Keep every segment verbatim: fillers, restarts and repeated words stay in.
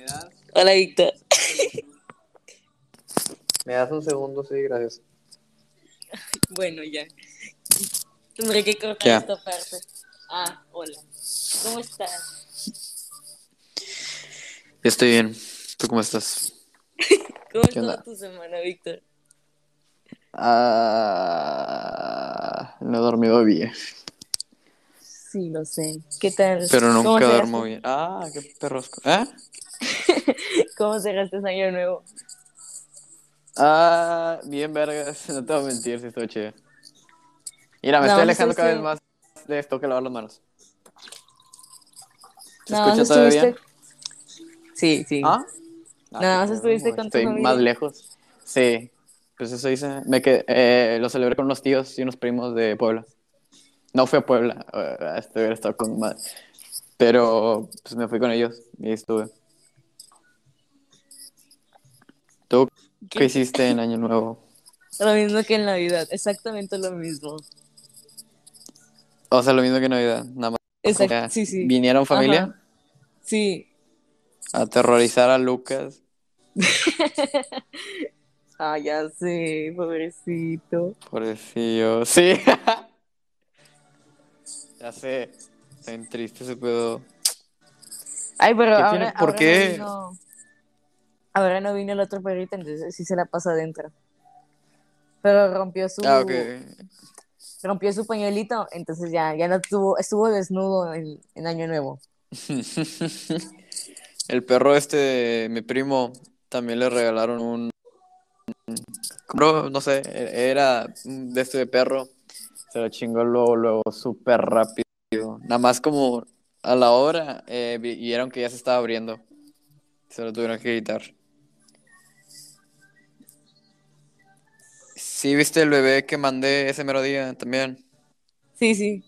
Hola, Víctor. ¿Me das un segundo? Sí, gracias. Bueno, ya. Tendré que cortar ¿Qué? esta parte. Ah, hola. ¿Cómo estás? Estoy bien. ¿Tú cómo estás? ¿Cómo ha ¿Qué estado onda? tu semana, Víctor? Ah, no he dormido bien, Sí, lo sé. ¿Qué tal? pero ¿Cómo nunca duermo cerraste? bien. Ah, qué perrosco. ¿Eh? ¿Cómo cerraste ese año nuevo? Ah, bien vergas. No te voy a mentir, si estoy chido. Mira, me Nada estoy más alejando cada vez estuviste, más de esto que lavar las manos. ¿Se nada más escucha todavía bien? estuviste, sí, sí. ¿Ah? Ah, qué Nada más estuviste pedo. con tu Estoy más familia. lejos. Sí, pues eso hice. Me quedé, eh, lo celebré con unos tíos y unos primos de Puebla. No fui a Puebla, eh, este hubiera estado con más. Pero pues me fui con ellos y ahí estuve. ¿Tú qué ¿Qué? hiciste en Año Nuevo? Lo mismo que en Navidad, exactamente lo mismo. O sea, lo mismo que Navidad, nada más como Exacto, que sí, sí. vinieron familia Ajá, sí. a aterrorizar a Lucas. Ah, ya sé, pobrecito. Pobrecillo, sí, ya sé, está bien triste ese pedo. Ay, pero ¿Qué ahora, tiene? ¿Por ahora no qué? vino, ahora no vino el otro perrito, entonces sí se la pasa adentro. Pero rompió Ah, ok. su, rompió su pañuelito, entonces ya, ya no tuvo, estuvo desnudo en, en Año Nuevo. El perro este de mi primo también le regalaron un, compró, no sé, era de este de perro. Se lo chingó luego, luego, súper rápido. Nada más como a la hora eh, vi- vieron que ya se estaba abriendo. Se lo tuvieron que quitar. Sí, viste el bebé que mandé ese mero día también. Sí, sí.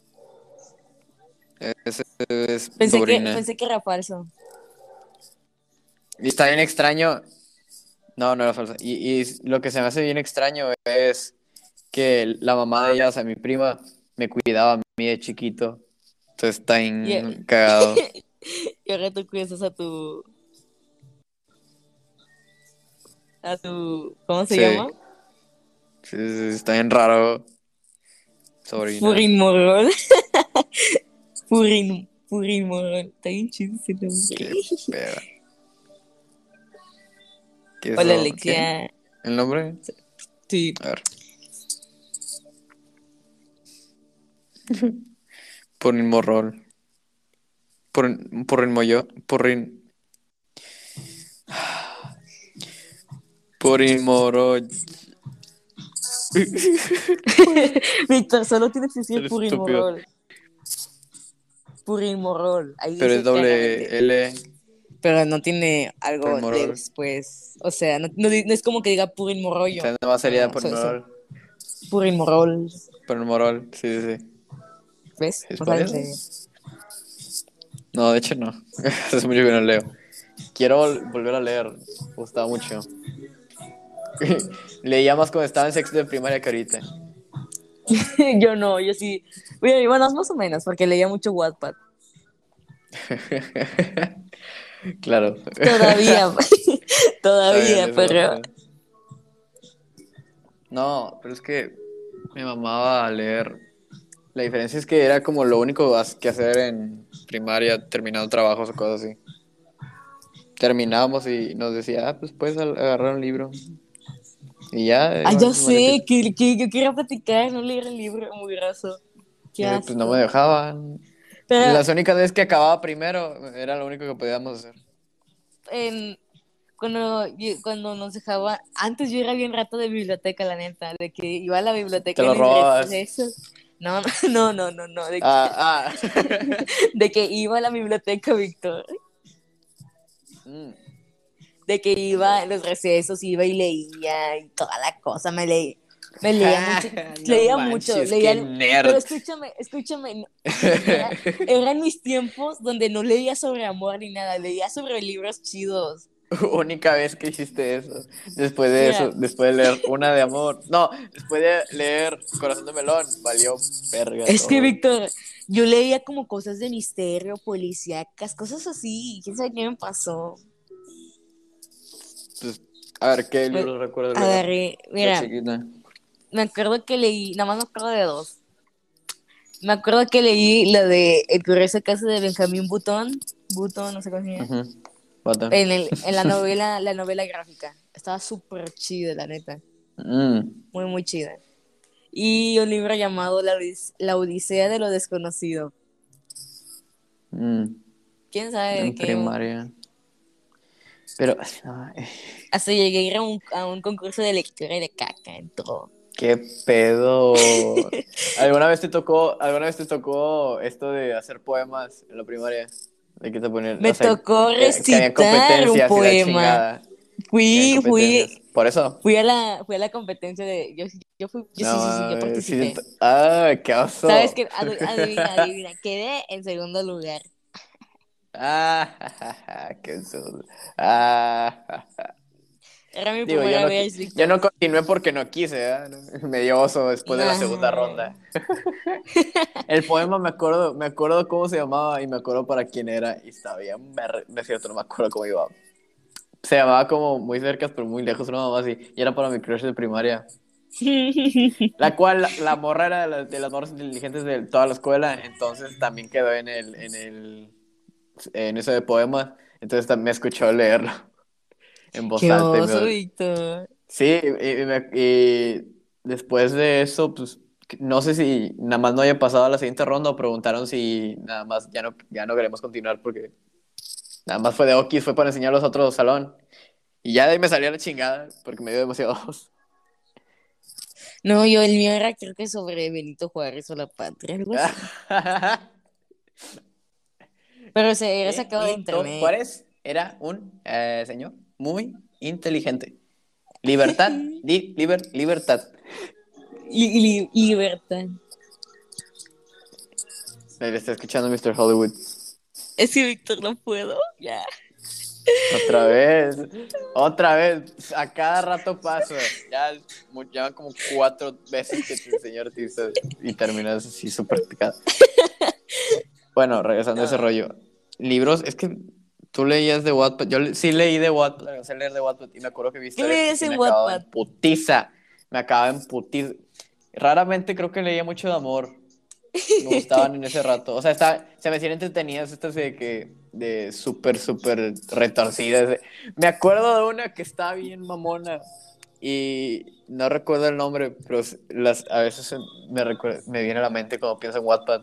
Ese es mi Pensé que, sobrina. pensé que era falso. Y está bien extraño. No, no era falsa. Y, y lo que se me hace bien extraño es que la mamá de ella, o sea, mi prima, me cuidaba a mí de chiquito. Entonces está Y, bien cagado. y ahora tú cuidas a tu, a tu, ¿cómo se Sí, llama? sí, sí, sí, está bien raro, sobrina. Purin Morrol. Purin, Purin Morrol. Está bien chido ese nombre. Qué pedo. ¿Qué es Hola, eso? ¿Qué? Alexia. ¿El nombre? Sí. A ver. Porrin Morrol. Porrin, Porrin Moyo. Porrin. Porrin Morol. Víctor, solo tienes que decir Eres Purin estúpido. Morrol. Purin Morrol. Ahí Pero es dice doble claramente. L. Pero no tiene Porrin algo Morol. después. O sea, no, no, no es como que diga Purin Morrollo. Entonces nada más sería No, Porrin so- so- Morol. Purin Morrol. Porrin Morol. Sí, sí, sí. ¿Ves? ¿Es No por saben eso? leer. No, de hecho no. Hace mucho que no leo. Quiero vol- volver a leer. Me gustaba mucho. Leía más cuando estaba en sexto de primaria que ahorita. Yo no, yo sí. Bueno, bueno, más o menos, porque leía mucho Wattpad. Claro. Todavía, Está bien, todavía, eso lo pero sé. No, pero es que me mamaba leer. La diferencia es que era como lo único as- que hacer en primaria, terminando trabajos o cosas así. Terminábamos y nos decía, ah, pues puedes al- agarrar un libro. Y ya, ah, ya igual, varios sé libros. que, que yo quiero platicar, no leer el libro, muy graso. Qué Y pues no me asco. dejaban. Pero Las únicas veces que acababa primero era lo único que podíamos hacer. en, cuando, yo- cuando nos dejaba, antes yo era bien rato de biblioteca, la neta, de que iba a la Te biblioteca en lo mis robabas. recesos. No, no, no, no, no, de que, Ah, ah. de que iba a la biblioteca, Víctor. Mm. De que iba en los recesos, iba y leía y toda la cosa, me leí, me leía mucho, No leía mucho, manches, qué leía, pero nerd. escúchame, escúchame, no, era, eran mis tiempos donde no leía sobre amor ni nada, leía sobre libros chidos. única vez que hiciste eso. Después de Mira, eso, después de leer Una de Amor. No, después de leer Corazón de Melón, valió verga es que, todo. Víctor, yo leía como cosas de misterio, policíacas, cosas así. ¿Quién sabe qué me pasó? Pues, a ver, ¿qué Me libros recuerdo leer agarré, de mira, chiquita? me acuerdo que leí, nada más me acuerdo de dos. Me acuerdo que leí la de El curioso caso de Benjamín Butón, Butón, no sé cómo se llama, Ujú, bata. en, el, en la novela, la novela gráfica. Estaba súper chida, la neta. Mm, Muy, muy chida. Y un libro llamado La, Odis- La Odisea de lo Desconocido. mm, ¿Quién sabe de en qué? primaria. Pero, ay, Hasta llegué a ir a un, a un concurso de lectura y de caca en todo. qué pedo. ¿Alguna vez te tocó, alguna vez te tocó esto de hacer poemas en la primaria? De que te ponían, Me o sea, tocó que, que había recitar un competencias y la poema. chingada. Que había Fui, competencias. fui, Por eso. fui a la, fui a la competencia de, yo, yo fui, yo No sí, sí, sí, yo mames, sí, participé. ah, qué ¿Sabes oso. qué? Adu- Adivina, adivina, quedé en segundo lugar. Ah, qué oso. Ah, Era mi digo, yo primera no, vez, yo Víctor. no continué porque no quise, ¿eh? Me dio oso después de la segunda Nah. ronda. El poema me acuerdo, me acuerdo cómo se llamaba y me acuerdo para quién era y estaba bien, ver- no es cierto, no me acuerdo cómo iba. Se llamaba como muy cerca, pero muy lejos, una mamá así, y era para mi crush de primaria. La cual, la, la morra era de, las de las morras inteligentes de toda la escuela, entonces también quedó en el, en el, en eso de poemas, entonces también me escuchó leerlo en voz Qué alta y oso, me, Víctor. sí, y, y me- y después de eso, pues no sé si nada más no haya pasado a la siguiente ronda o preguntaron si nada más ya no, ya no queremos continuar porque nada más fue de Okis, fue para enseñarlos a otro salón. Y ya de ahí me salía la chingada porque me dio demasiado. No, yo el mío era creo que sobre Benito Juárez o la patria, algo así. Pero se era sacado de Benito internet. Juárez era un eh, señor muy inteligente. Libertad, li- liber- libertad. Li- li- libertad. Le está escuchando mister Hollywood. Es que Víctor no puedo. Ya. Otra vez, otra vez, a cada rato pasa. Ya, mu- ya van como cuatro veces que te enseño artistas y terminas así súper picado. Bueno, regresando a ese No. rollo. Libros, es que tú leías de Wattpad. Yo le- sí leí de Wattpad, empecé a leer de Wattpad y me acuerdo que vi ¿Qué historias que lees sí en me acababa Wattpad? en putiza. Me acababa en putiza. Raramente creo que leía mucho de amor. Me gustaban en ese rato. O sea, está, se me hacían entretenidas estas de que, de súper, súper retorcidas. Me acuerdo de una que está bien mamona y no recuerdo el nombre, pero las, a veces me, recuer- me viene a la mente cuando pienso en Wattpad.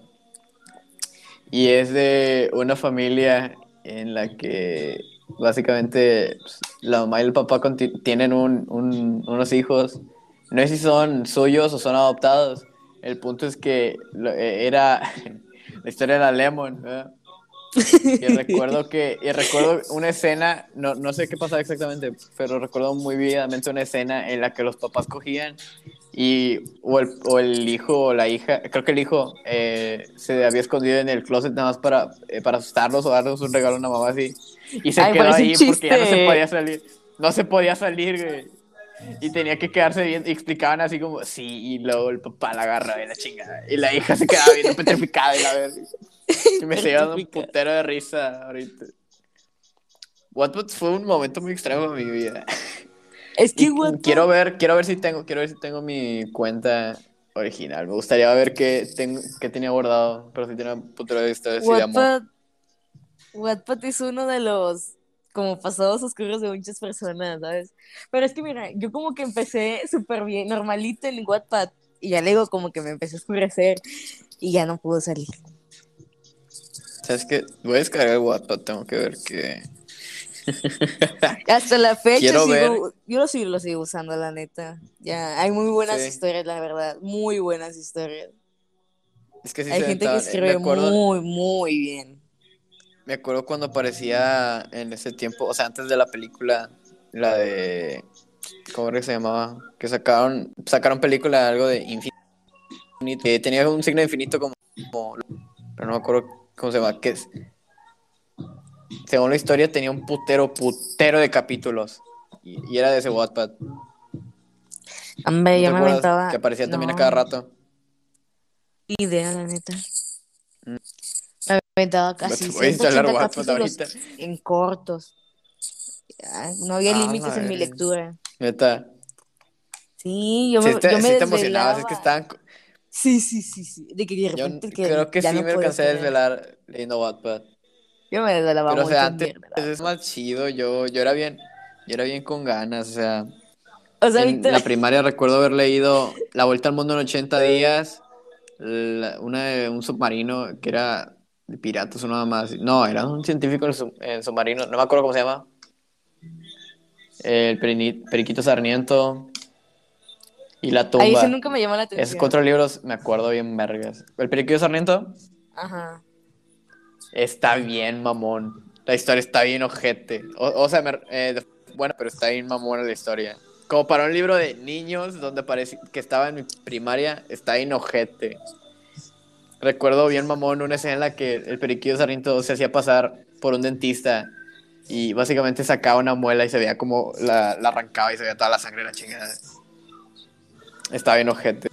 Y es de una familia en la que básicamente pues, la mamá y el papá conti- tienen un, un- unos hijos. No sé si son suyos o son adoptados. El punto es que lo- eh, era la historia de la Lemon, ¿verdad? Y recuerdo que, y recuerdo una escena, no, no sé qué pasaba exactamente, pero recuerdo muy vividamente una escena en la que los papás cogían y o el, o el hijo o la hija, creo que el hijo eh, se había escondido en el closet nada más para, eh, para asustarlos o darles un regalo a una mamá así, y se Ay, quedó parece un ahí porque ya no se chiste. podía salir, no se podía salir, güey. Y tenía que quedarse bien, y explicaban así como, sí, y luego el papá la agarra de la chingada, y la hija se quedaba viendo petrificada y la verga. Y me estoy dando un Certificado. putero de risa ahorita. Wattpad fue un momento muy extremo de mi vida. Es que Y Wattpad. quiero ver, quiero ver si tengo, quiero ver si tengo mi cuenta original. Me gustaría ver qué, tengo, qué tenía guardado, pero si tiene un putero de historias así de amor. Wattpad. Wattpad es uno de los como pasados oscuros de muchas personas, ¿sabes? Pero es que mira, yo como que empecé súper bien, normalito en Wattpad, y ya luego como que me empecé a oscurecer y ya no puedo salir. ¿Sabes qué? Voy a descargar Wattpad, tengo que ver qué. Hasta la fecha Quiero ver, sigo, yo lo sigo, lo sigo usando, la neta. Ya, hay muy buenas sí. historias, la verdad, muy buenas historias. Es que sí Hay se gente que aventaban. Me escribe acuerdo, muy, muy bien. me acuerdo cuando aparecía en ese tiempo, o sea, antes de la película, la de. ¿Cómo era que se llamaba? Que sacaron, sacaron película algo de infinito, que tenía un signo de infinito como, como- pero no me acuerdo cómo se llama, que es, según la historia, tenía un putero, putero de capítulos. Y, y era de ese Wattpad. Hombre, ¿No te yo me acuerdas? Que aventaba. aparecía también a No, cada rato. idea, la neta. Mm. Me aventaba Te casi voy a ciento instalar ochenta Wattpad capítulos ahorita. en cortos. Ah, no había Ah, la límites en mi verga. lectura. Neta. Sí, yo Sí me, yo te, me sí te emocionabas, es que desvelaba. estaban... Sí, sí, sí, sí. De que de Yo repente que creo que ya sí no me podía alcancé a creer. desvelar leyendo Wattpad. Yo me desvelaba Pero, o mucho sea, en antes leer, la es verdad. más chido. Yo, yo era bien, yo era bien con ganas. O sea, O sea, en Víctor, la primaria recuerdo haber leído La Vuelta al Mundo en ochenta días, la- una de un submarino que era de piratas o nada más. No, era un científico en, sub- en submarino, no me acuerdo cómo se llama. El Perini- Periquito Sarniento y La ahí ese Tumba. nunca me llamó la Esos atención. cuatro libros me acuerdo bien vergas. El Periquito Sarniento Ajá. está bien mamón. La historia está bien ojete. O, o sea, me- eh, de- bueno, pero está bien mamona la historia. Como para un libro de niños donde parece que estaba en mi primaria, está bien ojete. Recuerdo bien mamón una escena en la que el periquillo Sarmiento se hacía pasar por un dentista y básicamente sacaba una muela y se veía como la, la arrancaba y se veía toda la sangre de la chingada. Está bien ojete.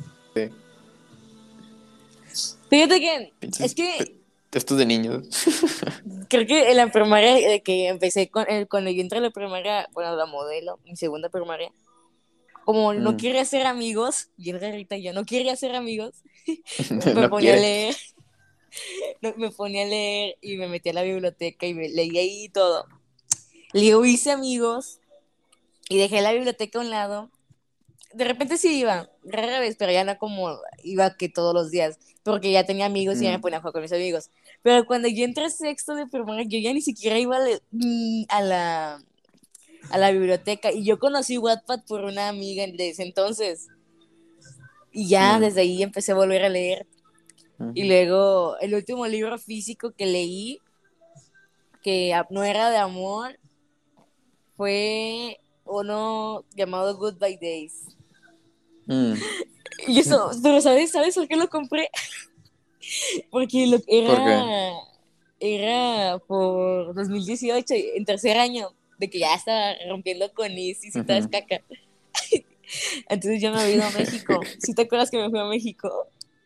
Fíjate que es Pinches que pe- textos de niños. creo que en la primaria, de que empecé con el, cuando yo entré a la primaria, bueno, la modelo, mi segunda primaria, como no Mm. quería hacer amigos, bien rarita yo, no quería hacer amigos, me No ponía a quiere. leer, no, me ponía a leer y me metí a la biblioteca y me leía ahí todo. Luego hice amigos y dejé la biblioteca a un lado. De repente sí iba, rara vez, pero ya no como iba que todos los días, porque ya tenía amigos y ya me Mm. ponía a jugar con mis amigos. Pero cuando yo entré a sexto de primaria, yo ya ni siquiera iba a, le- ni a la, a la biblioteca. Y yo conocí Wattpad por una amiga de ese entonces. Y ya Mm. desde ahí empecé a volver a leer. Y Mm. luego el último libro físico que leí, que a- no era de amor, fue uno llamado Goodbye Days. Mm. Y eso, pero ¿sabes? ¿Sabes por qué lo compré? Porque lo, ¿Por qué? era, era por dos mil dieciocho, en tercer año, de que ya estaba rompiendo con Isis y toda es Ujú. caca. Entonces yo me había ido a México. ¿Sí te acuerdas que me fui a México?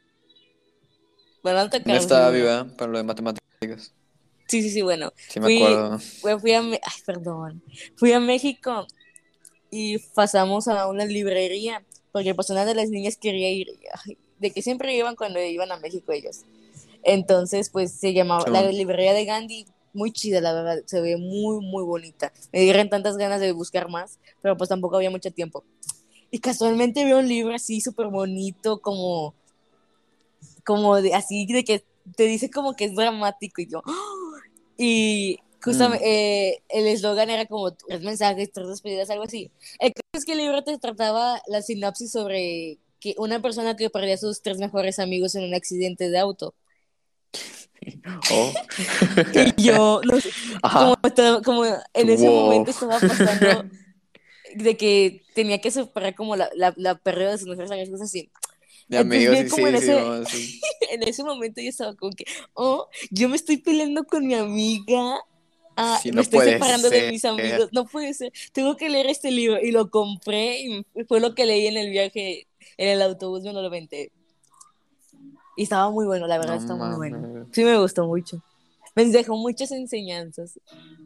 Bueno, no te No acuerdas estaba seguro. viva para lo de matemáticas. Sí, sí, sí, bueno. Sí me Fui, acuerdo. fui, fui a, Me- ay, perdón. Fui a México y pasamos a una librería, porque pues una de las niñas quería ir, ay, de que siempre iban cuando iban a México ellos. Entonces, pues se llamaba la Simón. librería de Gandhi, muy chida, la verdad, se ve muy, muy bonita. Me dieron tantas ganas de buscar más, pero pues tampoco había mucho tiempo. Y casualmente veo un libro así súper bonito, como, como de, así de que te dice como que es dramático y yo, ¡oh! Y Mm. justamente eh, el eslogan era como tres mensajes, tres despedidas, algo así. El caso es que el libro te trataba la sinopsis sobre que una persona que perdía a sus tres mejores amigos en un accidente de auto. Oh. Y yo, no sé, como, Ajá. estaba- como en ese Wow. momento estaba pasando de que tenía que superar como la, la, la pérdida de sus mejores amigos, cosas así. De Entonces amigos, yo sí, como en sí, sí, ese, no, sí. en ese momento yo estaba como que, oh, yo me estoy peleando con mi amiga, ah, Sí, me no estoy puede separando de ser. mis amigos, no puede ser, tengo que leer este libro y lo compré y fue lo que leí en el viaje, en el autobús, me lo aventé. Y estaba muy bueno, la verdad No estaba muy bueno. mames. Sí me gustó mucho. Me dejó muchas enseñanzas.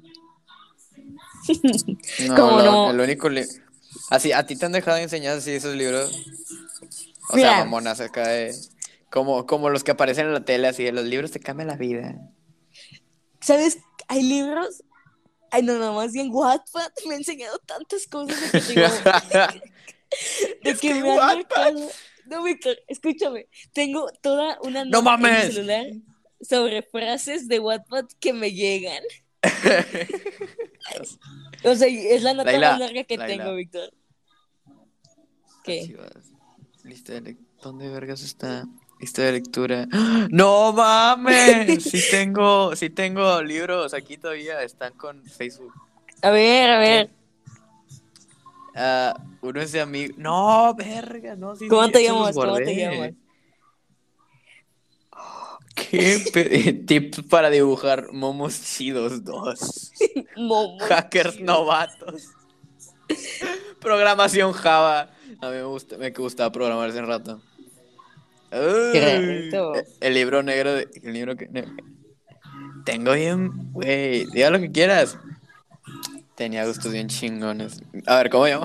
No, Como lo, no, el único li- así, ¿a ti te han dejado de enseñar así esos libros? O sea, mira, mamonas acá de... Como, como los que aparecen en la tele, así de los libros te cambian la vida. ¿sabes? Hay libros, ay no, no, más bien Wattpad me ha enseñado tantas cosas de que te digo, de Es que que me han Wattpad. marcado. No, Víctor, escúchame, tengo toda una ¡No nota en mi mames! celular sobre frases de Wattpad que me llegan. Dios. O sea, es la nota más Laila, larga que tengo, Laila, Víctor. ¿Qué? archivas. Lista de lec- ¿Dónde vergas está? Lista de lectura. ¡Ah! ¡No mames! Sí tengo, sí tengo libros aquí todavía, están con Facebook. A ver, a ¿Qué? ver, Ah, uno es de amigo. No, verga, no, sí, ¿cómo sí, te estos los llamas? ¿Cómo te llamas? guardé. ¿Qué pe- tips para dibujar momos chidos dos? Momo Hackers chido. novatos. Programación Java. A mí me gusta, me gustaba programar hace un rato. Qué Uy, rarito. el libro negro de, el libro que ne- tengo bien, güey, diga lo que quieras. Tenía gustos bien chingones. A ver, ¿cómo llamo?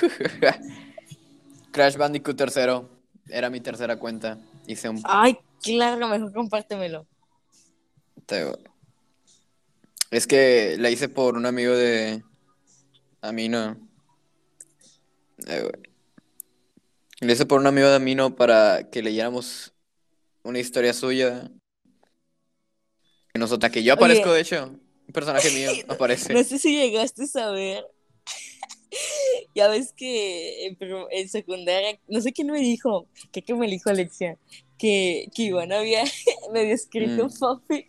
Crash Bandicoot tercero. Era mi tercera cuenta. Hice un Ay, claro, mejor compártemelo. te- Es que la hice por un amigo de Amino. Eh, güey. La hice por un amigo de Amino para que leyéramos una historia suya. Que nosotros, que yo aparezco, Oye, de hecho. Un personaje mío no, no aparece. sé si llegaste a saber, ya ves que en, prim- en secundaria, no sé quién me dijo, creo que me dijo Alexia, que, que Iván había medio escrito Mm. un fanfic.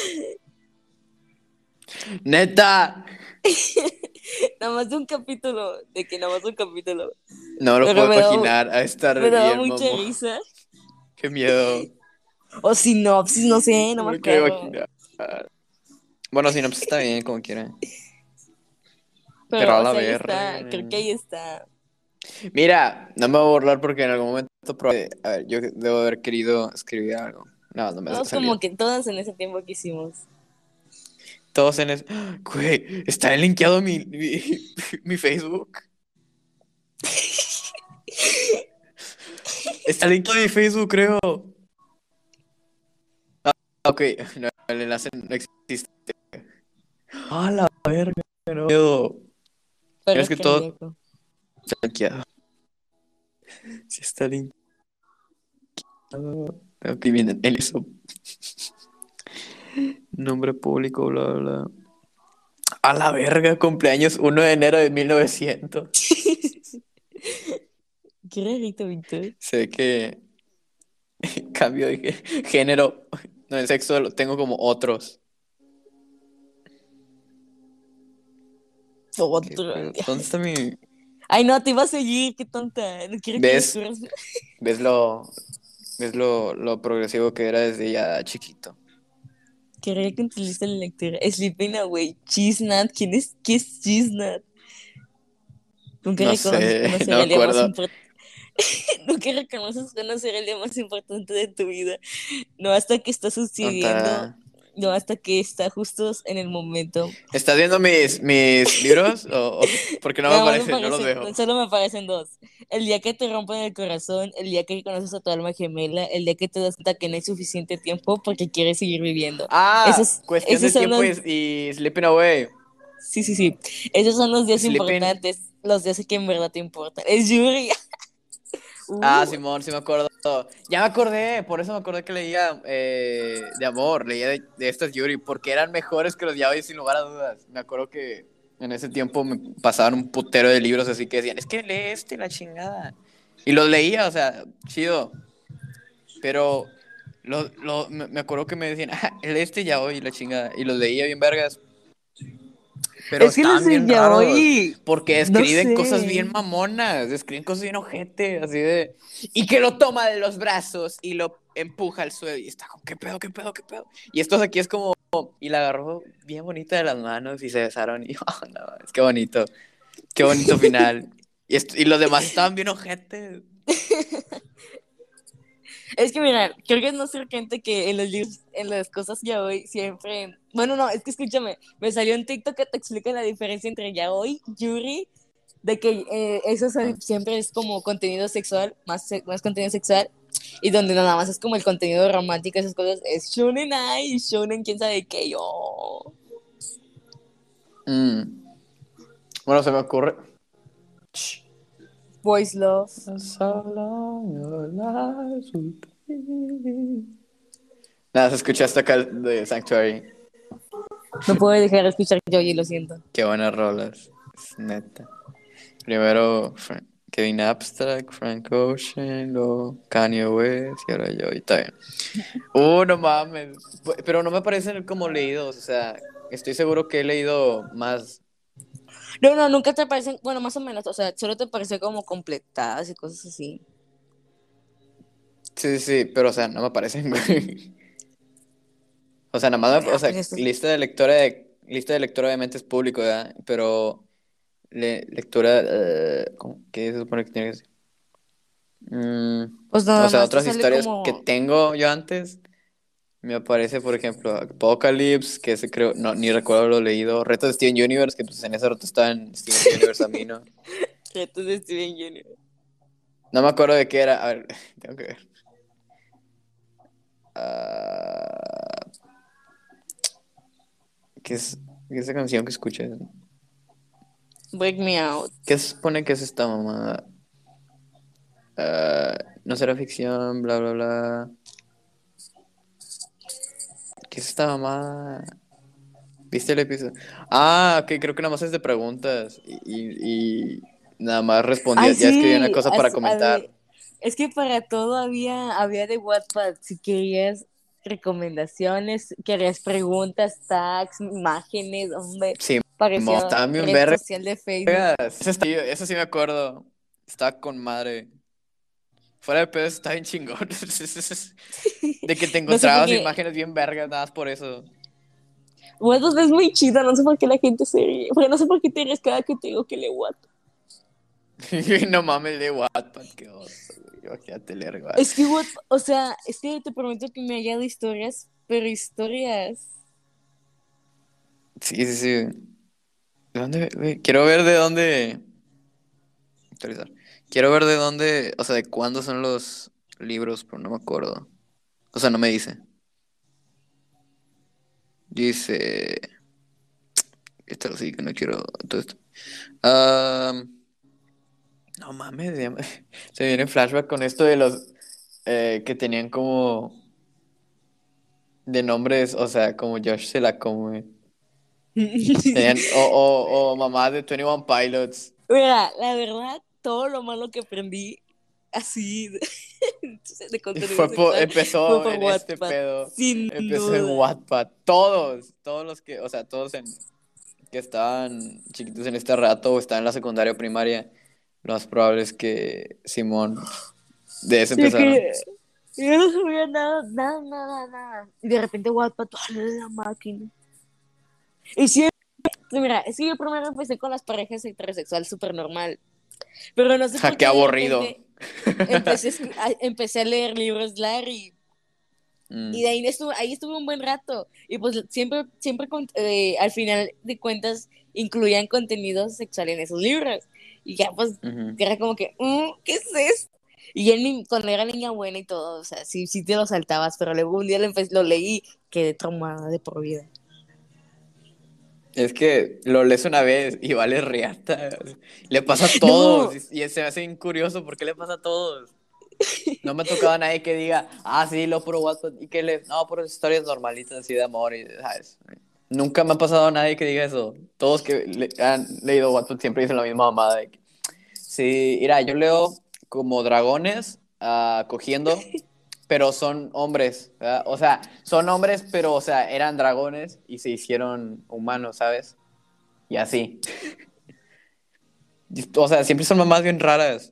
¡Neta! Nada más de un capítulo, de que nada más un capítulo. No lo Pero puedo me daba, mu- imaginar. A estar me daba bien, mucha momo. risa. Qué miedo. O sinopsis, no sé, no No me lo quiero acuerdo. imaginar. Bueno, si no, pues está bien, como quiera. Pero Pero, a o la sea, ahí está, creo verga. que ahí está. Mira, no me voy a burlar porque en algún momento probé- a ver, yo debo haber querido escribir algo. No, no me Todos como salió. que todas en ese tiempo que hicimos. Todos en es. Güey, está linkeado mi, mi, mi Facebook. Está linkeado mi Facebook, creo. Ok, no, el enlace no existe. A la verga, no. Miedo. Perro Es que todo cardíaco. está linkeado. Sí está linkeado. Ok, viene en eso. Nombre público, bla, bla, bla. A la verga, cumpleaños uno de enero de mil novecientos. Qué rarito, Víctor. Sé que cambio de gé- género. No, el sexo lo tengo como otros. ¿Qué Otro. pedo? ¿Dónde está mi...? Ay, no, te iba a seguir, qué tonta. No quiero que ¿Ves? descubras. ¿Ves lo, ves lo, lo progresivo que era desde ya chiquito? Quería que utilice la lectura. Sleeping Away, Cheesnut. ¿Quién es? ¿Qué es Cheesnut? Nunca No reconoces sé, conocer no me el día más acuerdo. importante. Nunca reconoces conocer el día más importante de tu vida. No hasta que está sucediendo. Tonta. No hasta que está justo en el momento. ¿Estás viendo mis, mis libros? ¿O, o- porque no me Nada más me aparecen? No los parecen, veo. solo me parecen dos. El día que te rompen el corazón, el día que conoces a tu alma gemela, el día que te das cuenta que no hay suficiente tiempo porque quieres seguir viviendo. Ah, Esos, cuestión esos de son tiempo los, y, y Sleeping Away. sí, sí, sí. Esos son los días Sleeping. importantes, los días que en verdad te importan. Es Yuri. Ah, Uh, Simón, sí me acuerdo. Ya me acordé, por eso me acordé que leía eh, de amor, leía de, de estas Yuri, porque eran mejores que los yaoi sin lugar a dudas. Me acuerdo que en ese tiempo me pasaban un putero de libros así que decían, es que lee este, la chingada. Y los leía, o sea, chido. Pero lo, lo- me, me acuerdo que me decían, ah, lee este yaoi, la chingada. Y los leía bien vergas. Pero es que los estaban de bien raros, Yaoi, porque no escriben cosas sé. bien mamonas, escriben cosas bien ojete, así de... Y que lo toma de los brazos y lo empuja al suelo y está como, ¿qué pedo, qué pedo, qué pedo? Y estos aquí es como... Y la agarró bien bonita de las manos y se besaron y... Oh, no, es que bonito, qué bonito final. Y, est- y los demás estaban bien ojetes. Es que mira, creo que es más frecuente que en los libros, en las cosas yaoi siempre. Bueno, no, es que escúchame, me salió un TikTok que te explica la diferencia entre yaoi, yuri, de que eh, eso Ah. siempre es como contenido sexual, más, se- más contenido sexual, y donde nada más es como el contenido romántico, esas cosas, es shonen ai, shonen quién sabe qué, yo. Mm. Bueno, se me ocurre... Shh. Boys love. So long your lives will be. Nada, se escucha hasta acá de Sanctuary. No puedo dejar de escuchar yo y lo siento. Qué buenas rolas, es neta. Primero Fra- Kevin Abstract, Frank Ocean, luego Kanye West y ahora yo, y está bien. Uh, no mames. Pu- Pero no me parecen como leídos, o sea, estoy seguro que he leído más. No, no, nunca te parecen, bueno, más o menos, o sea, solo te parece como completadas y cosas así. Sí, sí, sí, pero o sea, no me parecen, güey. O sea, nada más, me- o Ah, sea, pues esto. lista de lectora de, lista de lectora obviamente es público, ¿verdad? Pero le- lectura, eh, ¿cómo? ¿Qué se supone que tiene que ser? Mm, Pues o nada sea, más te otras sale historias que como. tengo yo antes, me aparece, por ejemplo, Apocalypse, que ese creo, no, ni recuerdo lo leído, Reto de Steven Universe, que pues en ese rato estaba en Steven Universe a mí, ¿no? Retos de Steven junior No me acuerdo de qué era, a ver, tengo que ver. Ah, ¿qué es, qué es esa canción que escuchas? Break Me Out. ¿Qué se supone que es esta mamá? Ah, no será ficción, bla, bla, bla. ¿Qué es esta mamá? ¿Viste el episodio? Ah, ok, creo que nada más es de preguntas. Y, y, y nada más respondía. Ay, Ya escribía una sí. cosa para as- a comentar. ver, es que para todo había, había de Wattpad. Si querías recomendaciones, querías preguntas, tags, imágenes, hombre. Sí, mo, Parecía estaban bien red vergas. social de Facebook. Eso, está- eso sí me acuerdo. Estaba con madre. Fuera de pedo está bien chingón. De que te No sé por encontrabas qué. imágenes bien vergas, nada más por eso. Wattpad es muy chido, no sé por qué la gente se ríe. Porque no sé por qué te ríes cada que te digo que le Wattpad. No mames, de Wattpad, qué oso, güey. Imagínate leer Wattpad. Es que Wattpad, o sea, es que te prometo que me he hallado historias, pero historias. Sí, sí, sí. ¿De dónde, güey? Quiero ver de dónde. Actualizar. Quiero ver de dónde, o sea, de cuándo son los libros, pero no me acuerdo. O sea, no me dice. Dice. Esto sí que no quiero todo esto. Ah, no mames, ya me- se viene flashback con esto de los eh, que tenían como de nombres, o sea, como Josh se la come. Tenían, o, o, o mamás de Twenty One Pilots. Mira, la verdad, todo lo malo que aprendí así de, de contenido Fue por, sexual fue empezó por en este Wattpad, pedo. sin Empezó en duda. Wattpad. Todos, todos los que, o sea, todos en, que estaban chiquitos en este rato o estaban en la secundaria o primaria, lo más probable es que Simón de eso Sí, empezaron. que yo no sabía nada, nada, nada, nada. Y de repente Wattpad, ¡a la máquina! Y sí, mira, es que yo primero empecé con las parejas heterosexual súper normal. Pero no sé Ja, por qué qué de aburrido. repente empecé a, escu- a- empecé a leer libros Larry. Y de Mm, ahí estuve, ahí estuve un buen rato. Y pues siempre, siempre con- eh, al final de cuentas incluían contenido sexual en esos libros. Y ya pues ujú. era como que, "Mm, ¿qué es esto?" Y ya ni- cuando era niña buena y todo, o sea, sí, sí te lo saltabas, pero luego un día lo, empe- lo leí, quedé traumada de por vida. Es que lo lees una vez y vale riata. Le pasa a todos. No, Y, y se me hace bien curioso por qué le pasa a todos. No me ha tocado a nadie que diga, ah, sí, lo puro WhatsApp. Y que le. No, por historias normalitas así de amor. Y, ¿sabes? Nunca me ha pasado a nadie que diga eso. Todos que le- han leído WhatsApp siempre dicen la misma mamada. De que, sí, mira, yo leo como dragones ah, cogiendo, pero son hombres, ¿verdad? O sea, son hombres, pero, o sea, eran dragones y se hicieron humanos, ¿sabes? Y así. O sea, siempre son mamás bien raras.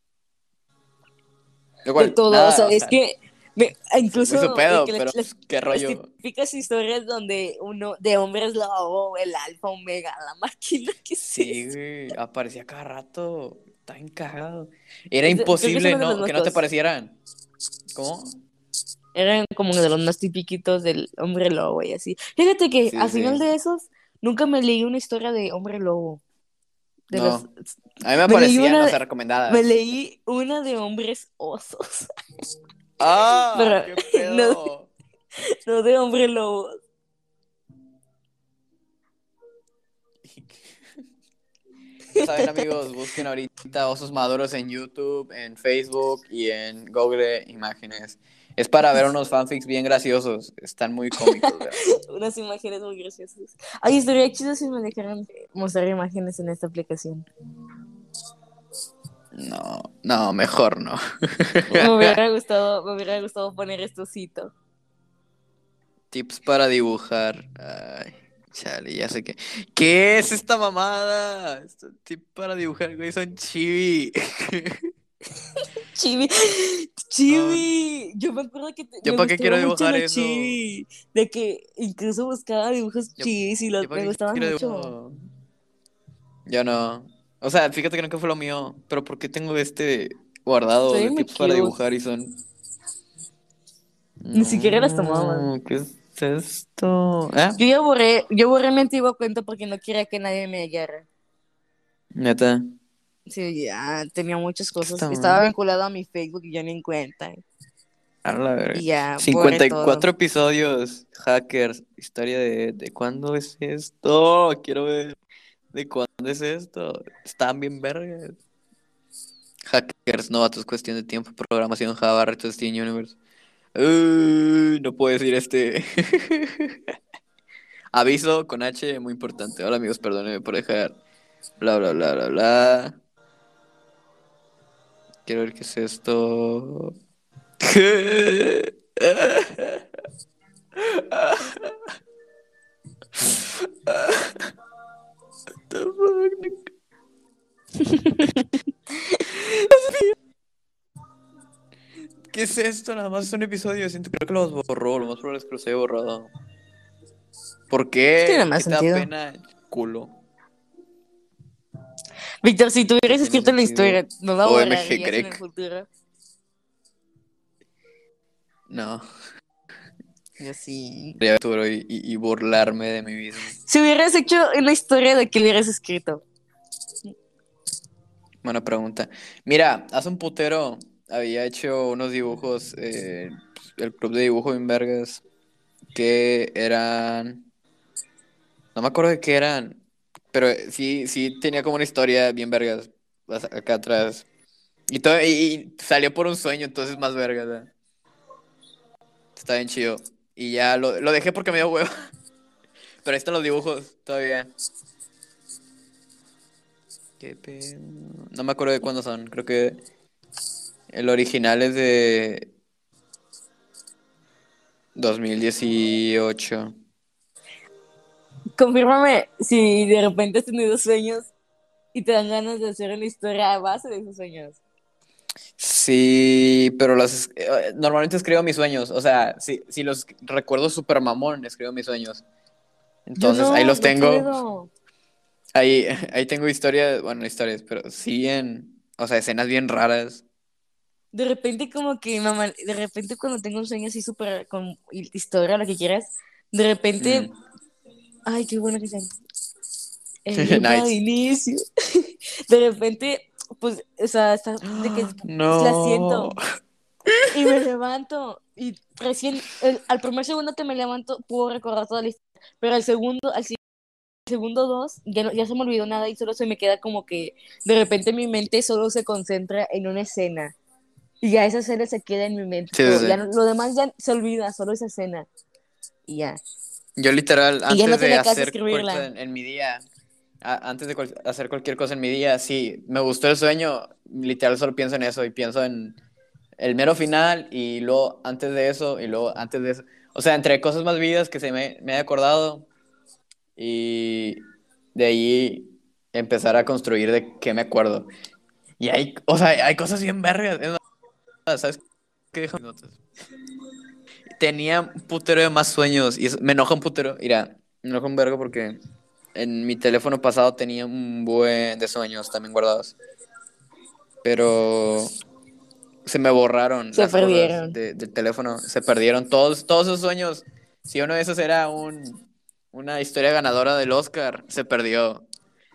Lo de cual, todo, o sea, nada, o es sea, que me- es muy su incluso de que pedo, las, pero las- pues, qué las rollo. típicas historias donde uno de hombres lobo, el alfa, omega, la máquina, ¿qué es Sí, eso? güey, aparecía cada rato. Está encagado. Era Es de- creo que es imposible, uno de los ¿no? Que más no te todos. parecieran. ¿Cómo? Eran como de los más tipiquitos del hombre lobo y así. Fíjate que Sí, al final sí. de esos, nunca me leí una historia de hombre lobo. De los, No. A mí me me leí aparecían, o una, sea, me recomendadas. leí una de hombres osos, ¡Ah! pero ¡Qué no, pedo! no de hombre lobo. Ya saben, amigos, busquen ahorita osos maduros en YouTube, en Facebook y en Google Imágenes. Es para ver unos fanfics bien graciosos. Están muy cómicos, véanlo. Unas imágenes muy graciosas. Ay, estaría chido si me dejaran mostrar imágenes en esta aplicación. No, no, mejor no. Me hubiera gustado, me hubiera gustado poner esto cito. Tips para dibujar. Ay, chale, ya sé que. ¿Qué es esta mamada? Estos tips para dibujar, güey, son chibi. Chibi, No, Chibi. Yo me acuerdo que te- ¿yo me para qué quiero gustaba mucho dibujar lo eso? chibi. De que incluso buscaba dibujos ¿Yo, chibis y los, yo para me qué gustaban quiero mucho. dibujar? Yo no. O sea, fíjate que nunca fue lo mío, pero ¿por qué tengo este guardado Soy de muy tips para cute. dibujar y son... Ni siquiera las tomaba. No, ¿qué es esto? ¿Eh? Yo ya borré, yo borré mi antigua cuenta porque no quería que nadie me hallara. Neta, Sí, ya tenía muchas ¿qué cosas. está Estaba mal? vinculado a mi Facebook y ya ni en cuenta. A la verga. Y ya borré cincuenta y todo. cuatro episodios, hackers. Historia de, ¿de cuándo es esto? Quiero ver. ¿De cuándo es esto? Están bien vergas. Hackers, novatos, cuestión de tiempo, programación, Java, retos Steam Universe. Uy, no puedo decir este. Aviso con H, muy importante. Hola amigos, perdónenme por dejar. Bla, bla, bla, bla, bla. Quiero ver qué es esto. The fuck? ¿Qué es esto? Nada más es un episodio. Siento creo que los borró. Lo más probable es que los haya borrado. ¿Por Tiene qué? más ¿Qué te da sentido. pena? Culo. Víctor, si tú ¿Qué hubieras tiene escrito la sentido? historia, ¿no la O M G borrarías en el Greg. futuro? No. Yo sí. Sería Arturo y, y- y burlarme de mí mismo. Si hubieras hecho una historia, ¿de qué le hubieras escrito? Buena pregunta. Mira, hace un putero había hecho unos dibujos, eh, el club de dibujo bien vergas, que eran, no me acuerdo de qué eran, pero sí, sí tenía como una historia bien vergas as- acá atrás. Y, todo, y, y salió por un sueño, entonces más vergas, ¿verdad? Está bien chido. Y ya lo, lo dejé porque me dio huevo. Pero ahí están los dibujos todavía. ¿Qué pedo? No me acuerdo de cuándo son. Creo que el original es de dos mil dieciocho. Confírmame si de repente has tenido sueños y te dan ganas de hacer una historia a base de esos sueños. Sí, pero los es- eh, normalmente escribo mis sueños. O sea, si, si los recuerdo super mamón, escribo mis sueños. Yo Entonces ahí no, los no tengo. puedo. Ahí, ahí tengo historias, bueno, historias, pero sí en, o sea, escenas bien raras. De repente como que, mamá, de repente cuando tengo un sueño así súper con historia, lo que quieras, de repente, Mm. ay, qué bueno que sea. El grupo de Nice. inicio. De repente, pues, o sea, está de que la No. siento y me levanto y recién, el- al primer segundo que me levanto puedo recordar toda la historia, pero al segundo, al si- segundo dos, ya, no, ya se me olvidó nada y solo se me queda como que de repente mi mente solo se concentra en una escena y ya esa escena se queda en mi mente, Sí, sí, todo, ya no- sí. lo demás ya se olvida, solo esa escena y ya. Yo literal, Y ya no antes de tenía caso hacer cualquier escribirla. en, en mi día, a- antes de cual- hacer cualquier cosa en mi día, sí, me gustó el sueño, literal solo pienso en eso y pienso en el mero final y luego antes de eso y luego antes de eso. O sea, entre cosas más vidas que se me, me he acordado y de ahí empezar a construir de qué me acuerdo. Y hay, o sea, hay cosas bien vergas. Es más, ¿sabes qué? Dejo mis notas. Tenía un putero de más sueños y eso- me enoja un putero. Mira, me enoja un vergo porque en mi teléfono pasado tenía un buen de sueños también guardados. Pero se me borraron Se las cosas perdieron. de- del teléfono. Se perdieron todos, todos esos sueños. Si uno de esos era un, una historia ganadora del Oscar, se perdió.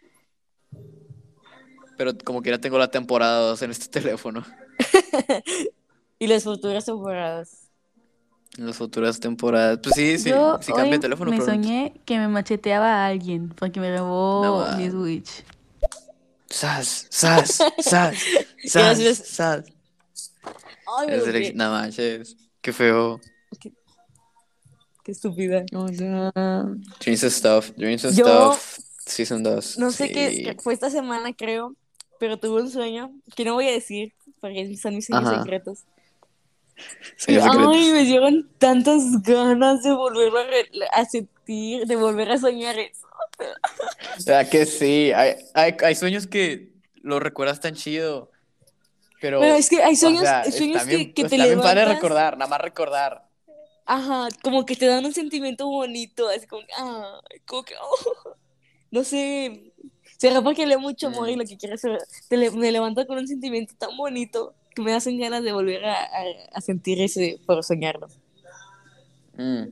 Pero como que ya tengo la temporada dos en este teléfono. Y las futuras temporadas. En las futuras temporadas. Pues sí, sí, Yo sí cambia de hoy teléfono, me pero no. soñé que me macheteaba a alguien porque me No robó mi man. Switch. Sas, sas, sas, sas, Gracias. sas. Ay, me Es dirección. golpeé. No manches. Qué feo. Qué, qué estúpida. Hola. Dreams of Stuff. Dreams of Yo Stuff. Season dos. no sé qué, Sí. qué fue esta semana, creo, pero tuve un sueño que no voy a decir porque son mis sueños Ajá. secretos. Y Sueños ay, secretos. me dieron tantas ganas de volver a, re- a sentir, de volver a soñar eso. ¿Verdad que sí? Hay, hay, hay sueños que los recuerdas tan chido. Bueno, Pero, es que hay o sueños, sea, sueños está que, bien, que te está bien padre levantas, recordar, nada más recordar. ajá, como que te dan un sentimiento bonito, así como, ah, como que, oh, no sé, será porque leo mucho amor y Mm, lo que quiero hacer, te le- me levanto con un sentimiento tan bonito que me hacen ganas de volver a, a, a sentir ese por soñarlo. mm.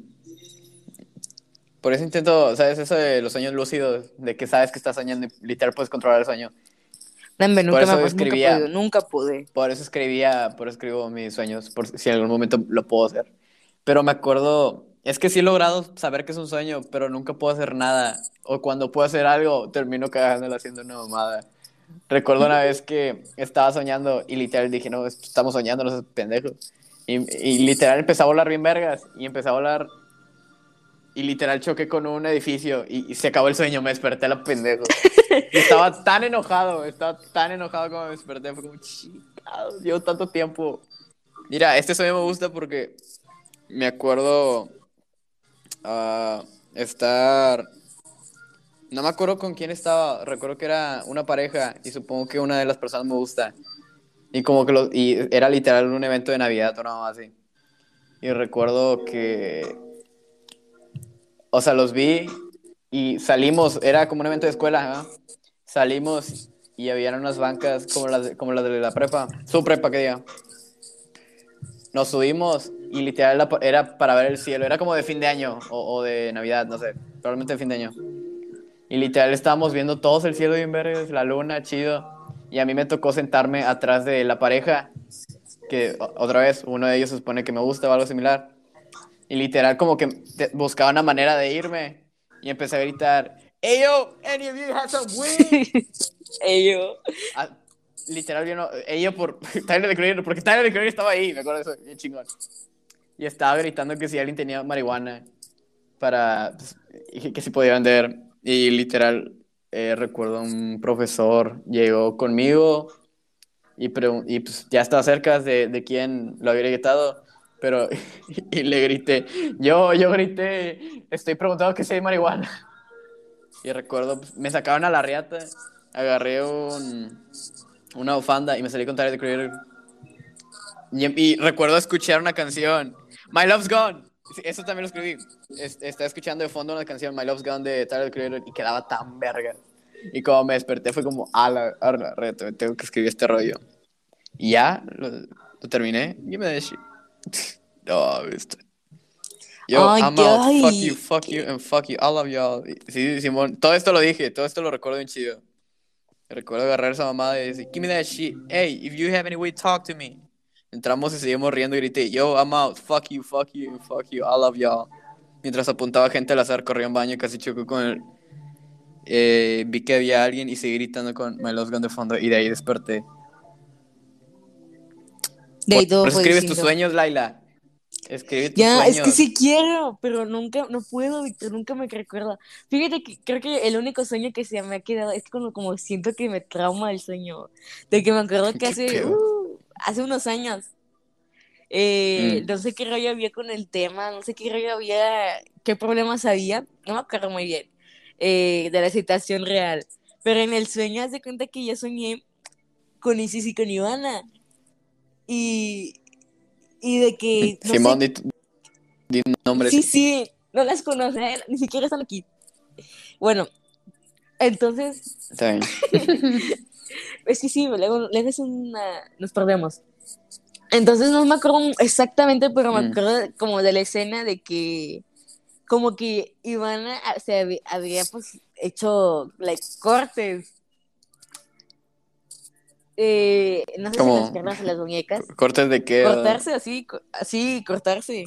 Por eso intento, ¿sabes? Eso de los sueños lúcidos, de que sabes que estás soñando y literal puedes controlar el sueño. No, hombre, Por nunca me ha eso pasado, nunca he podido, escribía, nunca pude. por eso escribía, por eso escribo mis sueños, por si en algún momento lo puedo hacer. Pero me acuerdo, es que sí he logrado saber que es un sueño, pero nunca puedo hacer nada. O cuando puedo hacer algo, termino cagándolo haciendo una mamada. Recuerdo una vez que estaba soñando y literal dije, no, estamos soñando, no seas pendejo. Y, y literal empecé a volar bien vergas y empecé a volar y literal choqué con un edificio y, y se acabó el sueño, me desperté a la pendejo. Y estaba tan enojado, estaba tan enojado como me desperté, fue como, chingados, llevo tanto tiempo. Mira, este sueño me gusta porque me acuerdo ah, estar, no me acuerdo con quién estaba, recuerdo que era una pareja y supongo que una de las personas me gusta. Y como que lo, y era literal un evento de Navidad o nada más así. Y recuerdo que, o sea, los vi y salimos, era como un evento de escuela, ¿no? Salimos y había unas bancas como las, de, como las de la prepa, su prepa que diga. Nos subimos y literal era para ver el cielo, era como de fin de año o, o de Navidad, no sé, probablemente de fin de año. Y literal estábamos viendo todos el cielo bien verdes, la luna, chido. Y a mí me tocó sentarme atrás de la pareja, que otra vez uno de ellos se supone que me gusta o algo similar. Y literal como que buscaba una manera de irme. Y empecé a gritar, "Hey yo, any of you have some weed?" Ey, yo, Ah, literal vino, ello por Tyler, the Creator, porque Tyler, the Creator estaba ahí, me acuerdo de eso, bien chingón. Y estaba gritando que si alguien tenía marihuana para, pues, y que si podía vender. Y literal, eh, recuerdo un profesor llegó conmigo y, pregun- y pues ya estaba cerca de, de quién lo había gritado, pero y le grité, yo, yo grité, estoy preguntando que si hay marihuana. Y recuerdo, pues, me sacaron a la riata, agarré un, una bufanda y me salí con Tyler, the Creator. Y, y recuerdo escuchar una canción, My Love's Gone. Sí, eso también lo escribí. Es, estaba escuchando de fondo una canción, My Love's Gone de Tyler, the Creator, y quedaba tan verga. Y como me desperté fue como, a la, a la reto, tengo que escribir este rollo. Y ya, lo, lo terminé. Give me that shit. No, viste. Yo, ay, I'm qué, out. Fuck you, ay, fuck you, qué- and fuck you. I love y'all. Sí, Simón. Todo esto lo dije. Todo esto lo recuerdo bien chido. Recuerdo agarrar esa mamada y decir, give me that shit. Hey, if you have any way, talk to me. Entramos y seguimos riendo y grité, yo, I'm out. Fuck you, fuck you, and fuck you. I love y'all. Mientras apuntaba gente al azar, corría un baño y casi chocó con el... Eh, vi que había alguien y seguí gritando con My Love's Gone de fondo y de ahí desperté. de Por ahí todo eso fue escribes tus distinto. sueños, Laila. Escribe tus Ya, es que sueños. sí quiero, pero nunca, no puedo, Víctor, nunca me recuerda. Fíjate que creo que el único sueño que se me ha quedado es como, como siento que me trauma el sueño. De que me acuerdo que ¿Qué hace, pedo? uh, hace unos años, eh, Mm. no sé qué rollo había con el tema, no sé qué rollo había, qué problemas había, no me acuerdo muy bien, eh, de la situación real. Pero en el sueño, haz de cuenta que yo soñé con Isis y con Ivana. Y, y de que, no Simón, sé, di, di nombres. sí, sí, no las conoce, ¿eh? Ni siquiera están aquí. Bueno, entonces, Está bien. es que sí, luego, luego es una, nos perdemos. Entonces no me acuerdo exactamente, pero me Mm. acuerdo como de la escena de que, como que Ivana ah, se había, había, pues hecho, like, cortes. Eh, no sé si en las Como, piernas o las muñecas. ¿cortes de qué? ¿Verdad? Cortarse así, co- así, cortarse.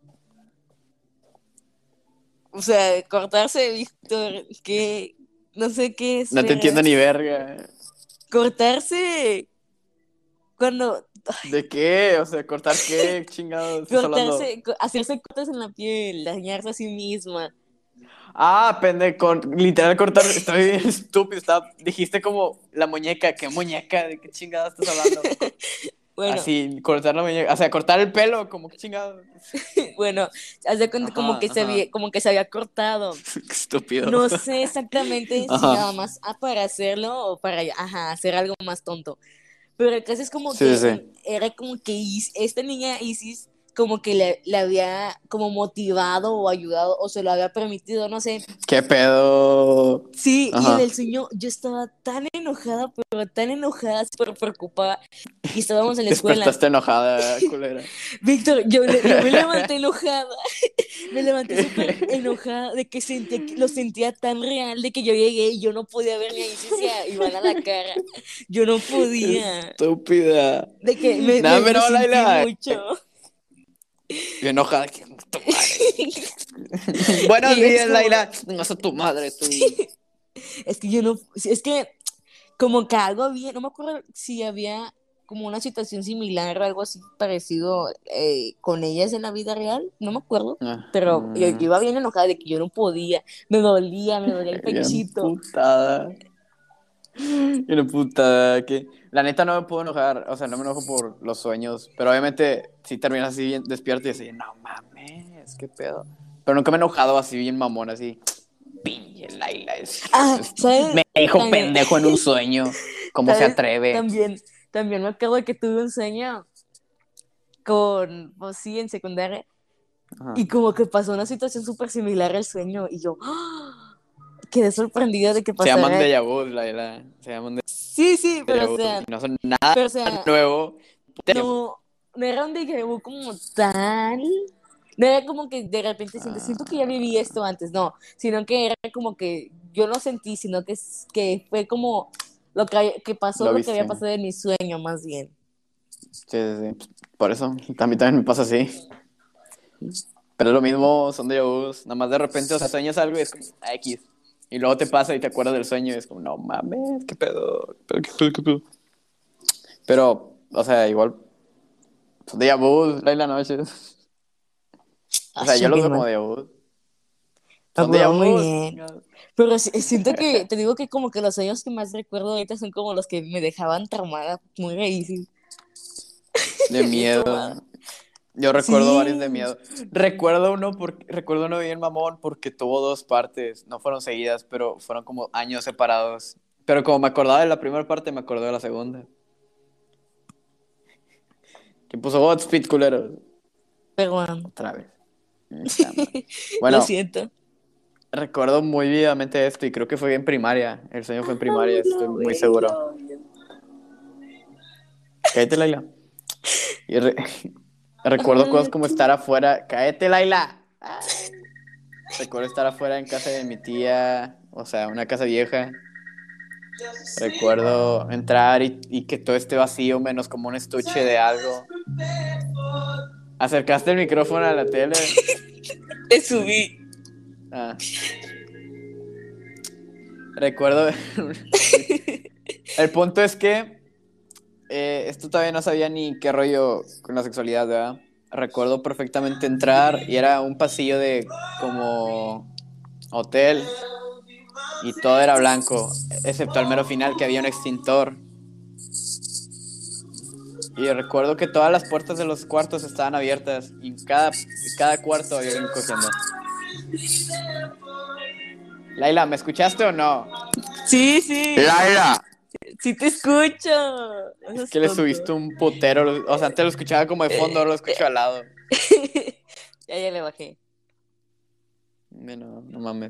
O sea, cortarse, Víctor, que no sé qué No te entiendo ni esperas. verga. Cortarse cuando ¿De qué? O sea, ¿cortar qué? Chingados, estás hablando. cortarse, co- hacerse cortes en la piel, dañarse a sí misma. Ah, pendejo, literal cortar, estoy bien estúpido, está, dijiste como la muñeca, ¿qué muñeca? ¿De qué chingada estás hablando? Bueno, Así, cortar la muñeca, o sea, cortar el pelo, como qué chingado. bueno, haz de cuenta como Ajá, que se ajá, había, como que se había cortado. qué estúpido. No sé exactamente si Ajá, nada más ah, para hacerlo o para ajá, hacer algo más tonto. Pero el caso es como Sí, que sí, en- sí. era como que Is- esta niña Isis como que le, le había como motivado o ayudado o se lo había permitido, no sé. ¿Qué pedo? Sí, y en Ajá. el sueño yo estaba tan enojada, pero tan enojada, súper preocupada. Y estábamos en la escuela. Despertaste enojada, culera. Víctor, yo, le- yo me levanté enojada. Me levanté súper ¿Qué? enojada de que sentía, que- lo sentía tan real de que yo llegué y yo no podía ver ni a Isis y a Iván a la cara. Yo no Qué podía. estúpida. De que me, Nada, me lo pero sentí Laila. mucho. Bien enojada. Que tu madre. Buenos Y es días, como, Laila. No soy tu madre, tú. es que yo no, es que como que algo había, no me acuerdo si había como una situación similar o algo así parecido eh, con ellas en la vida real, no me acuerdo, Ah, pero yo, yo mm, iba bien enojada de que yo no podía, me dolía, me dolía el bien pechito. putada. Bien putada. Que... La neta no me puedo enojar. O sea, no me enojo por los sueños. Pero obviamente, si terminas así bien despierto y así, no mames, qué pedo. Pero nunca me he enojado así bien mamón, así. Pinche Laila. Es... Ah, es- ¿sabes? Me dijo También, pendejo en un sueño. ¿Cómo se ¿sabes? atreve? También, también me acuerdo de que tuve un sueño con, pues sí, en secundaria, Ajá. y como que pasó una situación súper similar al sueño, y yo ¡ah! Quedé sorprendida de que Se llaman pasara. déjà vu, Laila. Se llaman Sí, sí, pero déjà o vu. sea, Y no son nada pero o sea, nuevo. no, no era un déjà vu como tal. No era como que de repente siento, siento que ya viví Ah, esto antes, no, sino que era como que yo no sentí, sino que, es- que fue como lo que, que pasó, lo lo que había viste. pasado en mi sueño, más bien. Sí, sí, sí. Por eso, a mí también me pasa así. Pero es lo mismo, son déjà vus. Nada más de repente, o sea, sueñas algo y es como ah, X. Y luego te pasa y te acuerdas del sueño y es como, no mames, qué pedo, qué pedo, qué pedo, qué pedo. Pero, o sea, igual, son déjà vus, Laila Noches. O Ay, sea, yo los qué veo como mal. déjà vus. Ah, Son pero déjà muy vus. bien. Pero sí- siento que, te digo que como que los sueños que más recuerdo ahorita son como los que me dejaban traumada, muy raíces, De bien traumada. miedo. Yo recuerdo varios de Sí. miedo. Recuerdo uno, porque, recuerdo uno bien mamón porque tuvo dos partes. No fueron seguidas, pero fueron como años separados. Pero como me acordaba de la primera parte, me acordé de la segunda. Que puso Godspeed, culeros. Pero bueno, Otra vez. Esta madre. lo Bueno, siento. recuerdo muy vivamente esto y creo que fue en primaria. El sueño fue en primaria, estoy Hablo, muy seguro. velo. Cállate, Laila. Y re- recuerdo cosas Ay, como qué- estar afuera. Cállate, Laila. Ay. Recuerdo estar afuera en casa de mi tía, o sea, una casa vieja. Recuerdo entrar y, y que todo esté vacío, menos como un estuche de algo. ¿Acercaste el micrófono a la tele? Te subí. Ah. Recuerdo. Sí. El punto es que eh, esto todavía no sabía ni qué rollo con la sexualidad, ¿verdad? Recuerdo perfectamente entrar y era un pasillo de como hotel y todo era blanco, excepto al mero final que había un extintor. Y recuerdo que todas las puertas de los cuartos estaban abiertas y en cada, cada cuarto había alguien cogiendo. Laila, ¿me escuchaste o no? Sí, sí, Laila. sí te escucho. No Es seas que le subiste tonto. un putero, o sea, antes lo escuchaba como de fondo, ahora lo Eh, escucho al lado. ya, ya le bajé. No, no mames.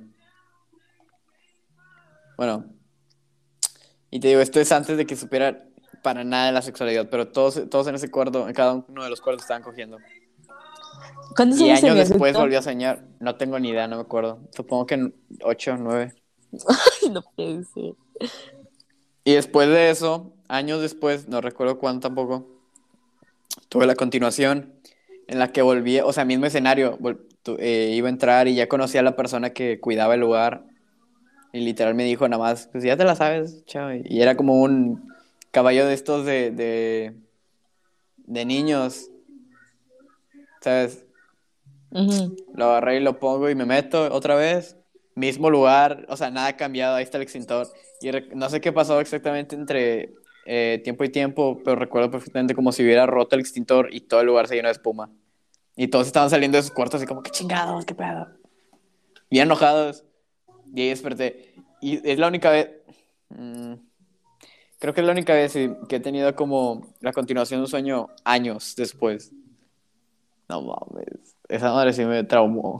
Bueno, y te digo, esto es antes de que supiera para nada de la sexualidad, pero todos, todos en ese cuarto, en cada uno de los cuartos estaban cogiendo. ¿Cuántos Y años años tenías, después Víctor? volví a soñar, no tengo ni idea, no me acuerdo. Supongo que en ocho, nueve. Ay, no puede ser. Y después de eso, años después, no recuerdo cuándo tampoco, tuve la continuación en la que volví, o sea, mismo escenario, vol- tu- eh, iba a entrar y ya conocía a la persona que cuidaba el lugar y literal me dijo nada más, pues ya te la sabes, chao. Y era como un caballo de estos de, de, de niños, ¿sabes? Ujú. Lo agarré y lo pongo y me meto otra vez, mismo lugar, o sea, nada ha cambiado, ahí está el extintor. Y re- no sé qué pasó exactamente entre eh, tiempo y tiempo, pero recuerdo perfectamente como si hubiera roto el extintor y todo el lugar se llenó de espuma. Y todos estaban saliendo de sus cuartos así como, qué chingados, qué pedo. Bien enojados. Y ahí desperté. Y es la única vez... mm, Creo que es la única vez sí, que he tenido como la continuación de un sueño años después. No mames. Esa madre sí me traumó.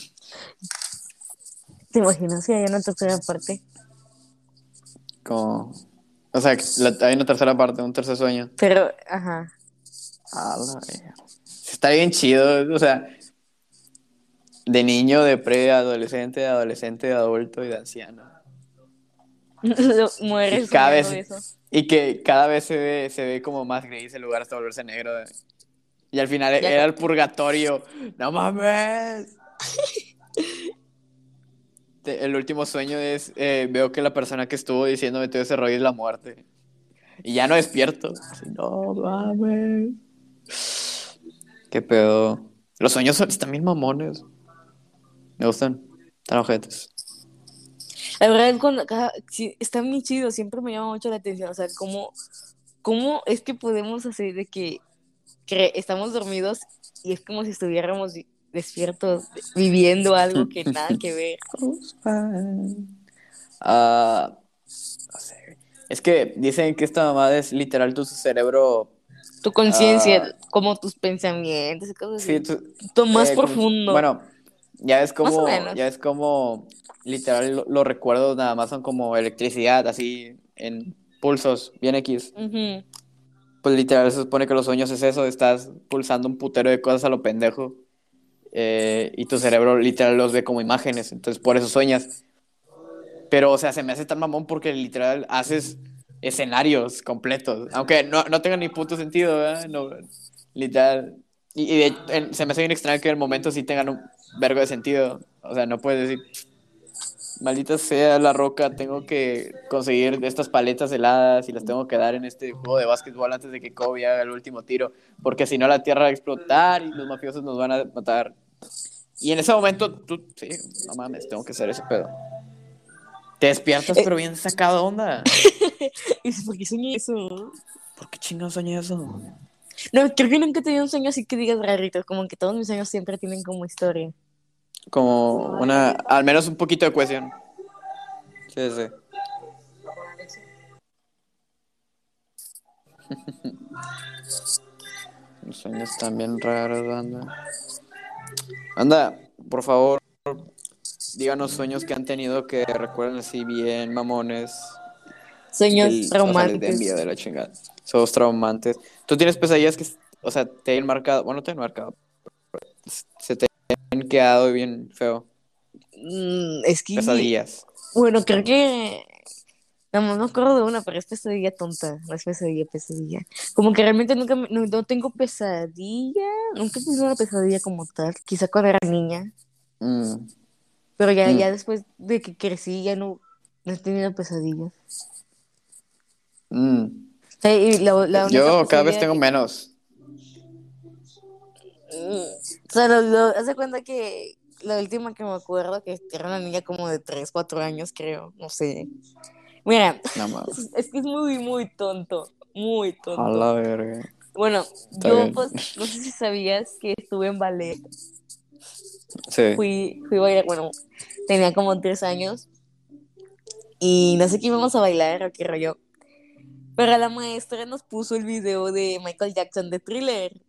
¿Te imaginas que hay una tercera parte? Como... O sea, que la- hay una tercera parte, un tercer sueño. Pero, ajá. A la verga. Está bien chido. O sea, de niño, de pre-adolescente, de adolescente, de adulto y de anciano. Lo- Y Mueres cada soñando vez... eso. Y que cada vez se ve, se ve como más gris el lugar hasta volverse negro. Y al final Ya era sé. el purgatorio. ¡No mames! Te- El último sueño es, eh, veo que la persona que estuvo diciéndome todo ese rollo es la muerte. Y ya no despierto. Así, no mames. ¿Qué pedo? Los sueños son, están bien mamones. Me gustan. Están ojetes. La verdad es cuando cada, sí, está muy chido, siempre me llama mucho la atención, o sea, cómo, cómo es que podemos hacer de que, que estamos dormidos y es como si estuviéramos vi- despiertos, viviendo algo que nada que ver. Ah, no sé, güey. Es que dicen que esta mamada es literal tu cerebro. Tu conciencia, ah, como tus pensamientos y cosas sí, así. tu- Todo más eh, como, profundo, bueno, ya es más o como, menos. ya es como, literal, lo- los recuerdos nada más son como electricidad, así, en pulsos, bien X. Ujú. Pues literal se supone que los sueños es eso, estás pulsando un putero de cosas a lo pendejo, eh, y tu cerebro literal los ve como imágenes, entonces por eso sueñas. Pero, o sea, se me hace tan mamón porque literal haces escenarios completos, aunque no, no tenga ni puto sentido, ¿verdad? No, literal. Y, y de- en- se me hace bien extraño que en el momento sí tengan un vergo de sentido. O sea, no puedes decir, maldita sea la roca, tengo que conseguir estas paletas heladas y las tengo que dar en este juego de básquetbol antes de que Kobe haga el último tiro, porque si no la tierra va a explotar y los mafiosos nos van a matar. Y en ese momento tú, sí, no mames, tengo que hacer ese pedo. Te despiertas, Eh, pero bien sacado de onda. y dices, ¿por qué soñé eso? ¿Por qué chingados soñé eso? No, creo que nunca he tenido un sueño así que digas rarito, como que todos mis sueños siempre tienen como historia. Como una, al menos un poquito de cohesión. Sí, sí. Los sueños están bien raros, anda. Anda, por favor, díganos sueños que han tenido que recuerden así bien mamones y Sueños que, o sea, les den traumantes. envidia de la chingada. Son traumantes. ¿Tú tienes pesadillas que, o sea, te hayan marcado? Bueno, te han marcado. Se te han quedado bien feo. Mm, es que, Pesadillas. bueno, creo que, no, no me acuerdo de una, pero es pesadilla tonta, no es pesadilla, pesadilla. Como que realmente nunca, me- no, no tengo pesadilla, nunca he tenido una pesadilla como tal, quizá cuando era niña, Mm, pero ya, mm, ya después de que crecí ya no, no he tenido pesadillas. mm. O sea, y la, la única Yo cada vez pesadilla tengo que, menos. mm, o sea, lo, lo- haz de cuenta que la última que me acuerdo, que era una niña como de tres cuatro años, creo, no sé. Mira, No mames. es, es que es muy, muy tonto, muy A tonto. la verga. Bueno, Está yo bien. pues, no sé si sabías que estuve en ballet, Sí. fui, fui a bailar, bueno, tenía como tres años y no sé qué íbamos a bailar o qué rollo, pero la maestra nos puso el video de Michael Jackson de Thriller.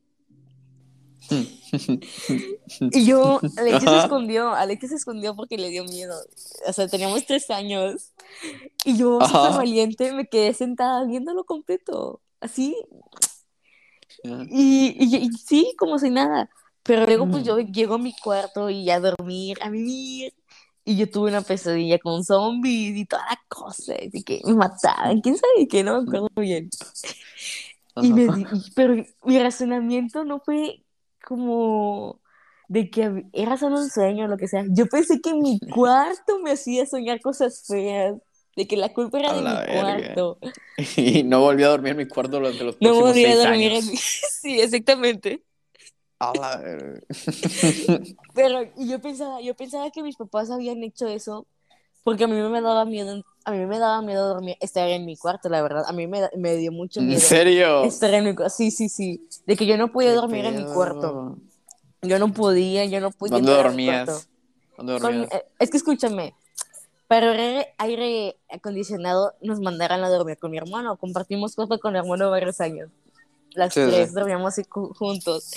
Y yo, Alexia se Ajá. escondió, Alexia se escondió porque le dio miedo. O sea, teníamos tres años. Y yo, súper Ajá. valiente, me quedé sentada viéndolo completo. Así. Ajá. Y, y, y sí, como si nada. Pero luego, pues yo llego a mi cuarto y a dormir, a vivir. Y yo tuve una pesadilla con zombies y toda la cosa. Así que me mataban, quién sabe qué, no me acuerdo bien. Y me di, y- pero mi razonamiento no fue como de que hab- era solo un sueño o lo que sea. Yo pensé que mi cuarto me hacía soñar cosas feas, de que la culpa era A de la mi verga. cuarto. Y no volví a dormir en mi cuarto durante los No próximos podía seis dormir en mi... años. Sí, exactamente. A la verga. Pero y yo pensaba, yo pensaba que mis papás habían hecho eso porque a mí me daba miedo, a mí me daba miedo dormir, estar en mi cuarto, la verdad. A mí me, da- me dio mucho ¿En miedo serio? estar en mi cuarto. Sí, sí, sí. De que yo no podía ¿Qué dormir en mi cuarto. pedo? Yo no podía, yo no podía ¿Dónde entrar a mi cuarto. dormías? ¿Dónde Con, dormías? eh, es que escúchame, para ahorrar aire acondicionado nos mandaron a dormir con mi hermano. Compartimos cuarto con mi hermano varios años. Las Sí, tres sí. dormíamos así cu- juntos.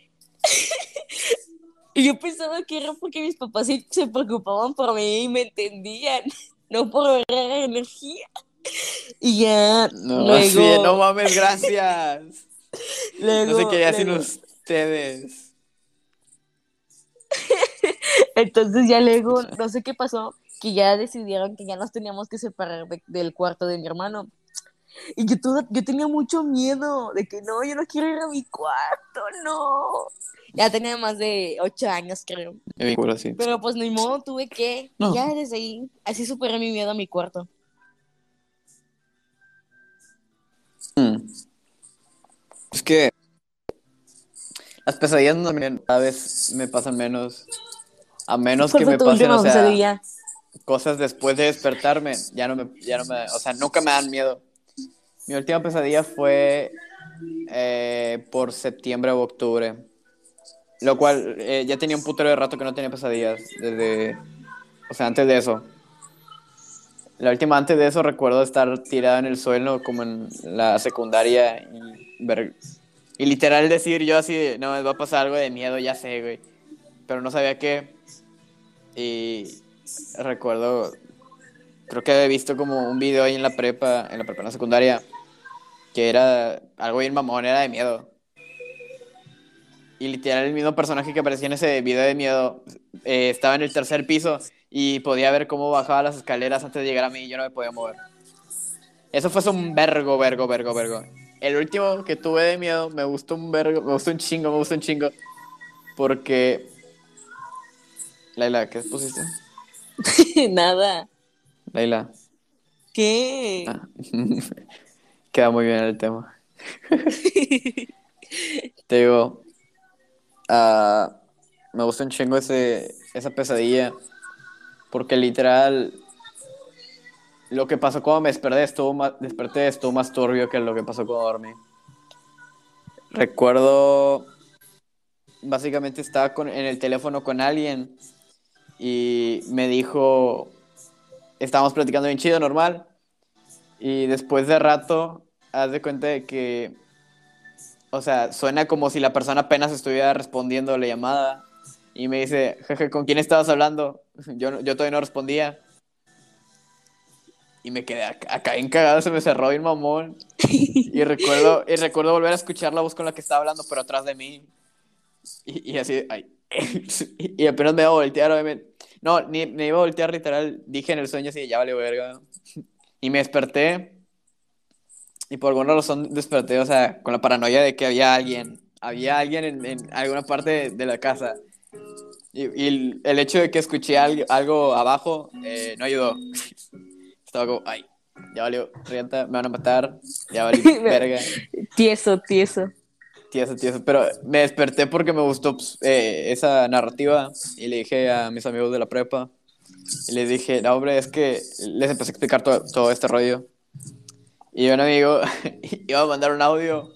Y yo pensaba que era porque mis papás se, se preocupaban por mí y me entendían, no por ahorrar energía. Y ya No, así, de, no luego, mames, gracias. No sé luego, qué hacen luego. ustedes. Entonces ya luego, no sé qué pasó, que ya decidieron que ya nos teníamos que separar de- del cuarto de mi hermano. Y yo, toda- yo tenía mucho miedo de que no, yo no quiero ir a mi cuarto, no. Ya tenía más de ocho años, creo. Me vinculo así. Pero pues ni modo, tuve que, y No. ya desde ahí, así superé mi miedo a mi cuarto. Mm. Es que las pesadillas también cada vez me pasan menos. A menos ¿Cuál que fue me tu pasen, o última sea, pesadilla? cosas después de despertarme. Ya no me, ya no me, o sea, nunca me dan miedo. Mi última pesadilla fue eh, por septiembre o octubre. Lo cual, eh, ya tenía un putero de rato que no tenía pesadillas. Desde, o sea, antes de eso. La última antes de eso recuerdo estar tirada en el suelo como en la secundaria y ver, y literal decir yo así, de, no, me va a pasar algo de miedo, ya sé, güey. Pero no sabía qué. Y recuerdo, creo que había visto como un video ahí en la prepa, en la prepa, en la secundaria, que era algo bien mamón, era de miedo. Y literal el mismo personaje que aparecía en ese video de miedo eh, estaba en el tercer piso y podía ver cómo bajaba las escaleras antes de llegar a mí y yo no me podía mover. Eso fue un vergo, vergo, vergo, vergo. El último que tuve de miedo me gustó un vergo, me gustó un chingo, me gustó un chingo. Porque... Laila, ¿qué pusiste? Nada. Laila. ¿Qué? Ah. Queda muy bien el tema. Te digo, ah, me gusta un chingo ese, esa pesadilla. Porque literal, lo que pasó cuando me desperté estuvo más, desperté estuvo más turbio que lo que pasó cuando dormí. Recuerdo, básicamente estaba con, en el teléfono con alguien y me dijo, estábamos platicando bien chido, normal, y después de rato, haz de cuenta de que, o sea, suena como si la persona apenas estuviera respondiendo la llamada y me dice, jeje, ¿con quién estabas hablando? Yo, no- yo todavía no respondía y me quedé acá, acá bien cagado, se me cerró bien mamón. Y recuerdo, y recuerdo volver a escuchar la voz con la que estaba hablando, pero atrás de mí. Y, y así, ay. Y apenas me iba a voltear, obviamente. No, ni me iba a voltear literal. Dije en el sueño así, ya vale verga. Y me desperté. Y por alguna razón desperté, o sea, con la paranoia de que había alguien. Había alguien en, en alguna parte de, de la casa. Y, y el, el hecho de que escuché algo, algo abajo eh, no ayudó. Estaba como, ay, ya valió, rienta, me van a matar. Ya valí verga. Tieso, tieso. Tieso, tieso, pero me desperté porque me gustó pues, eh, esa narrativa y le dije a mis amigos de la prepa y les dije, no, hombre, es que les empecé a explicar todo, todo este rollo y un amigo iba a mandar un audio,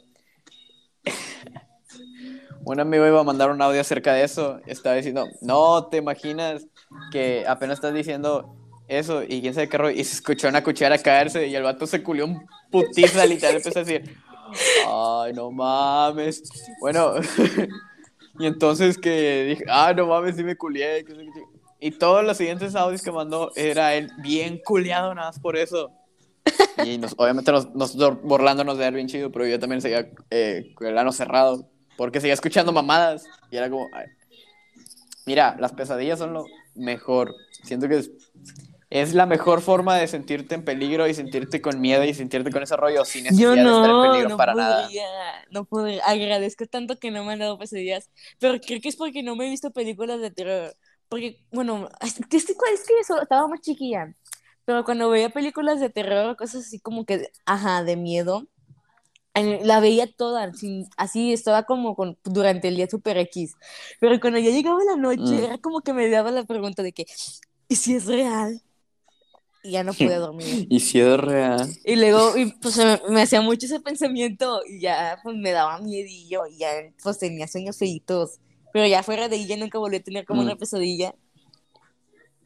un amigo iba a mandar un audio acerca de eso, estaba diciendo, no, te imaginas que apenas estás diciendo eso y quién sabe qué rollo, y se escuchó una cuchara caerse y el vato se culió un putiza, literal, empezó a decir, ay, no mames, bueno... Y entonces que dije, ah, no mames, sí me culié. que sé qué. Y todos los siguientes audios que mandó era él bien culiado nada más por eso. Y nos, obviamente nos, nosotros burlándonos de él bien chido, pero yo también seguía eh, con el ano cerrado, porque seguía escuchando mamadas. Y era como, ay, mira, las pesadillas son lo mejor. Siento que es, es la mejor forma de sentirte en peligro y sentirte con miedo y sentirte con ese rollo sin Yo necesidad de estar en no, peligro no para nada. podría, no podría. Agradezco tanto que no me han dado pesadillas, pero creo que es porque no me he visto películas de terror. Porque, bueno, es que, es que eso, estaba muy chiquilla, pero cuando veía películas de terror o cosas así como que, ajá, de miedo, en- la veía toda, sin, así estaba como con, durante el día super X. Pero cuando ya llegaba la noche, Mm. era como que me daba la pregunta de que, ¿y si es real? Y ya no podía dormir. Y si es real. Y luego, y, pues me, me hacía mucho ese pensamiento y ya pues me daba miedillo y ya pues tenía sueños feitos. Pero ya fuera de ahí ya nunca volví a tener como una Mm. pesadilla.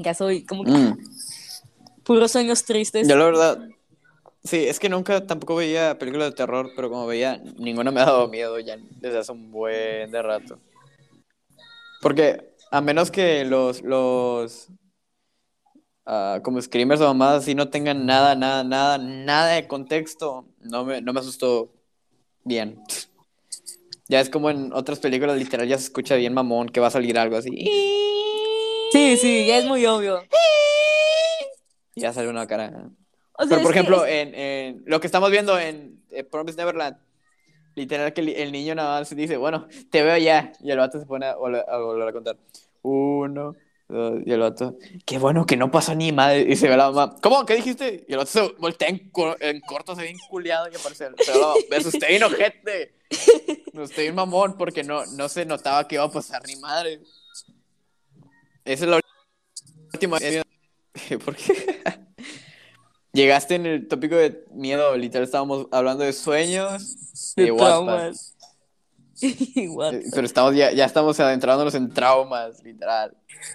Ya soy como que Mm. puros sueños tristes. Yo la verdad, sí, es que nunca tampoco veía películas de terror, pero como veía, ninguna me ha dado miedo ya desde hace un buen de rato. Porque a menos que los, los ah, como screamers o mamadas así no tengan nada, nada, nada, nada de contexto, no me, no me asustó bien. Ya es como en otras películas, literal, ya se escucha bien mamón que va a salir algo así. Sí, sí, ya es muy obvio. Y ya sale una cara. O sea, Pero por es que ejemplo, es... en, en lo que estamos viendo en eh, Promised Neverland, literal que el, el niño nada más dice, bueno, te veo ya. Y el vato se pone a volver a, volver a contar. Uno, dos, y el vato, qué bueno que no pasó ni madre. Y se ve la mamá, ¿cómo? ¿Qué dijiste? Y el vato se voltea en, cor- en corto, se ve inculiado y aparece. Se ve la mamá, me asusté bien ojete. Me asusté bien mamón porque no, no se notaba que iba a pasar ni madre. Esa es la última vez. ¿Por qué? Llegaste en el tópico de miedo, literal estábamos hablando de sueños y de de Wattpad. traumas. What Eh, the- Pero estamos ya, ya estamos adentrándonos en traumas, literal.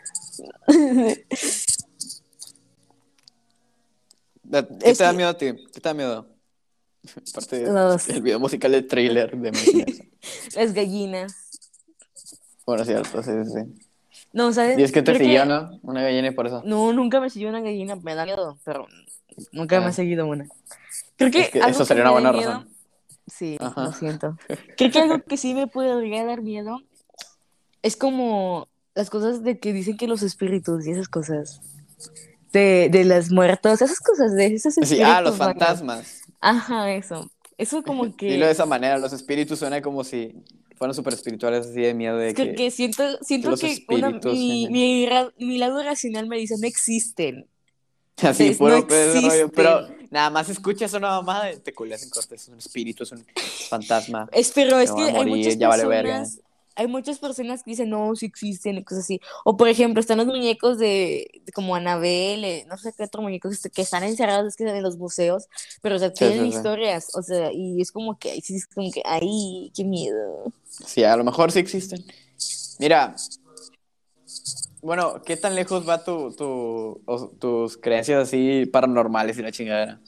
¿Qué Es te da que miedo a ti? ¿Qué te da miedo? Aparte los, del video musical del trailer de Michael Jackson. las gallinas. Bueno, cierto, sí, sí, sí. No, Y ¿sabes? es que te Creo siguió, que ¿no? Una gallina y por eso. no, nunca me siguió una gallina, me da miedo, pero nunca me ha Ah, seguido una. Creo es que que algo eso que sería me una da buena miedo, razón. sí, lo Ajá. siento. Creo que algo que sí me podría dar miedo es como las cosas de que dicen que los espíritus y esas cosas. De, de las muertos, esas cosas, de esos Sí, ah, los espíritus malos. fantasmas. Ajá, eso. Eso como Dilo de que, esa manera, los espíritus suena como si fueran súper espirituales, así de miedo de que, que, que siento, que siento los que una, espíritus. mi, mi, ra- mi lado racional me dice, no existen. Así, ¿Sabes? No puro pedo de rollo. Pero existen. nada más escuchas una mamada y te culias en corto. Es un espíritu, es un fantasma. Es, pero Se es me va que a hay muchas morir, ya vale verga. personas, hay muchas personas que dicen, no, sí existen y cosas así. O por ejemplo, están los muñecos de, de como Annabelle, eh, no sé qué otro muñeco que, que están encerrados es que en los museos, pero o sea, Sí, tienen sí, sí. historias, o sea, y es como que, ay, sí, es como que, ay, qué miedo. Sí, a lo mejor sí existen. Mira, bueno, ¿qué tan lejos va tu, tu, o- tus creencias así paranormales y la chingadera?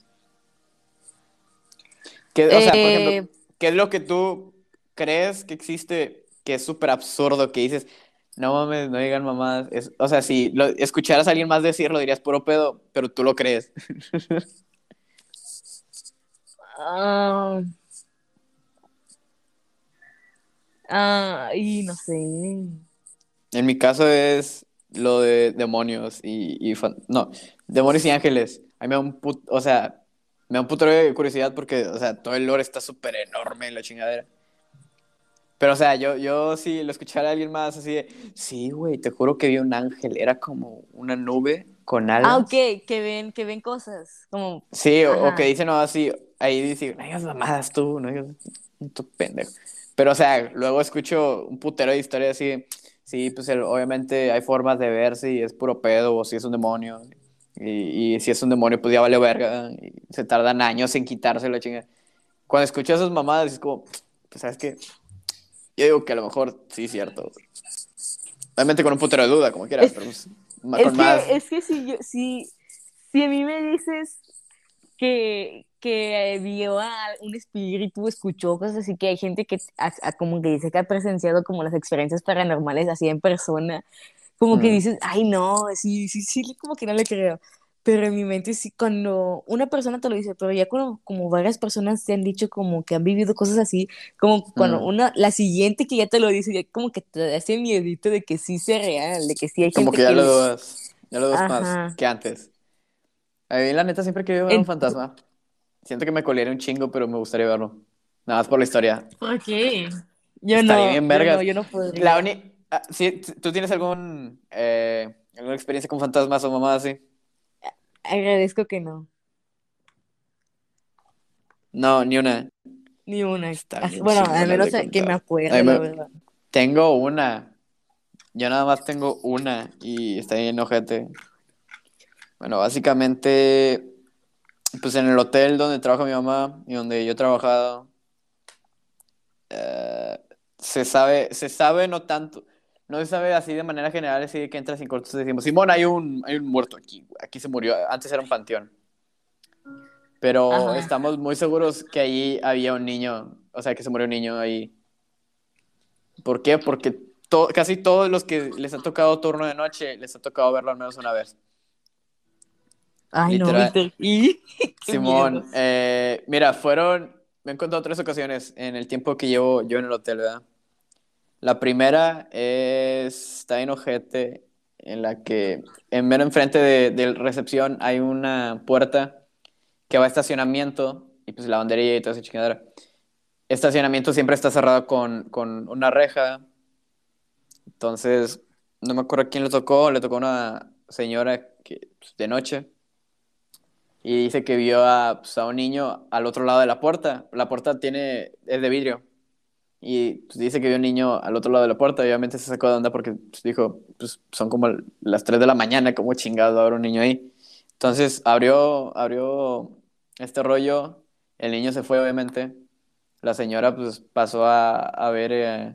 ¿Qué, o sea, por ejemplo, Eh, ¿qué es lo que tú crees que existe que es súper absurdo, que dices, no mames, no digan mamadas? Es- o sea, si lo, escucharas a alguien más decirlo, dirías puro pedo, pero tú lo crees. ah, ah, y no sé. En mi caso es lo de demonios y, y fan- no, demonios y ángeles. A mí me da un put, o sea, me da un puto de curiosidad porque, o sea, todo el lore está súper enorme en la chingadera. Pero, o sea, yo, yo si lo escuchara a alguien más así de, sí, güey, te juro que vi un ángel, era como una nube con Ah, ok, alas. que ven, que ven cosas, como, Sí, o, o que ajá. dicen no así, ahí dice, no digas mamadas tú, no digas, tú pendejo. Pero, o sea, luego escucho un putero de historias así, sí, pues el- obviamente hay formas de ver si es puro pedo o si es un demonio. Y, y si es un demonio, pues ya vale verga. Y se tardan años en quitárselo, la chinga. Cuando escucho esas mamadas, es como, pues, ¿sabes qué? Yo digo que a lo mejor sí es cierto. Obviamente con un putero de duda, como quiera, Es, pero pues, ma- es con más. que, es que si yo, si, si a mí me dices que, que vio a un espíritu, escuchó cosas así, que hay gente que a- a- como que dice que ha presenciado como las experiencias paranormales así en persona, como que Mm, dices, ay no, sí, sí, sí, como que no le creo. Pero en mi mente sí, cuando una persona te lo dice, pero ya cuando como varias personas te han dicho como que han vivido cosas así, como cuando mm. una, la siguiente que ya te lo dice, ya como que te hace miedito de que sí sea real, de que sí hay Como gente que ya lo que, dudas, ya lo dudas más ajá. que antes. A mí, la neta, siempre he querido ver un En- fantasma. Siento que me colería un chingo, pero me gustaría verlo. Nada más por la historia. ¿Por qué? Yo Estaría no, bien yo no, vergas. yo no La podría. uni... ah, sí, ¿tú tienes algún, eh, alguna experiencia con fantasmas o mamás así? Agradezco que no, No, ni una. ni una. Están Así- bien Bueno, al chingonas menos de eh, que me contar. A acuerde, mí la me- verdad. Tengo una. Yo nada más tengo una y está bien ojete. Bueno, básicamente, pues en el hotel donde trabaja mi mamá y donde yo he trabajado, eh, se sabe, se sabe no tanto. no se sabe así de manera general, así de que entras sin cortos, decimos, Simón, hay un, hay un muerto aquí, aquí se murió, antes era un panteón. Pero Ajá. estamos muy seguros que ahí había un niño, o sea, que se murió un niño ahí. ¿Por qué? Porque to- casi todos los que les ha tocado turno de noche, les ha tocado verlo al menos una vez. Ay, no, Literal. Víctor. Y qué miedo. Simón, eh, mira, fueron, me he encontrado tres ocasiones en el tiempo que llevo yo en el hotel, ¿verdad? La primera es, está en ojete, en la que en mero enfrente de, de recepción hay una puerta que va a estacionamiento y pues lavandería y toda esa chingadera. Estacionamiento siempre está cerrado con, con una reja, entonces no me acuerdo a quién le tocó, le tocó a una señora que, pues, de noche y dice que vio a, pues, a un niño al otro lado de la puerta. La puerta tiene, es de vidrio. Y pues, dice que vio un niño al otro lado de la puerta. Y obviamente se sacó de onda porque pues, dijo, pues son como las tres de la mañana, como chingado habrá un niño ahí. Entonces abrió, abrió este rollo. El niño se fue, obviamente. La señora pues pasó a, a ver, eh,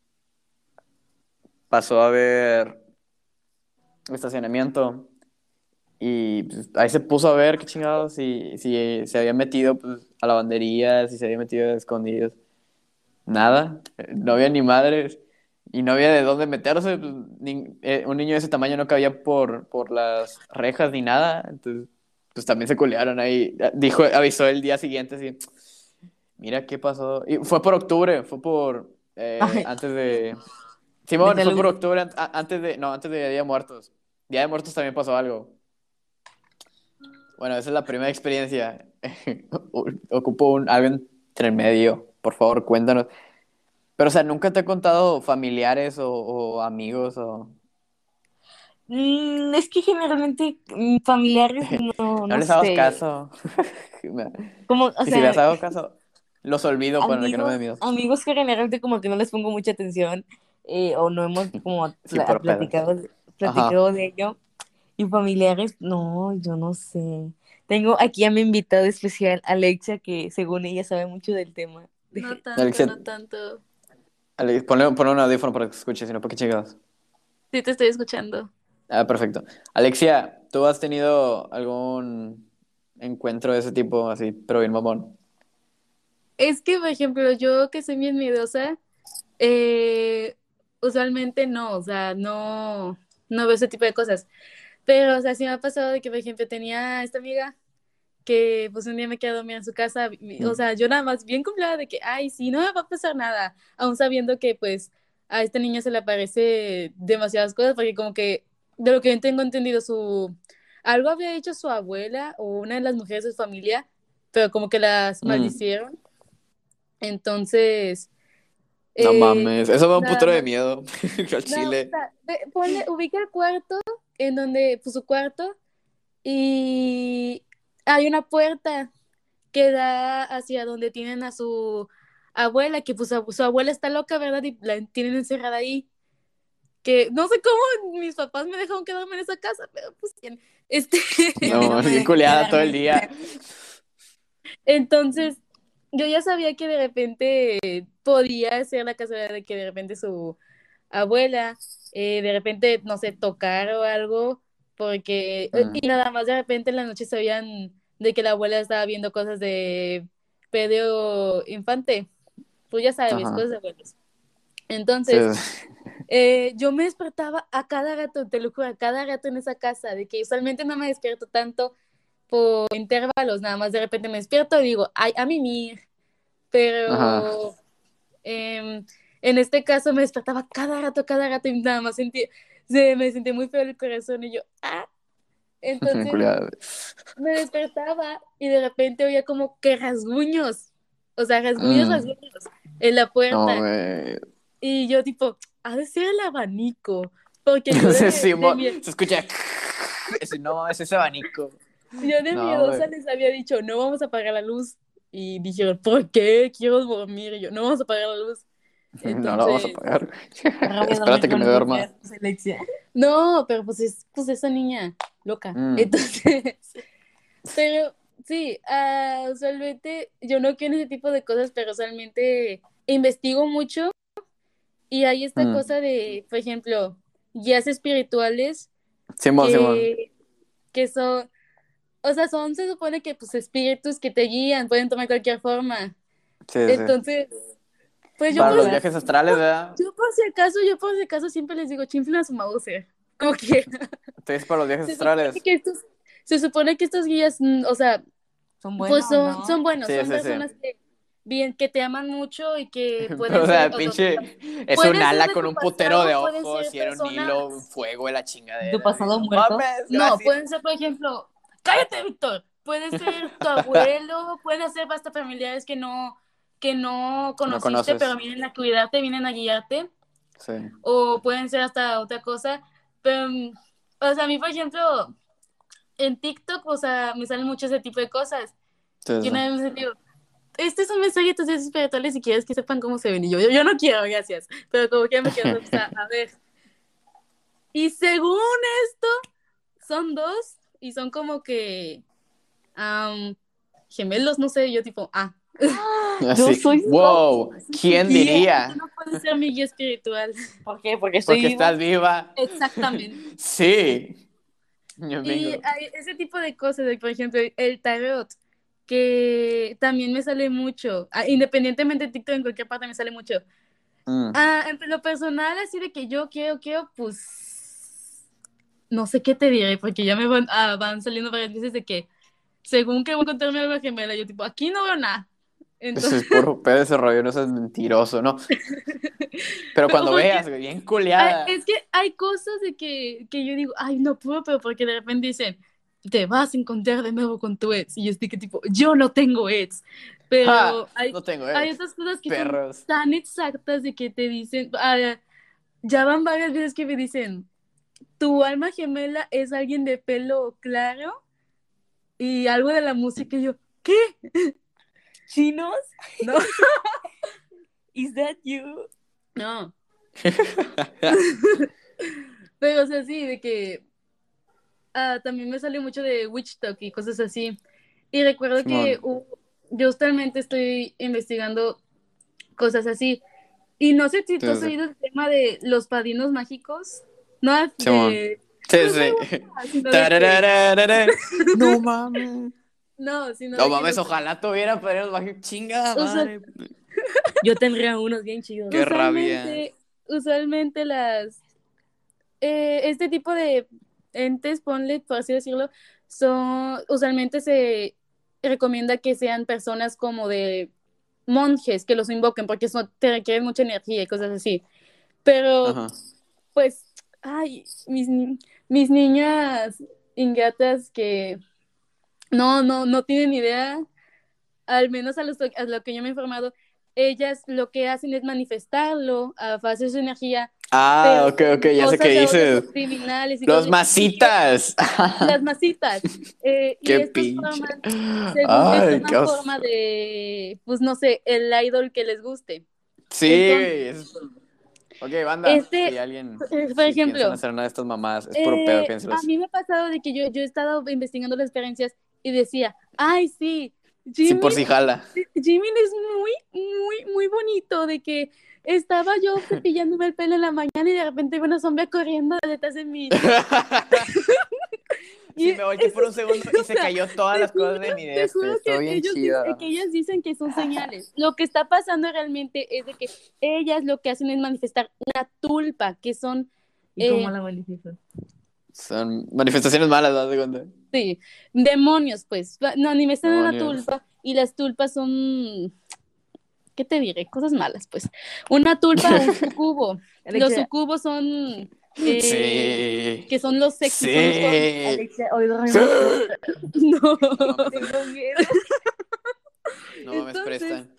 pasó a ver estacionamiento. Y pues, ahí se puso a ver qué chingados si, si se había metido pues, a lavandería, si se había metido escondidos. Nada, no había ni madres y no había de dónde meterse. Pues, ni- eh, un niño de ese tamaño no cabía por, por las rejas ni nada. Entonces, pues también se culearon ahí. Dijo, avisó el día siguiente así, mira qué pasó. Y fue por octubre, fue por eh, Ay, antes de... de Simón, fue por Halloween. octubre an- a- antes de... No, antes de Día de Muertos. Día de Muertos también pasó algo. Bueno, esa es la primera experiencia. Ocupo un, algo entre medio. Por favor, cuéntanos. Pero, o sea, ¿nunca te he contado familiares o, o amigos o...? Mm, es que generalmente mm, familiares no, No no les hagas sé. caso. Como, o Y si les sea, hago caso, los olvido para que no me amigos, den miedo. amigos que generalmente como que no les pongo mucha atención eh, o no hemos como Sí, pla- por pedo. platicado, Ajá. platicado de ello. Y familiares, no, yo no sé. Tengo aquí a mi invitado especial, Alexia, que según ella sabe mucho del tema. No tanto, Alexia, no tanto. Ale- ponle, ponle un audífono para que se escuche, si no, ¿para qué chingados? Sí, te estoy escuchando. Ah, perfecto. Alexia, ¿tú has tenido algún encuentro de ese tipo así, pero bien mamón? Es que, por ejemplo, yo que soy bien miedosa, eh, usualmente no, o sea, no, no veo ese tipo de cosas. Pero, o sea, sí me ha pasado de que, por ejemplo, tenía esta amiga que pues un día me quedé a dormir en su casa, y- o Mm. sea, yo nada más bien confiada de que, ay, sí, no me va a pasar nada, aún sabiendo que pues a esta niña se le aparece demasiadas cosas, porque como que, de lo que yo tengo entendido, su, algo había hecho su abuela o una de las mujeres de su familia, pero como que las Mm. maldicieron, entonces, No eh, mames, eso me da un nada putero de más, miedo al no, o chile. sea, ve- ponle, ubica el cuarto en donde, pues su cuarto, y hay una puerta que da hacia donde tienen a su abuela, que pues a- su abuela está loca, ¿verdad? Y la tienen encerrada ahí. Que no sé cómo mis papás me dejaron quedarme en esa casa, pero pues bien. Este, Y a mí No, no me qué dejan culeada todo quedarme el en día. entonces yo ya sabía que de repente podía ser la casualidad de que de repente su abuela, eh, de repente, no sé, tocar o algo, porque, eh, Mm. y nada más de repente en la noche sabían de que la abuela estaba viendo cosas de Pedro Infante, tú ya sabes, Ajá. cosas de abuelos. Sí. Entonces, eh, yo me despertaba a cada rato, te lo juro, a cada rato en esa casa, de que usualmente no me despierto tanto por intervalos, nada más de repente me despierto y digo, ay, a mimir, Ajá. pero em, en este caso me despertaba cada rato, cada rato y nada más sentí, se me sentí muy feo el corazón y yo, ah, entonces Culeada. me despertaba y de repente oía como que rasguños, o sea, rasguños, Mm. rasguños en la No, puerta. güey. Y yo tipo, ha de ser el abanico, porque yo de, Sí, de, mo- mie- se escucha. Ese, no mames, ese abanico. yo de No, güey. miedosa les había dicho, no vamos a apagar la luz. Y dijeron, ¿por qué? Quiero dormir. Y yo, no vamos a apagar la luz. No lo vamos a Entonces, pagar. ahora voy a dormir Espérate que con me luz, duerma. ya, pues, Alexia. no, pero pues es pues esa niña loca. Mm. Entonces, pero sí, ah, usualmente yo no quiero ese tipo de cosas, pero usualmente investigo mucho Y hay esta Mm. cosa de, por ejemplo, guías espirituales Simón, Simón. que, que son, o sea, son, se supone que pues espíritus que te guían, pueden tomar cualquier forma. Sí, sí. Entonces, pues yo Para por, los viajes astrales, ¿verdad? yo por si acaso, yo por si acaso siempre les digo, chinflen a su Mauser. Como que Entonces, para los viajes se supone astrales. que estos, se supone que estos guías, mm, o sea, Son pues buenos, son, ¿no? son buenos, Sí, son sí, personas sí. que bien, que te aman mucho y que Pero, pueden o ser, sea, o sea, pinche, es un pueden ser ala de con tu un putero de pasado, pueden ojos ser y era un hilo, un personas, fuego de la De tu chingadera. Y pasado no muerto. mames, no, gracias. pueden ser, por ejemplo, cállate, Víctor, puede ser tu abuelo, pueden ser hasta familiares que no, que no Que no conociste, pero conoces. vienen a cuidarte, vienen a guiarte, Sí, o pueden ser hasta otra cosa, pero, mm, o sea, a mí, por ejemplo, en TikTok, o sea, me salen mucho ese tipo de cosas, sí, que sí. una vez me digo, este es un mensaje de tus días espirituales si quieres que sepan cómo se ven, y yo, yo, yo no quiero, gracias, pero como que me quedo, o sea, a ver, y según esto, son dos, y son como que am, gemelos, no sé, yo tipo, ah, Yo Así, soy su, wow, soy tu ¿quién guía, tú diría? no puedes ser mi guía espiritual. ¿por qué? Porque estoy Porque viva. estás viva. Exactamente. Sí. Yo Y vengo. hay ese tipo de cosas, de, por ejemplo, el tarot, que también me sale mucho, ah, independientemente de TikTok, en cualquier parte me sale mucho. Mm. Ah, en lo personal, así de que yo quiero, quiero, pues, no sé qué te diré, porque ya me van, ah, van saliendo varias veces de que, según que voy a encontrarme algo gemela, yo tipo, aquí no veo nada. Ese Entonces, es puro pedo ese rollo, no seas mentiroso, ¿no? Pero pero cuando porque veas, güey, bien hay- culeada. es que hay cosas de que, que yo digo, ay, no puedo, pero porque de repente dicen, te vas a encontrar de nuevo con tu ex. Y yo estoy que tipo, yo no tengo ex. ¡Ja! Pero hay, No tengo hay ex. otras cosas que son Perros. tan exactas de que te dicen, ah, ya van varias veces que me dicen, tu alma gemela es alguien de pelo claro y algo de la música. Y yo, ¿qué? ¿Chinos? No, ¿Is that you? no. Pero, o sea, sí, de que ah, también me salió mucho de Witch Talk y cosas así. Y recuerdo que Simón. uh, yo actualmente estoy investigando cosas así. Y no sé si Sí, tú has sí. oído el tema de los padrinos mágicos. No Simón. de Sí, "Ay, soy sí. guapa", sino de que Tararararara. No mames. no, sino No de que mames, los ojalá tuviera poderes mágicos. Chingada usual- madre. Yo tendría unos bien chidos. Qué rabia. usualmente, usualmente las eh, este tipo de entes, ponle, por así decirlo, son, usualmente se recomienda que sean personas como de monjes que los invoquen porque eso te requieren mucha energía y cosas así. Pero, Ajá. pues, ay, mis, ni- mis niñas ingratas que no, no, no tienen idea, al menos a, los, a lo que yo me he informado, ellas lo que hacen es manifestarlo a base de su energía, Ah, pero ok, ok, con ya sé qué cosas de otros dices. criminales y Los cosas, y masitas. las masitas. Eh, y Qué estos pinche. forman, según que es Ay, qué una os... forma de, pues no sé, el idol que les guste. Sí, Entonces, güey. es- Ok, banda. Si este, alguien, eh, por si piensan ejemplo, hacer una de estas mamadas, es puro pedo, eh, a piénselos. mí me ha pasado de que yo, yo he estado investigando las experiencias y decía, ay, sí, Sí, por Jimin, si jala. Jimin es muy, muy, muy bonito, de que estaba yo cepillándome el pelo en la mañana y de repente vi una sombra corriendo detrás de mí. Y Sí, me volteé eso por un es, segundo y o se sea, cayó todas te las juro, cosas de mi de te juro este. que Estuvo bien ellos, dic- chido. que ellas dicen que son señales. Lo que está pasando realmente es de que ellas lo que hacen es manifestar una tulpa, que son, ¿Y cómo eh, la manifiesto? Son manifestaciones malas, ¿das de cuenta? sí, demonios, pues. No, manifestan una Demonios. tulpa y las tulpas son, ¿qué te diré? Cosas malas, pues. Una tulpa o un sucubo. Los Alexia, sucubos son, eh, Sí. que son los sexy, son los hot. Sí. Alexia, hoy Sí. dormimos juntas. No. No mames, Tengo miedo. no mames, Entonces, prestan.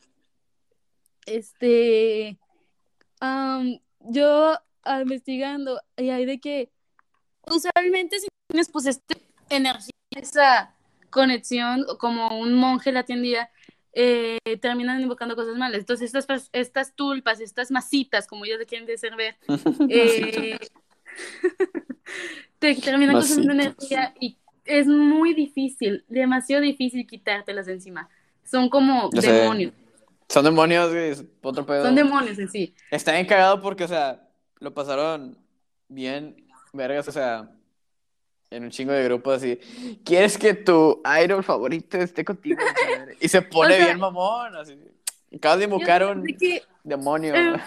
este, am, yo ah, investigando, y hay de que usualmente si tienes pues esta energía, esa conexión, como un monje la atendía, eh, terminan invocando cosas malas. Entonces estas, pers- estas tulpas, estas masitas, como ellos le quieren decir ver, Masito. eh, te terminan consumiendo Masitos. energía y es muy difícil, demasiado difícil quitártelas de encima. Son como Yo sé. demonios. Son demonios, güey, es otro pedo. Son demonios en sí. Está bien cagado porque, o sea, lo pasaron bien vergas, o sea, en un chingo de grupos así. ¿Quieres que tu idol favorito esté contigo? Y se pone O sea, bien mamón, así. Acabas de yo invocar sé un que demonio. eh,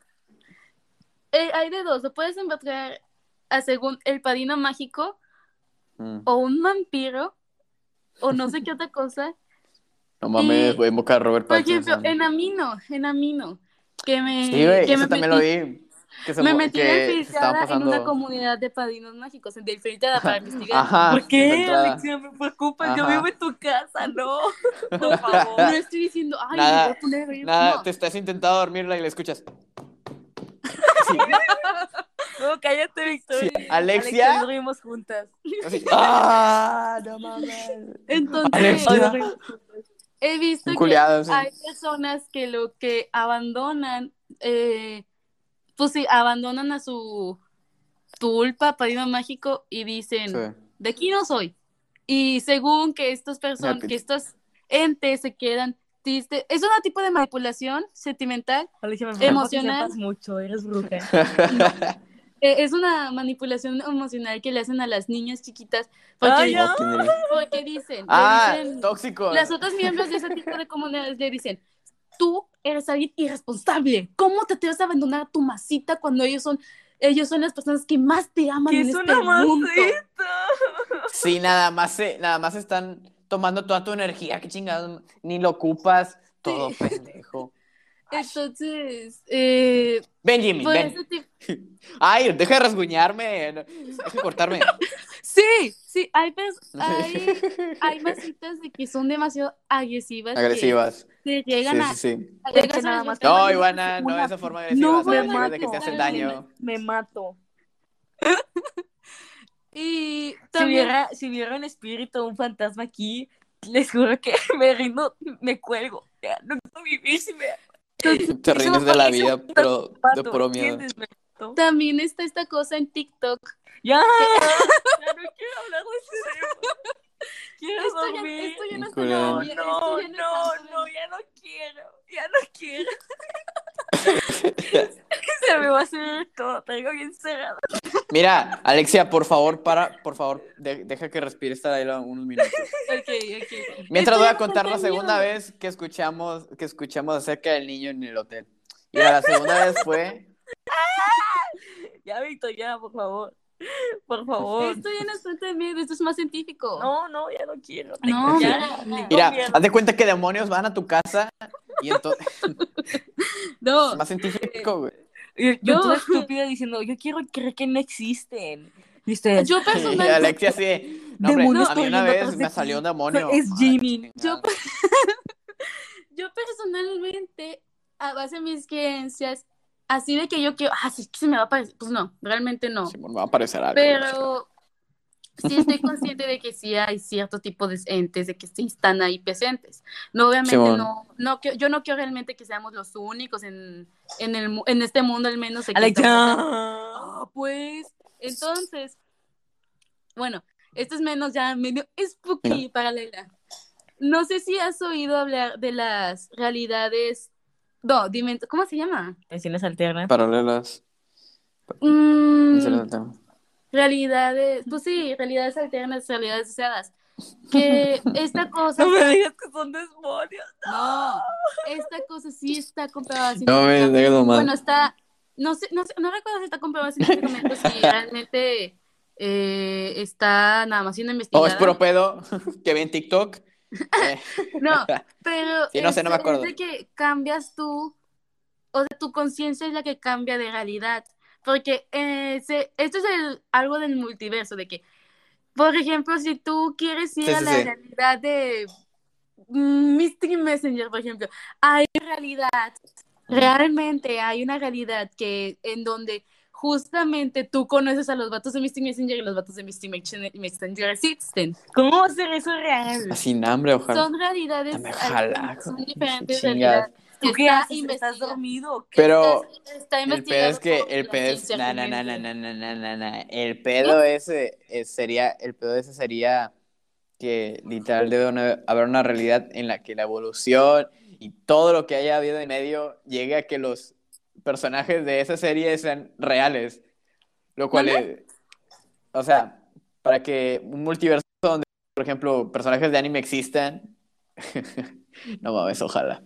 eh, hay de dos, lo puedes encontrar a según el padrino mágico Mm. o un vampiro o no sé qué otra cosa. No mames, Y, voy a invocar a Robert por ejemplo, Pattinson. en Amino, en Amino, que Sí, me, güey, que me ese también lo metí, vi. Que se, me mo- metí de que se estaban infiltrada en una pasando. comunidad de padrinos mágicos, de infiltrada para investigar. ¿Por Ajá, qué, infiltrada. Alexia? Me preocupas. Yo vivo Ajá. en tu casa, no. Por No, no favor. estoy diciendo, ay, me voy a Nada, poner a ver. nada, No, te estás intentando dormirla y la escuchas. Sí, No, cállate, sí, Victoria. Alexia, hoy Alexia. dormimos juntas. Así. ¡Ah! No mames. Hoy entonces Alexia. dormimos juntas. he visto Un que culiado, sí. hay personas que lo que abandonan, eh, pues sí, abandonan a su tulpa, padrino mágico, y Sí. dicen, de aquí no soy. Y según que estas personas, que Happy. estos entes se quedan tristes, es un tipo de manipulación sentimental, Alexia, me preocupa que emocional, sepas mucho. Eres bruja. no, eh, es una manipulación emocional que le hacen a las niñas chiquitas, ¡Ah, porque, ya! Oh, ¿quién eres? porque dicen, le Ah, dicen, tóxico. las otras miembros de ese tipo de comunidades le dicen, tú eres alguien irresponsable. ¿Cómo te atreves a abandonar a tu masita cuando ellos son, ellos son las personas que más te aman ¿Qué en es una este mundo? maceta? Sí, nada más se, nada más están tomando toda tu energía, qué chingados, ni lo ocupas, todo Sí. pendejo. Ay. Entonces, eh, Ven, Jimmy, por ven. ese tipo, Ay, deja de rasguñarme, no, deja de cortarme. sí, sí, hay, pers- hay, hay masitas de que son demasiado agresivas que Agresivas. te llegan Sí, sí, a, sí. Alexia, llegas a nada más desgastar te No, voy a varios. decir Ivana, no de una esa forma No agresiva, voy sean a Me agresivas de que te mato, hacen desgastar bien. daño. me mato. Y Si también, hubiera, si hubiera un espíritu, un fantasma aquí, les juro que me rindo, me cuelgo. Ya, no puedo vivir si me... Te si se me rindes de la aparece un vida, fantasma, pero me de mato, puro miedo. ¿entiendes? Me mato. también está esta cosa en TikTok. Ya, que- ya no quiero hablar de ese tema. Quiero esto, ya, dormir. esto ya no está Culera. No, bien, esto no, ya no es no, tanto no, de- ya no quiero. Ya no quiero. Se me va a hacer todo. Traigo bien cerrado. Mira, Alexia, por favor, para, por favor, de- deja que respire esta Dalila unos minutos. Ok, ok. Mientras Esto voy ya a no es contar tanto la de segunda miedo. vez que escuchamos, que escuchamos acerca del niño en el hotel. Mira, la segunda vez fue. Ya, Víctor, ya, por favor. Por favor. Esto ya no es tanto de miedo, esto es más científico. No, no, ya no quiero. No, ya, mira. tengo Mira, miedo. haz de cuenta que demonios van a tu casa y entonces. No, Más científico, güey. Yo, yo No. toda estúpida diciendo, yo quiero creer que no existen. Y ustedes, yo Y personalmente, Alexia sí. No, hombre, demonios a mí una corriendo vez atrás de me salió ti. un demonio. Es Ay, Jimmy. yo, chingada. yo personalmente, a base de mis creencias, así de que yo quiero, ah, sí, es que se me va a aparecer, pues no, realmente no. Sí, me va a aparecer algo. Pero sí estoy consciente de que sí hay cierto tipo de entes, de que sí están ahí presentes. No, obviamente Simón. no, no, que- yo no quiero realmente que seamos los únicos en, en, el, mu- en este mundo al menos de que Alex, estamos- ya. Ah, pues, entonces, bueno, esto es menos ya medio spooky para Leila. No sé si has oído hablar de las realidades, no, dime, ¿cómo se llama? Dimensiones alternas. Paralelas. Mm, Dimensiones alternas. realidades, pues sí, realidades alternas, realidades deseadas. Que esta cosa No me está- digas que son demonios. no, esta cosa sí está comprobada No me científicamente. digas nomás. Bueno, está, no sé, no sé, no recuerdo si está comprobada científicamente, si realmente eh, está nada más siendo Oh, investigada. es puro pedo que vi en TikTok. Eh, No, pero Sí, no sé, no me es- acuerdo. es de que cambias tú, o sea, tu conciencia es la que cambia de realidad. Porque eh, se- esto es el- algo del multiverso, de que, por ejemplo, si tú quieres ir Sí, a sí, la sí. realidad de mm, Mystery Messenger, por ejemplo, hay realidad, realmente hay una realidad que en donde justamente tú conoces a los vatos de Mystery Messenger y los vatos de Mystery Messenger existen. ¿Cómo va a ser eso real? Sin hambre, ojalá. Son realidades, Dame jala, alternas, son güey. diferentes Chingas. realidades. ¿Tú que qué está haces? ¿Estás investigado. dormido o qué? Pero Está, está el pedo investigado es que por el la pedo es ciencia na na na na realmente. na na na na na. El pedo ese es- sería el pedo ese sería que literal debe una- haber una realidad en la que la evolución y todo lo que haya habido en medio llegue a que los personajes de esa serie sean reales. Lo cual ¿Mande? es, o sea, para que un multiverso donde, por ejemplo, personajes de anime existan, no mames, ojalá.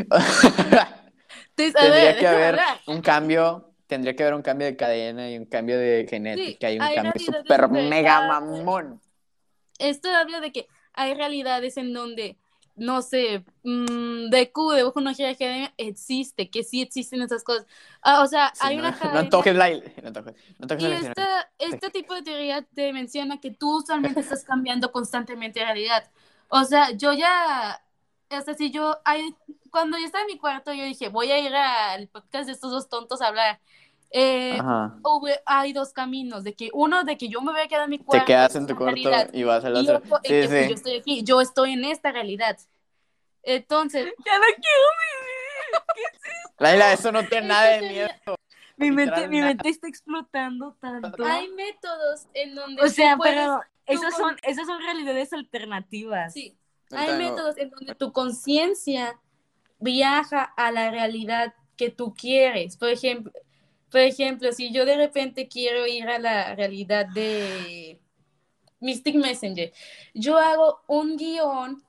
Entonces, a Tendría ver, que déjame haber hablar. un cambio, tendría que haber un cambio de cadena y un cambio de Sí, genética y un hay cambio realidades super en mega verdad. mamón. Esto habla de que hay realidades en donde, no sé, mmm, Deku de Boku no Hero Academia existe, que sí existen esas cosas. Ah, o sea, Sí, hay no, una no cadena. antojes la, no antojes, no antojes Y la escena. esta, este tipo de teoría te menciona que tú usualmente estás cambiando constantemente de realidad. O sea, yo ya, hasta si yo, hay, cuando yo estaba en mi cuarto, yo dije, voy a ir al podcast de estos dos tontos a hablar. Eh, Ajá. hubo- hay dos caminos, de que uno, de que yo me voy a quedar en mi Te cuarto, quedas en en tu esta cuarto realidad, y vas al y otro. otro en Sí, que pues yo sí. estoy aquí, yo estoy en esta realidad. Entonces, Ya no quiero vivir. ¿Qué es Laila, esto? eso no tiene nada esta de miedo, teoría, Mi mente, literal, mi nada. mente está explotando tanto. hay métodos en donde O tú sea, puedes, pero tú esas son, con, esas son realidades alternativas. sí, hay Ahorita vengo. métodos en donde tu conciencia viaja a la realidad que tú quieres. Por ejemplo, por ejemplo, si yo de repente quiero ir a la realidad de Mystic Messenger, yo hago un guión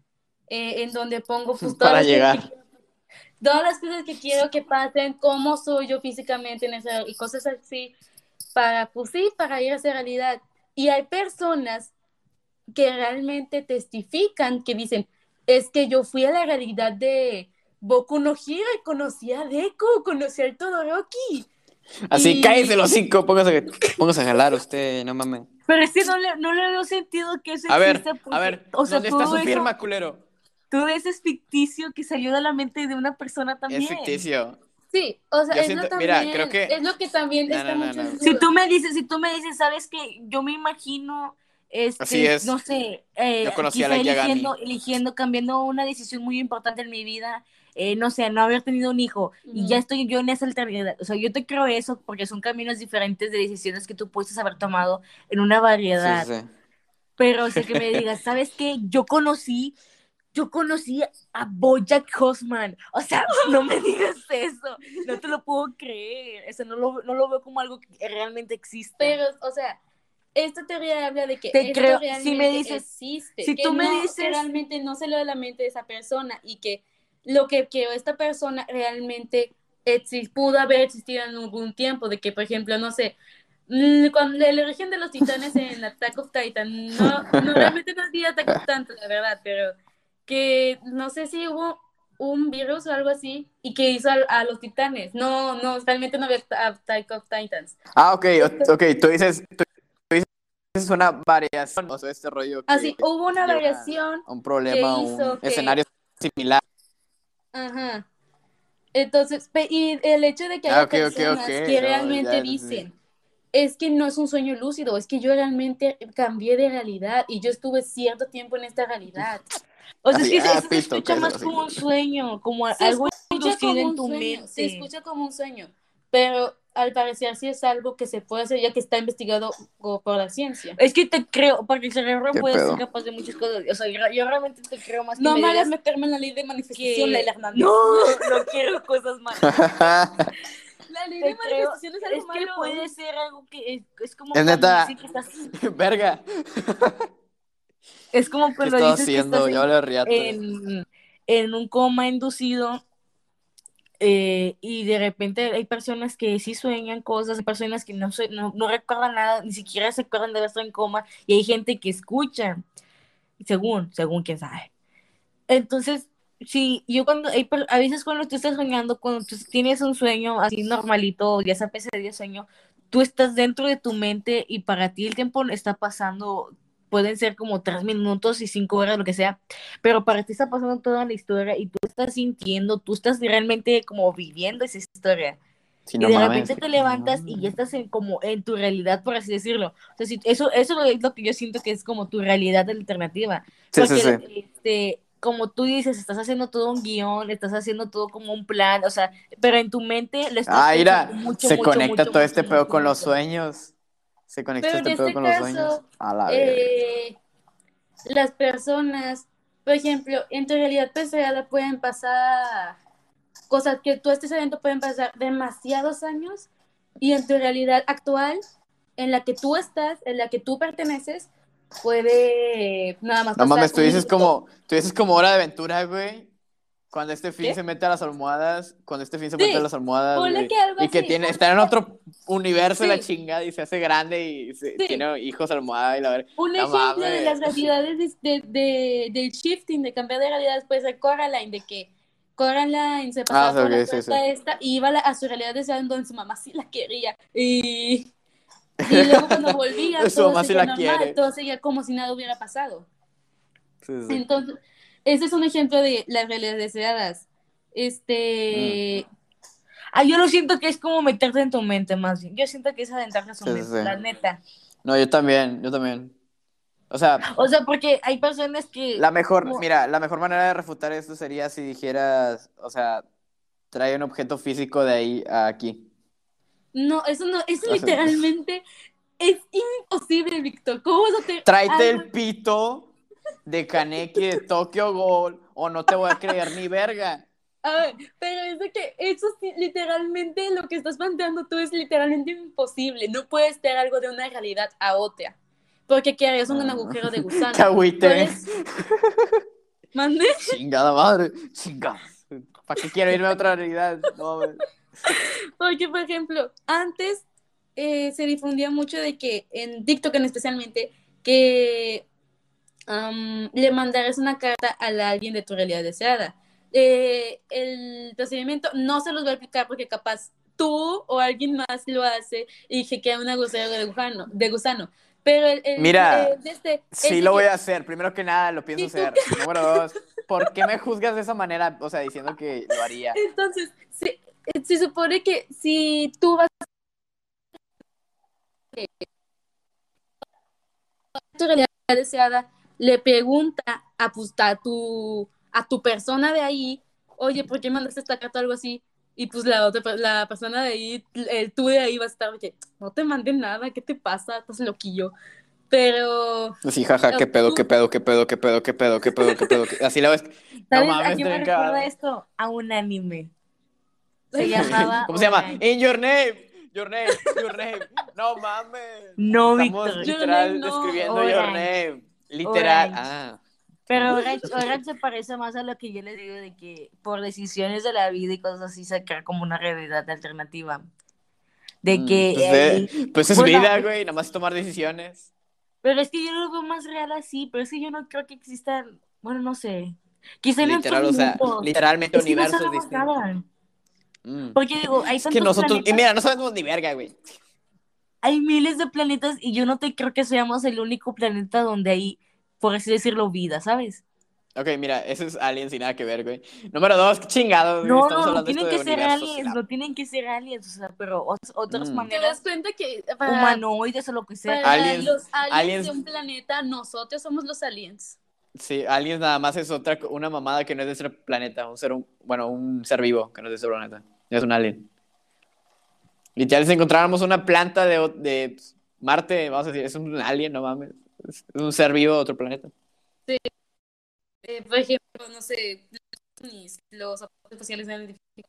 eh, en donde pongo pues todas Para las cosas que llegar. quiero, todas las cosas que quiero que pasen, cómo soy yo físicamente en esa, y cosas así, para, pues sí, para ir a esa realidad. Y hay personas que realmente testifican, que dicen, es que yo fui a la realidad de Boku no Hero y conocí a Deku, conocí al Todoroki. Así, cállese Y los cinco, póngase, póngase a jalar usted, no mames. Pero es que no le, no le veo sentido que eso A ver, exista a porque, ver, o sea, ¿dónde está todo su eso, firma, culero? todo eso es ficticio que salió de la mente de una persona Es también. ficticio. sí, o sea, Yo es lo siento, mira, creo también, que. es lo que también No, está no, no, mucho en no. Si duda. tú me dices, si tú me dices, sabes que yo me imagino, Así este, no es. sé, eh, Yo conocí a quizá Light Yagami. eligiendo, eligiendo, cambiando una decisión muy importante en mi vida, eh, no sé, no haber tenido un hijo, y ya Ujú. estoy yo en esa alteridad. O sea, yo te creo eso porque son caminos diferentes de decisiones que tú puedes haber tomado en una Sí, sí, variedad. sí. Pero, o sea, que me digas, ¿sabes qué? Yo conocí yo conocí a BoJack Horseman. O sea, no me digas eso. No te lo puedo creer. Eso no lo, no lo veo como algo que realmente exista. Pero, o sea, esta teoría habla de que Te esto creo, si me realmente dices, existe, si que tú me no, que dices, realmente no se lo de la mente de esa persona y que lo que creó esta persona realmente exi- pudo haber existido en algún tiempo, de que, por ejemplo, no sé, mm, cuando el origen de los titanes en Attack of Titan, no, no realmente no vi Attack of Titan, la verdad, pero que no sé si hubo un virus o algo así y que hizo a, a los titanes. No, no, realmente no había Attack of Titans. Ah, ok, o- ok, tú dices, tú dices es una variación, o sea, este rollo que Así, hubo una lleva a variación un que problema, a un hizo que, escenario similar. ajá, entonces, pe- y el hecho de que Ah, haya ok, ok, ok. personas que No, ya realmente entendí. dicen, es que no es un sueño lúcido, es que yo realmente cambié de realidad y yo estuve cierto tiempo en esta realidad. o sea, es Así, que ah, eso se pito, escucha cállate más los como cinco. un sueño, como Se algo escucha inducido como en un tu sueño, se mente. escucha como un sueño, pero al parecer sí es algo que se puede hacer ya que está investigado co- por la ciencia. Es que te creo, porque el cerebro ¿Qué puede ser pedo? capaz de muchas cosas. O sea, yo, yo realmente te creo más que No me me hagas digas meterme en la ley de manifestación, Laila que Hernández. no, no quiero cosas malas. La ley de Te creo, manifestación es algo es que malo. puede ser algo que es, es como Es cuando dicen neta, que estás, verga. es como ¿Qué cuando estaba dices que estás haciendo? Ya en, vale riata. en, en un coma inducido eh, y de repente hay personas que sí sueñan cosas, hay personas que no, sue- no, no recuerdan nada, ni siquiera se acuerdan de haber estado en coma y hay gente que escucha, según, según quién sabe. Entonces, sí, yo cuando, hay per- a veces cuando tú estás soñando, cuando tú tienes un sueño así normalito, ya sea pesadilla de sueño, tú estás dentro de tu mente y para ti el tiempo está pasando, pueden ser como tres minutos y cinco horas, lo que sea, pero para ti está pasando toda la historia y tú estás sintiendo, tú estás realmente como viviendo esa historia. Si Y no de mames. repente te levantas y ya estás en como en tu realidad, por así decirlo. O sea, si- eso, eso es lo que yo siento que es como tu realidad alternativa. Sí, sí, Porque, sí. este, como tú dices, estás haciendo todo un guión, estás haciendo todo como un plan, o sea, pero en tu mente lo estás Ah, pensando mira, mucho, se mucho, conecta mucho, todo mucho, este pedo mucho, con los mucho. sueños. Se conecta Pero en este pedo este con los sueños. caso, A la verga. eh, las personas Por ejemplo, en tu realidad deseada pueden pasar cosas que tú estés adentro, pueden pasar demasiados años, y en tu realidad actual, en la que tú estás, en la que tú perteneces, puede nada más No pasar mames, tú un dices minuto. como, tú dices como Hora de Aventura, güey. Cuando este fin ¿Qué? se mete a las almohadas, cuando este fin se mete a Sí, las almohadas, ponle güey. que algo Y que así, tiene, ponle está en que, otro universo de la sí, chingada y se hace grande y se- sí. tiene hijos almohada y la verdad. Un No ejemplo de mames. las realidades de, de, de- del shifting, de cambiar de realidades, puede ser Coraline, de que Coraline se Ah, pasaba sí, por la ok, sí, sí. puerta esta y iba a, la- a su realidad deseada donde su mamá sí la quería. Y, y luego cuando volvía, Su todo mamá sí seguía la normal, quiere. todo seguía como si nada hubiera pasado. Sí, sí. Sí. Entonces, ese es un ejemplo de las realidades deseadas. Mm, Este, Ah, yo lo siento que es como meterte en tu mente más bien. Yo siento que es adentrarse a su sí, sí, mente, la sí. neta. No, yo también, yo también. O sea, O sea, porque hay personas que, la mejor, como, mira, la mejor manera de refutar esto sería si dijeras, o sea, trae un objeto físico de ahí a aquí. no, eso no, eso O sea, literalmente es imposible, Víctor. ¿Cómo vas a tener tráete algo? el pito de Kaneki de Tokyo Ghoul o no te voy a creer ni verga. A ver, pero es de que eso sí, literalmente lo que estás planteando tú es literalmente imposible. No puedes tener algo de una realidad a otra. Porque ¿qué harías? Un Ah, agujero de qué gusano. Tú agüite. eres. ¿Mande? Chingada madre. Chingada. ¿Para qué quiero irme a otra realidad? No, mames. Porque, por ejemplo, antes eh, se difundía mucho de que, en TikTok en especialmente, que um, le mandaras una carta a alguien de tu realidad deseada. Eh, el procedimiento no se los voy a explicar porque capaz tú o alguien más lo hace y que queda un agujero de gusano, de gusano. Pero el, el, Mira, el de este es sí de lo voy que a hacer. Primero que nada, lo pienso si tú, hacer. Número dos, ¿por qué me juzgas de esa manera? O sea, diciendo que lo haría. entonces, se, se supone que si tú vas a tu realidad deseada, le pregunta a, pues, a, tu, a tu persona de ahí, oye, ¿por qué mandaste esta carta o algo así? Y pues la otra, la persona de ahí, el tú de ahí va a estar, que no te mandé nada, ¿qué te pasa? Estás loquillo. Pero Así, jaja, qué pedo, qué tú, pedo, qué pedo, qué pedo, qué pedo, qué pedo, qué pedo. qué- Así la ves. No ¿sabes a mames, qué te me bien recuerda cagado. esto? A un anime. Se llamaba ¿Cómo se llama? Orange. In your name. Your name, your name. No mames. No, Estamos Víctor. your name literal no. describiendo your Orange. name. Literal. Orange. Ah. Pero Orange, Orange se parece más a lo que yo les digo de que por decisiones de la vida y cosas así sacar como una realidad alternativa. De Mm, pues, que de, ahí, pues es bueno, vida, güey. Nada más tomar decisiones. pero es que yo lo veo más real así, pero es que yo no creo que existan, bueno, no sé, quizá en otros Literal, o sea, mundos. literalmente Es que no universos sabemos distintos. nada. Mm. Porque digo, hay Es que tantos nosotros. Y planetas, mira, no sabemos ni verga, güey. hay miles de planetas y yo no te creo que seamos el único planeta donde hay, por así decirlo, vida, ¿sabes? Ok, mira, eso es Alien sin nada que ver, güey. Número dos, qué chingados, güey. No, Estamos no, no hablando de esto tienen de que ser universos y aliens, la. no tienen que ser aliens, o sea, pero ot- otras Mm. ¿Te das maneras cuenta que para, humanoides o lo que sea para también. Aliens, los aliens de aliens, un planeta, nosotros somos los aliens? sí, aliens nada más es otra, una mamada que no es de este planeta, un ser, un, bueno, un ser vivo que no es de este planeta, es un alien. Literal, si encontráramos una planta de, de Marte, vamos a decir, es un alien, no mames, es un ser vivo de otro planeta. Sí. Eh, por ejemplo, no sé, los, los aparatos espaciales no identifican.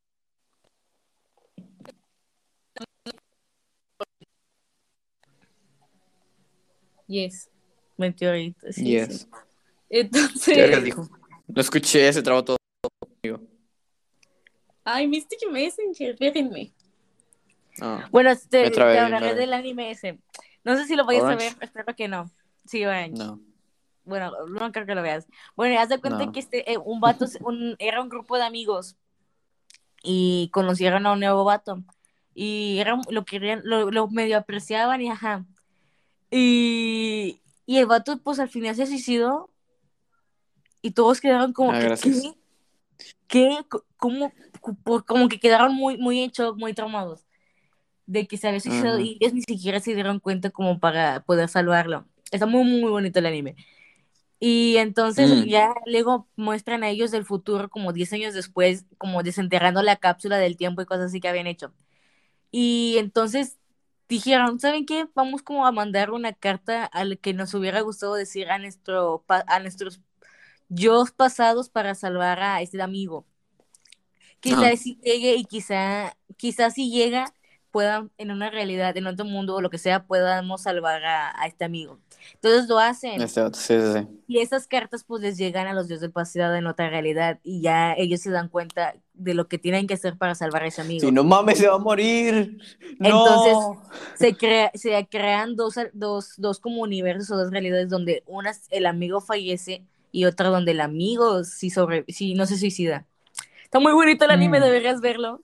Yes. Meteorito, sí, sí. Yes. ¿Qué vergas Entonces, dijo? No escuché, se trabó todo conmigo. ay, Mystic Messenger, déjenme. No, Bueno, me te, te trabé bien, hablaré larga. del anime ese. No sé si lo vayas a ver, Orange, espero que no. Sí, Orange. no, Bueno, no creo que lo veas. Bueno, y haz de cuenta no. que este, eh, un vato, se- un, era un grupo de amigos y conocieron a un nuevo vato. Y era, lo querían, lo, lo medio apreciaban y ajá. Y, y el vato, pues al final se suicidó y todos quedaron como Ah, que, gracias. ¿qué? ¿Qué? Co- ¿Cómo? Co- Como que quedaron muy, muy en shock, muy traumados de que se había suicidado Ajá. y ellos ni siquiera se dieron cuenta como para poder salvarlo. Está muy, muy bonito el anime. Y entonces Mm. ya luego muestran a ellos del futuro como diez años después, como desenterrando la cápsula del tiempo y cosas así que habían hecho. Y entonces dijeron, ¿saben qué? Vamos como a mandar una carta al que nos hubiera gustado decir a nuestro pa- a nuestros yo pasados para salvar a ese amigo. Ajá. Quizás si llegue y quizá, quizás si llega, puedan, en una realidad, en otro mundo o lo que sea, podamos salvar a, a este amigo. Entonces lo hacen. Este otro, sí, sí, sí. Y esas cartas pues les llegan a los dioses del pasado en otra realidad y ya ellos se dan cuenta de lo que tienen que hacer para salvar a ese Sí, amigo. no mames, se va a morir. Entonces No. se, crea, se crean dos, dos, dos como universos o dos realidades donde una el amigo fallece y otra donde el amigo sí, sobre, sí no se suicida. Está muy bonito el anime, Mm. deberías verlo.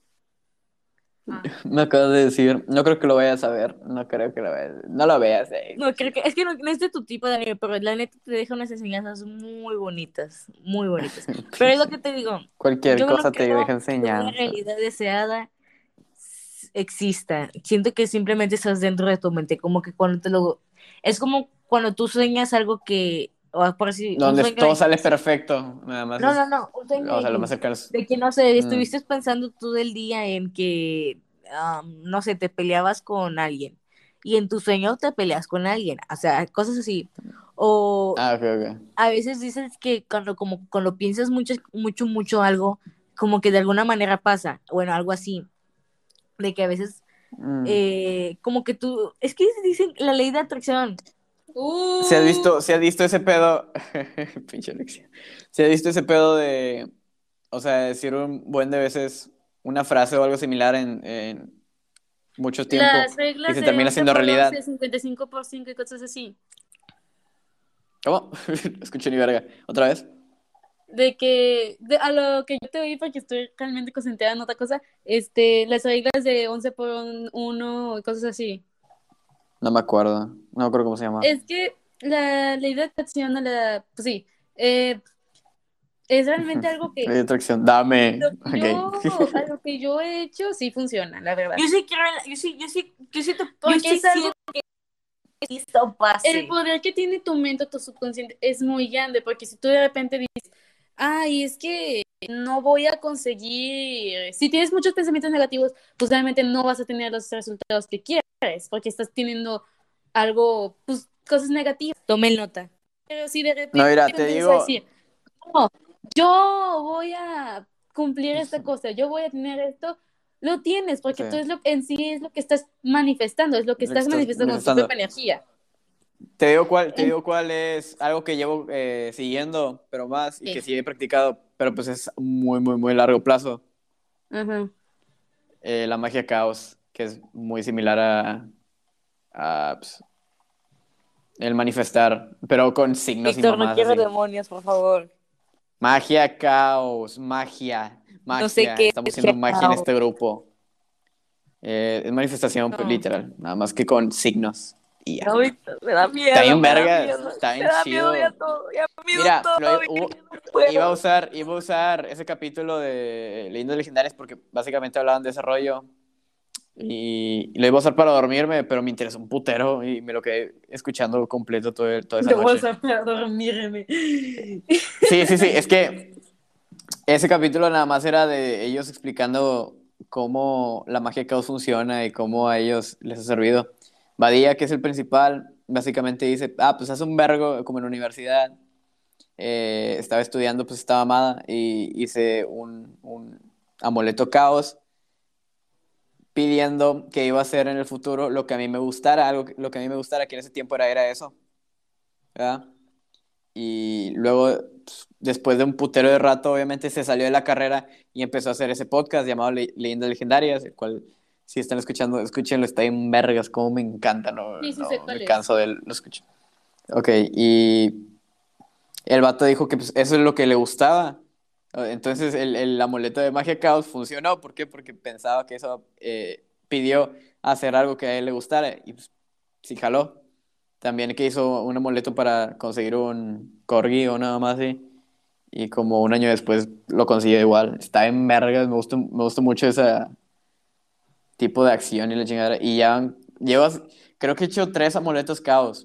Me acabas de decir, no creo que lo vayas a ver, no creo que lo vayas, no lo veas, eh. No, creo que es que no, no es de tu tipo de anime, pero la neta te deja unas enseñanzas muy bonitas, muy bonitas. Pero es lo que te digo, Cualquier yo no cosa te deja creo que una enseñanza. realidad deseada s- exista. Siento que simplemente estás dentro de tu mente, como que cuando te lo... Es como cuando tú sueñas algo que, o por así, un Donde sueño todo sale X. perfecto, nada más No, no, es, no, un sueño o sea, lo más X. cercano es... De que, no sé, Mm. estuviste pensando todo el día en que, am, no sé, te peleabas con alguien. Y en tu sueño te peleas con alguien. O sea, cosas así. O Ah, ok, ok. a veces dices que cuando, como, cuando piensas mucho, mucho, mucho algo, como que de alguna manera pasa. Bueno, algo así. De que a veces, Mm. eh, como que tú, es que dicen la ley de atracción. ¿Se has Uh, visto, se ha visto ese pedo? Pinche Alexia. ¿Se ha visto ese pedo de, o sea, decir un buen de veces una frase o algo similar en, en mucho tiempo las y reglas se de termina once siendo por once, realidad? cincuenta y cinco por cinco y cosas así. ¿Cómo? Escuché ni verga. ¿Otra vez? De que, de, a lo que yo te oí, porque estoy realmente concentrada en otra cosa, este, las reglas de once por uno y cosas así. No me acuerdo. No me acuerdo cómo se llama. Es que la ley de atracción, a la, pues sí, eh, es realmente algo Ley que de atracción. Dame. lo que yo, Ok. a lo que yo he hecho, sí funciona, la verdad. Yo sí quiero, yo sí, yo sí, yo siento, yo Porque sí es algo, siento que esto el pase. poder que tiene tu mente o tu subconsciente es muy grande, porque si tú de repente dices, ay, es que no voy a conseguir, si tienes muchos pensamientos negativos, pues realmente no vas a tener los resultados que quieres, porque estás teniendo algo, pues cosas negativas. Tomen nota. Pero si de No, repente mira, te empiezas a digo. decir, no, yo voy a cumplir esta cosa, yo voy a tener esto, lo tienes, porque Sí. tú es lo en sí es lo que estás manifestando, es lo que Lo que estás estás manifestando con tu manifestando. propia energía. Te digo cuál, te digo cuál es algo que llevo eh, siguiendo, pero más, y que Sí. sí he practicado, pero pues es muy, muy, muy largo plazo. Ajá. Eh, la magia caos, que es muy similar a, a, pues, el manifestar, pero con signos y Víctor, no mamás quiero así. demonios, por favor. Magia caos, magia, No sé magia. qué Estamos es haciendo magia en Hekao. este grupo. Eh, es manifestación pues, No, literal, nada más que con signos. Y ya. no, Víctor, me da Está miedo, bien me da vergas, miedo, está me bien da miedo ya chido. todo, ya me miedo Mira, todo, lo, Víctor, hubo- ya no iba a puedo. usar, iba a usar ese capítulo de Leyendas Legendarias porque básicamente hablaban de ese rollo y, y lo iba a usar para dormirme, pero me interesó un putero y me lo quedé escuchando completo todo el- toda esa Lo voy a noche. usar para dormirme. Sí, sí, sí, es que ese capítulo nada más era de ellos explicando cómo la magia caos funciona y cómo a ellos les ha servido. Badía, que es el principal, básicamente dice, ah, pues hace un vergo como en la universidad. Eh, estaba estudiando pues estaba amada y hice un, un amuleto caos pidiendo que iba a hacer en el futuro lo que a mí me gustara, algo que- lo que a mí me gustara, que en ese tiempo era, era eso, ¿verdad? Y luego, pues, después de un putero de rato, obviamente se salió de la carrera y empezó a hacer ese podcast llamado Le- Leyendas Legendarias, el cual, si están escuchando, escúchenlo, está en vergas, como me encanta, no, Sí, sí sé no cuál me es. canso de él, lo escucho. Ok, y el vato dijo que pues, eso es lo que le gustaba. Entonces el, el amuleto de magia caos funcionó. ¿Por qué? Porque pensaba que eso eh, pidió hacer algo que a él le gustara. Y pues sí jaló. También que hizo un amuleto para conseguir un corgi o nada más así. Y como un año después lo consiguió igual. Está en vergas. Me gusta, me gusta mucho ese tipo de acción y la chingada. Y ya llevas, creo que he hecho tres amuletos caos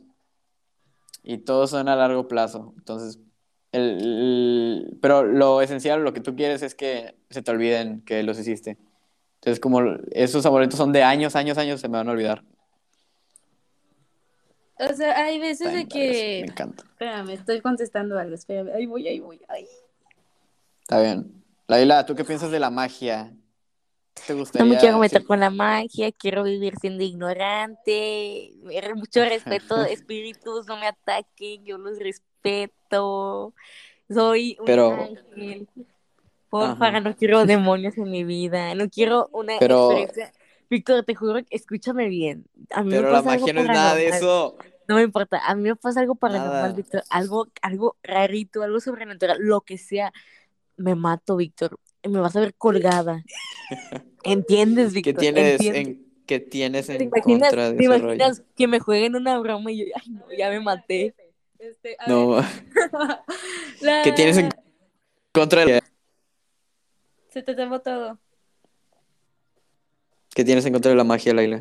y todos son a largo plazo. Entonces, el, el- pero lo esencial, lo que tú quieres es que se te olviden que los hiciste. Entonces, como esos amuletos son de años, años, años, se me van a olvidar. O sea, hay veces Está de en vergas, me que... encanta. Espérame, estoy contestando algo, espérame. Ahí voy, ahí voy, ay. Está bien. Laila, ¿tú qué piensas de la magia? ¿Qué te No me quiero gustaría meter si... con la magia, quiero vivir siendo ignorante, er- mucho respeto, espíritus, no me ataquen, yo los respeto, soy un Pero, ángel, porfa, ajá. no quiero demonios en mi vida, no quiero una Pero, experiencia. Víctor, te juro, que- escúchame bien, a mí me pero la pasa algo magia no es nada de paranormal, eso. no me importa, a mí me pasa algo paranormal, Nada. Víctor, algo, algo rarito, algo sobrenatural, lo que sea, me mato, Víctor, me vas a ver colgada. ¿Entiendes, ¿Qué Víctor? tienes ¿Entiendes? en, qué tienes ¿Te en imaginas, contra de te ese rollo? imaginas que me jueguen una broma y yo, ay, no, ya me maté? Este, a ver. No. ¿Qué tienes en La... contra de... Se te trabó todo. ¿Qué tienes en contra de la magia, Laila?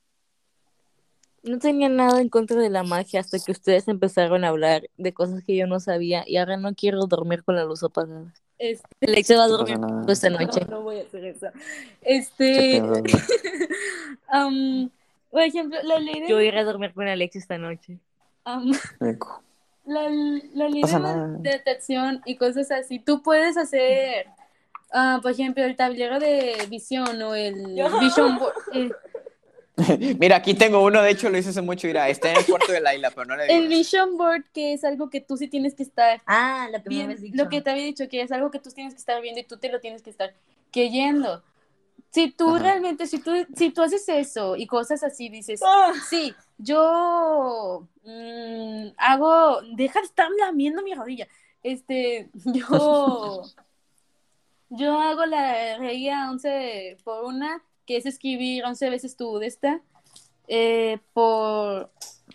No tenía nada en contra de la magia hasta que ustedes empezaron a hablar de cosas que yo no sabía y ahora no quiero dormir con la luz apagada. Este, Alex se va a No pasa dormir conmigo nada. esta noche. no, no voy a hacer eso. ¿Qué Este, piensas, güey? am, por ejemplo, la ley Yo de, iré a dormir con Alex esta noche. am, Eco. la, la No ley de pasa la nada. detección y cosas así. Tú puedes hacer, ah, por ejemplo, el tablero de visión o el vision board. eh, Mira, aquí tengo uno, de hecho lo hice hace mucho. Mira, está en el cuarto de Laila, pero no le el digas. vision board, que es algo que tú sí tienes que estar Ah, lo que me bien, habías dicho. lo que te había dicho, que es algo que tú tienes que estar viendo y tú te lo tienes que estar creyendo. Si tú Ajá. realmente, si tú, si tú haces eso y cosas así, dices, Ah. sí, yo mm, hago, deja de estar lamiendo mi rodilla. Este, yo, yo hago la regla once por una, que es escribir once veces tu de esta, eh, por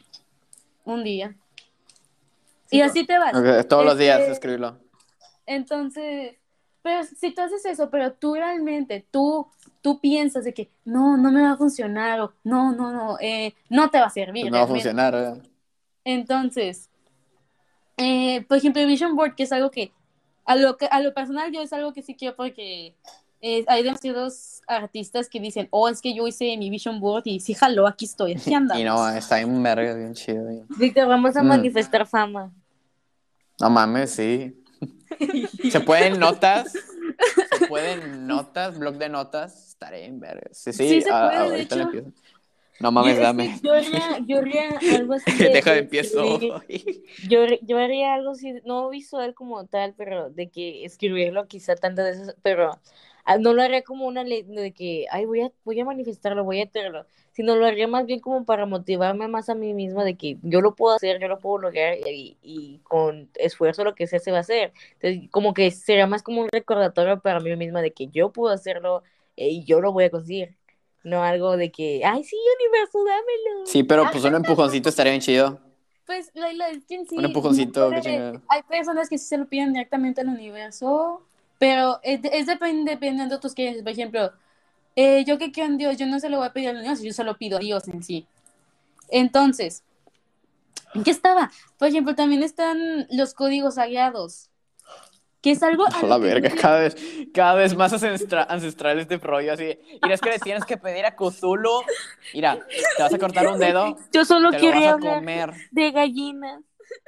un día. Sí, Y co- así te vas. Ok, todos los días Este, escribirlo. entonces, pero si tú haces eso, pero tú realmente, tú, tú piensas de que no, no me va a funcionar o no, no, no, eh, no te va a Pues servir no va a realmente. funcionar, ¿verdad? Entonces, eh, por ejemplo, el Vision Board, que es algo que a lo, que, a lo personal yo es algo que sí quiero porque eh, hay demasiados artistas que dicen, oh, es que yo hice mi Vision Board y sí, jaló, aquí estoy, aquí Y no, andamos. está bien verga, bien chido. Bien. Víctor, vamos a Mm, manifestar fama. no mames, sí. Se pueden notas, se pueden notas, blog de notas, estaré en verga. Sí, Sí sí, se a- a- puede, de ahorita le hecho. empiezo. No Yo, mames, es que dame. yo haría, yo haría algo así de, Deja de de empiezo. escribir. Yo, yo haría algo así, no visual como tal, pero de que escribirlo quizá tantas veces, pero ah, no lo haría como una ley de que, ay, voy a, voy a manifestarlo, voy a hacerlo, sino lo haría más bien como para motivarme más a mí misma de que yo lo puedo hacer, yo lo puedo lograr y, y con esfuerzo lo que sea se va a hacer. Entonces, como que sería más como un recordatorio para mí misma de que yo puedo hacerlo eh, y yo lo voy a conseguir. No algo de que, ay, sí, universo, dámelo. Sí, pero pues un empujoncito estaría bien chido. Pues la, la es que en Un sí no empujoncito, qué puede, chingado. hay personas que sí se lo piden directamente al universo, pero es, es depend- dependiendo de tus creencias. Por ejemplo, eh, yo que creo en Dios, yo no se lo voy a pedir al universo, yo se lo pido a Dios en sí. Entonces, ¿en qué estaba? Por ejemplo, también están los códigos sagrados, que es algo a A la lo que yo verga, digo, cada vez, cada vez más ancestra- ancestral este rollo así. Mira, es que le tienes que pedir a Cthulhu. Mira, te vas a cortar un dedo, Yo solo te lo vas quería a hablar comer. de gallinas.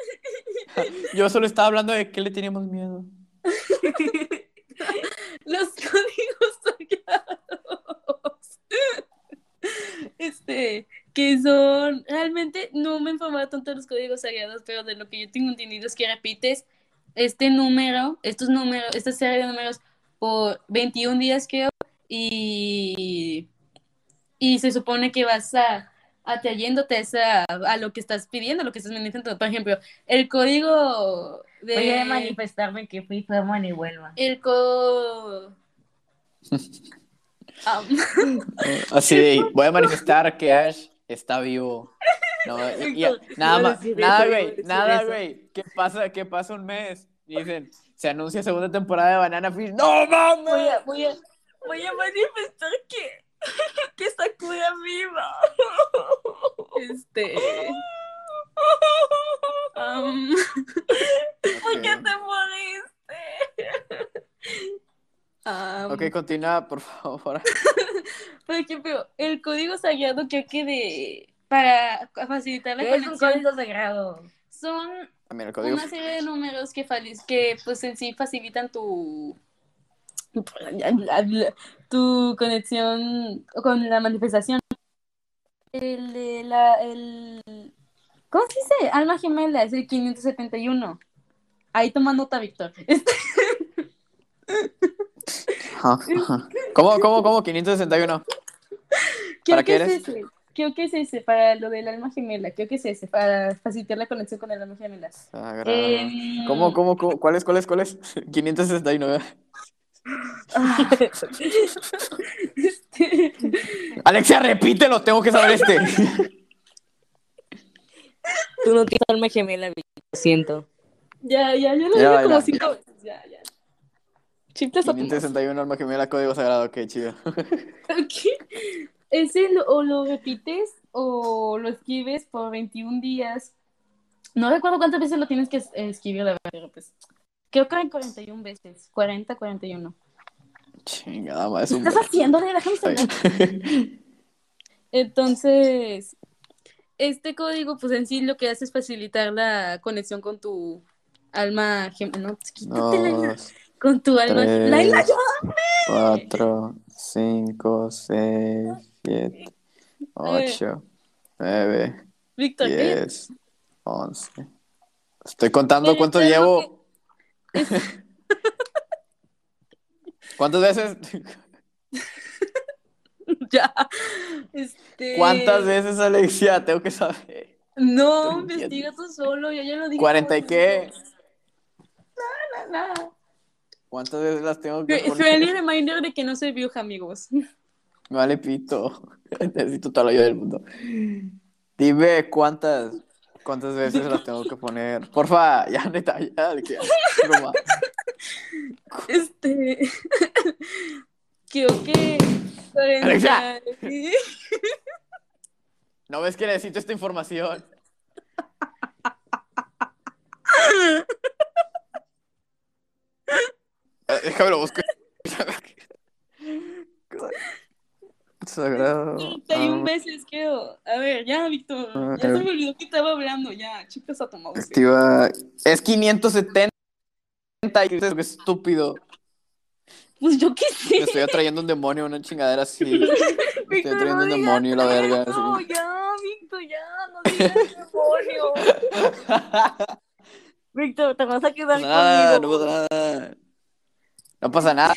Yo solo estaba hablando de qué le teníamos miedo. los códigos sagrados. Este, que son, realmente no me informaba tanto de los códigos sagrados, pero de lo que yo tengo entendido es que repites este número, estos números, esta serie de números por veintiún días creo, y, y se supone que vas a atrayéndote a, esa, a lo que estás pidiendo, lo que estás manifestando. Por ejemplo, el código Voy a de... manifestarme que fui fama y vuelva. El co... am, Así de, voy a manifestar que Ash está vivo. No, y, y- Víctor, nada iba a más, decir nada, eso, iba a güey, decir nada, eso. güey. ¿Qué pasa? ¿Qué pasa un mes? Y dicen, se anuncia segunda temporada de Banana Fish. ¡No Voy a, mames! voy a, voy a manifestar que, que Sakura viva. este... am, ¿Por qué Ok, te moriste? am, ok, continúa, por favor. por ejemplo, el código sagrado creo que de... para facilitar la ¿Qué es un conexión. código sagrado? Son También el código. una serie de números que, fali- que pues en sí facilitan tu tu conexión con la manifestación. El de la el ¿cómo se dice? Alma gemela es el quinientos setenta y uno. Ahí toma nota, Víctor. Este, Ajá, ajá. ¿Cómo, cómo, cómo? quinientos sesenta y uno. creo ¿Para que qué es eres? ese. Creo que es ese para lo del alma gemela. Creo que es ese para facilitar la conexión con el alma gemela. Sagrado. ¿Cómo, Eh, cómo, cómo? ¿Cuál es, cuál es, cuál es? quinientos sesenta y nueve. ah, este, Alexia, repítelo, tengo que saber este. Tú no tienes alma gemela, Vicky, lo siento. ya, ya, ya lo Mira, dije como baila. cinco veces. Ya, ya. Chifles a tu quinientos sesenta y uno, alma gemela, código sagrado. Ok, chido. ¿Qué? Ese lo, o lo repites o lo escribes por veintiún días. No recuerdo cuántas veces lo tienes que es- escribir, la verdad, pero pues creo que eran cuarenta y una veces. cuarenta, cuarenta y uno. Chingada, más es ¿Qué un estás verbo. haciendo? Déjame celular. Entonces, este código, pues en sí lo que hace es facilitar la conexión con tu alma gemela. No, pues, quítate, Laila. Dos, Con tu alma. ¡Laila, tres, ayúdame! cuatro, cinco, seis, siete, A ver, ocho, nueve, Víctor, cállate. diez, once. Estoy contando Pero cuánto te digo que llevo. es. ¿Cuántas veces? Ya. ¿Cuántas Este. veces, Alexia? Tengo que saber. Estoy No, mintiendo. investiga tú solo. Yo ya lo dije como ¿cuarenta y qué? cinco. Nada, nada. ¿Cuántas veces las tengo que Fre- Friendly poner? reminder de que no soy vieja, amigos. Me vale pito. Necesito toda la ayuda del mundo. Dime cuántas, cuántas veces las tengo que poner. Porfa, ya neta, ya, Alexia. Broma. Este. Creo que. Alexia, cuarenta. ¿no ves que necesito esta información? Eh, Déjame lo busco. Sagrado. cuarenta y una Alma veces, creo. A ver, ya, Víctor. Ya se me olvidó que estaba hablando. Ya, chicas a tu mouse. activa. Es quinientos setenta. Y qué estúpido. Pues yo qué Me sé. estoy atrayendo un demonio, una chingadera así. Me estoy Víctor, atrayendo no un digas demonio, la verga. eso. Así. Ya, Víctor, ya. No digas demonio. Víctor, te vas a No pasa quedar nada, no conmigo. pasa nada. No pasa nada.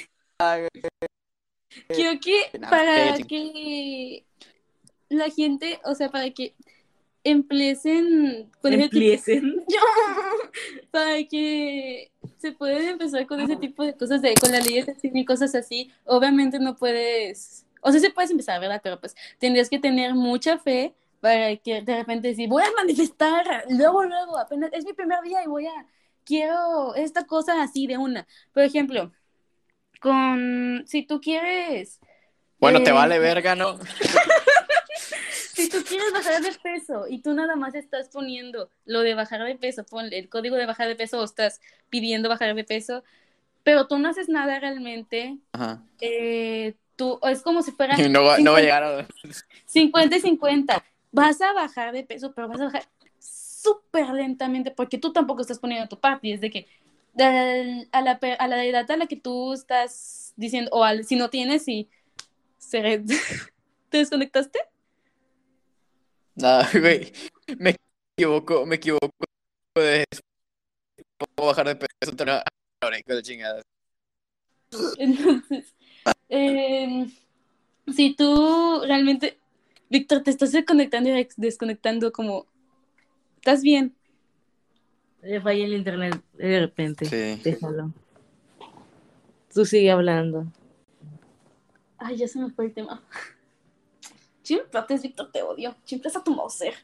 Creo que Nada, para cállate. que la gente, o sea, para que empiecen con ese tipo, Empiecen. para que se pueden empezar con ese tipo de cosas, de con la ley de atracción y cosas así, obviamente no puedes, o sea, sí puedes empezar, ¿verdad? Pero pues tendrías que tener mucha fe para que de repente decir, voy a manifestar, luego, luego, apenas es mi primer día y voy a, quiero esta cosa así de una. Por ejemplo, con, si tú quieres... Bueno, te eh, vale verga, ¿no? Si tú quieres bajar de peso y tú nada más estás poniendo lo de bajar de peso, ponle el código de bajar de peso o estás pidiendo bajar de peso, pero tú no haces nada realmente, Ajá. eh, tú, es como si fuera Y no va, no va a cincuenta llegar a... cincuenta y cincuenta. Vas a bajar de peso, pero vas a bajar súper lentamente porque tú tampoco estás poniendo tu parte. Y es de que de- a, la, pe- a la edad a la que tú estás diciendo, o al, si no tienes, si se, ¿te desconectaste? Nada, güey. Me equivoco, me equivoco de puedo bajar de peso, te la de chingada. Entonces, eh, si tú realmente, Víctor, te estás desconectando y ex- desconectando como, ¿estás bien? Le falla el internet de repente. Sí. Déjalo. Tú sigue hablando. Ay, ya se me fue el tema. Chimplates, Víctor, te odio. Chimplas a tu Mauser.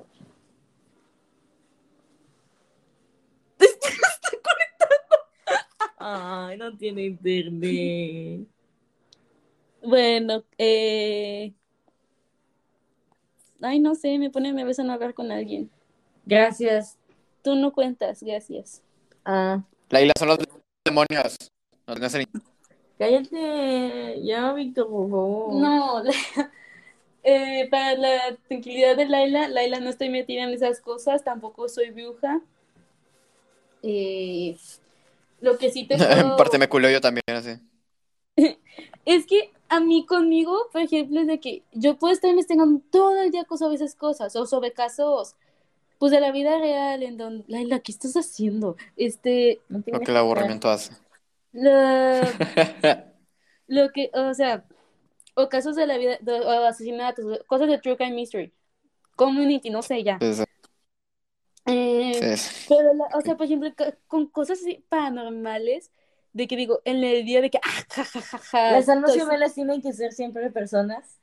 Ay, no tiene internet. Bueno, eh... ay, no sé, me pone nerviosa no hablar con alguien. Gracias. Tú no cuentas, gracias. Ah, La isla son los demonios. No tengas el... cállate. Ya, Víctor, por favor. No, Eh, para la tranquilidad de Laila, Laila no estoy metida en esas cosas, tampoco soy bruja. Eh, lo que sí te En parte puedo... me culeo yo también, así. Es que a mí conmigo, por ejemplo, es de que yo puedo estar investigando todo el día sobre esas cosas, o sobre casos, pues de la vida real, en donde, Laila, ¿qué estás haciendo? Este, No Lo tienes que el aburrimiento hace. lo, lo que, o sea, o casos de la vida, de- o asesinatos, cosas de True Crime Mystery, Community, no sé, ya. Sí, sí, Eh, sí, sí. pero, la- o sea, por ejemplo, ca- con cosas así paranormales, de que digo, en el día de que, ah, ja, ja, ja, ja, ¿Las almas estoy... gemelas tienen que ser siempre personas?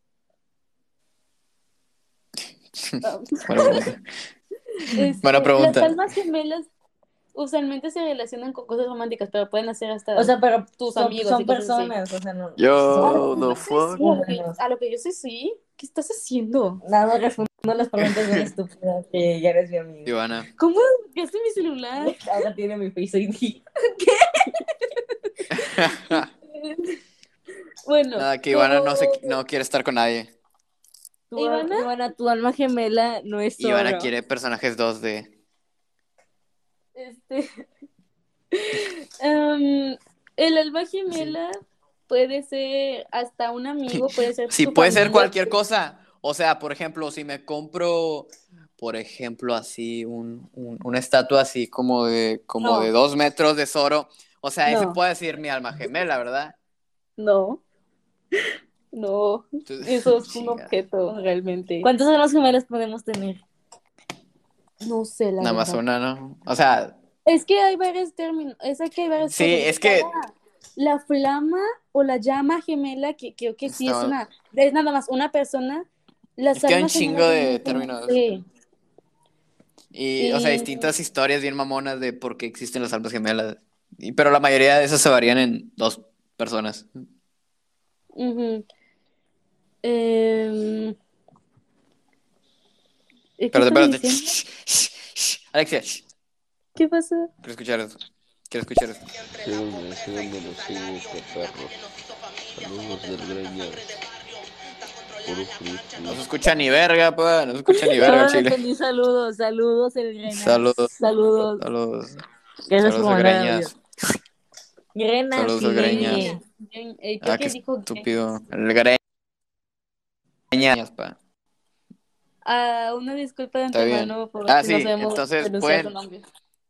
Buena pregunta. Buena Este, las pregunta. almas gemelas usualmente se relacionan con cosas románticas, pero pueden hacer O hasta sea, pero tus son, amigos y son cosas así. personas, o sea, no A lo Yo, que son the yo sé, fuck. sí, a lo que, humanos. a lo que yo sé, sí. ¿Qué estás haciendo? Nada, respondo las preguntas bien estúpidas que ya eres mi amigo. Ivana. ¿Cómo desbloqueaste mi celular? Ahora tiene mi Face I D. Bueno, Nada, que Ivana no, se, tu, no quiere estar con nadie. Tu, al- Ivana, Ivana, tu alma gemela no es Ivana Zorro. quiere personajes dos D. este, em, el alma Sí. gemela puede ser hasta un amigo, puede ser Sí, tu puede ser familia. cualquier cosa. O sea, por ejemplo, si me compro, por ejemplo, así, un, un- una estatua así como de, como de No, dos metros de Zoro. O sea, ese no, puede ser mi alma gemela, ¿verdad? no, no. Eso Entonces, es un chinga. objeto realmente. ¿Cuántas almas gemelas podemos tener? No sé, la Nada más verdad. una, ¿no? O sea, Es que hay varios términos, es que hay varias sí, cosas. es Está que la, la flama o la llama gemela, que creo que sí es está- una, es nada más una persona. Las es que hay un almas chingo gemelas de realmente no términos. sé. Y, o sea, Y, distintas historias bien mamonas de por qué existen las almas gemelas. Y, pero la mayoría de esas se varían en dos personas. ujú. Em, ¿qué Pero estás espérate. diciendo? Alexia, ¿Qué pasó? quiero escuchar eso. Quiero escuchar eso. Síganme, síganme los sigo, perros. Saludos del Greñas. Puro free No se free. escucha ni verga, pa. No se escucha ni verga, Solo le chile. entendí saludos, saludos, el Grenas. Saludos, Saludos. saludos. Gracias por Saludos a mandar audio. Greñas. Grenas, Saludos a Sileñe. Greñas. Eh, creo Ah, qué que dijo estúpido. Greñas. El Greñas, pa. Ah, una disculpa de Está bien. antemano por Ah, si no sí. sabemos Entonces pronunciar su pueden. nombre.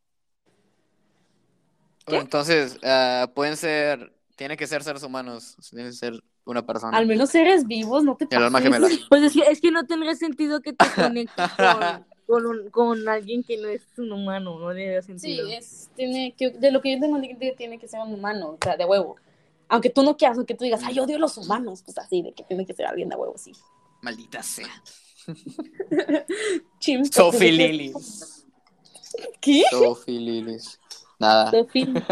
Bueno, ¿Qué? entonces ah, pueden ser. Tienen que ser seres humanos. Tienen que ser una Al persona. menos seres vivos, no te El alma pases. gemela. Pues es que, es que no tendría sentido que te conectes con, con, un- con alguien que no es un humano, no tendría sentido. Sí, es, tiene que, de lo que yo tengo entendido, tiene que ser un humano, o sea, de huevo. Aunque tú no quieras, aunque tú digas, ay, odio a los humanos, pues así, de que tiene que ser alguien de huevo, sí. Maldita sea. Chimpo, Sophie pues, ¿qué? Lilis. ¿Qué? Sophie Lilis. Nada. Sophie.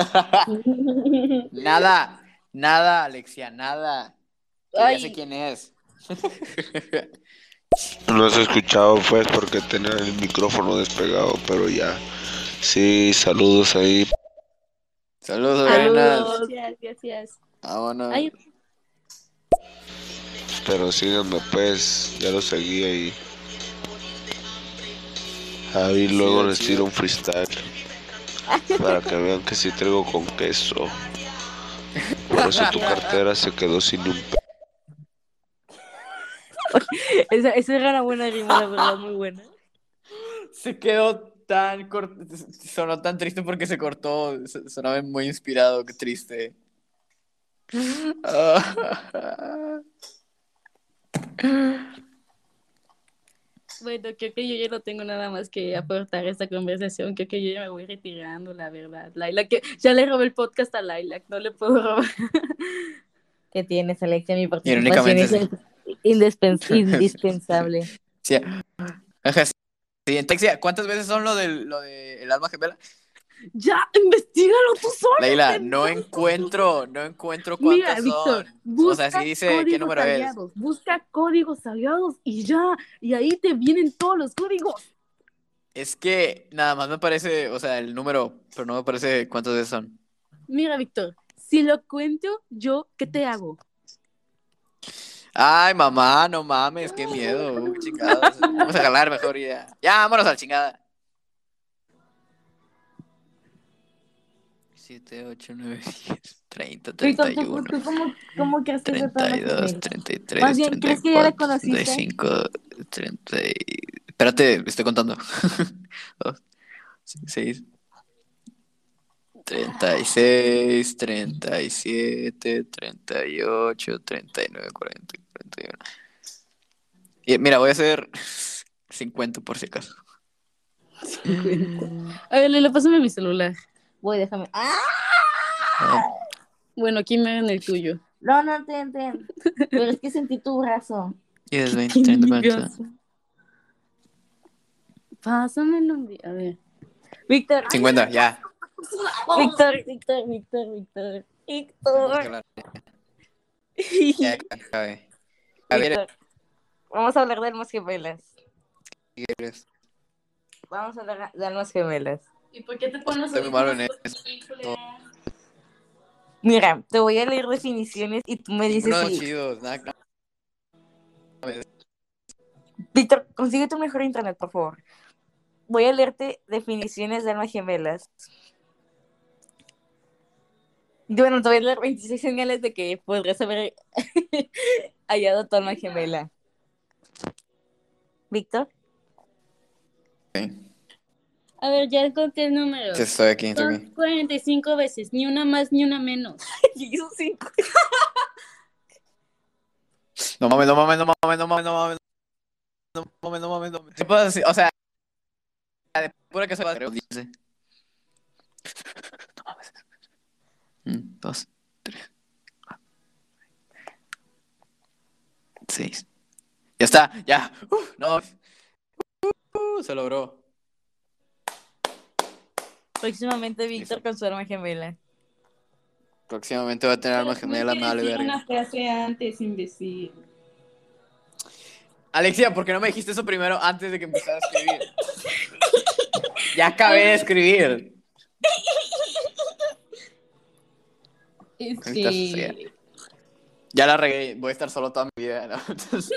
Nada. Nada, Alexia, nada. Que ya sé Ay, quién es. No has escuchado pues porque tenía el micrófono despegado, pero ya. Sí, saludos ahí. Saludos, ah, Arenas. Saludos. gracias, gracias. Vámonos. Ay, Pero síganme pues, ya lo seguí ahí. Ahí luego Chido, les chido. tiro un freestyle. Para que vean que sí traigo con queso. Por eso tu cartera se quedó sin un pe... Esa, esa era una buena rima, la verdad, muy buena. Se quedó tan corto. Sonó tan triste porque se cortó. Se- Sonaba muy inspirado, qué triste. bueno, creo que yo ya no tengo nada más que aportar a esta conversación. Creo que yo ya me voy retirando, la verdad. Laila, que ya le robé el podcast a Laila, no le puedo robar. Que tienes, Alexia, mi participación Irónicamente, es sí. indispen- indispensable. Sí. Ajá, sí. Sí, en Texia, ¿cuántas veces son lo del lo de el alma gemela? Ya, investigalo tú solo, Leila, no pendejo. encuentro, no encuentro Mira, cuántas Víctor, son. O sea, sí busca dice qué códigos número es. aliados, busca códigos aliados y ya, y ahí te vienen todos los códigos. Es que nada más me parece, o sea, el número, pero no me parece cuántas veces son. Mira, Víctor, si lo cuento yo, ¿qué te hago? Ay, mamá, no mames, qué miedo. Uh, chingados. Vamos a jalar mejor ya. Ya, vámonos a la chingada. siete, ocho, nueve, diez, treinta, Víctor, treinta y ¿tú, uno, tú cómo, cómo crees que fue tu treinta alma y dos, gemela? treinta y Más tres, bien, treinta y ¿crees que ya la cuatro, treinta y conociste? cinco, treinta y... Espérate, estoy contando. Dos, seis, treinta y seis, treinta y siete, treinta y ocho, treinta y nueve, cuarenta, cuarenta y uno. Y mira, voy a hacer cincuenta por si acaso. cincuenta. A ver, Lila, pásame mi celular. Voy, déjame. ¡Ah! Ah, Bueno, aquí me hagan el tuyo. No, no, ten, ten. Pero es que sentí tu brazo. diez, ¿Qué veinte, tiene treinta, mi cuarenta. brazo? Pásamelo. A ver. Víctor, cincuenta, ya. Víctor, Víctor, Víctor, Víctor, Vamos a Víctor. hablar. Ya, acabé. A ver, Víctor, vamos a hablar de almas gemelas. ¿qué quieres? Vamos a hablar de almas gemelas. ¿Y por qué te pones Estoy muy malo en audífonos? esto. Mira, te voy a leer definiciones y tú me dices Ninguno si... chido, nada, nada. Víctor, consigue tu mejor internet, por favor. Voy a leerte definiciones de almas gemelas. Y bueno, te voy a leer veintiséis señales de que podrías haber hallado tu alma gemela. Víctor. Ok. A ver, ya encontré el número. Sí, estoy aquí, estoy Son aquí. cuarenta y cinco veces, ni una más ni una menos. Hizo cinco. No mames, no mames, no mames, no mames, no mames. No mames, no mames, no mames. Sí puedo decir, o sea, de pura que soy creo, dice. No mames. Un, dos, tres, cuatro, seis. Ya está, ya. Uf, no. Uh, se logró. Próximamente Víctor Listo. con su alma gemela. Próximamente va a tener alma gemela, me vale verga. frase antes, imbécil. Alexia, ¿por qué no me dijiste eso primero antes de que empezara a escribir? Ya acabé de escribir. Maldita sea. Este. Ya la regué, voy a estar solo toda mi vida, ¿no? Entonces,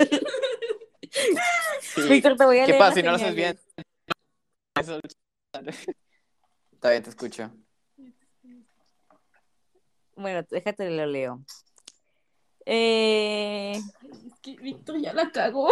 sí. Víctor, te voy a ¿Qué leer pasa las si no lo haces bien? señales. Eso- Está bien, te escucho. Bueno, déjate lo leo. Eh... Es que Víctor ya la cagó.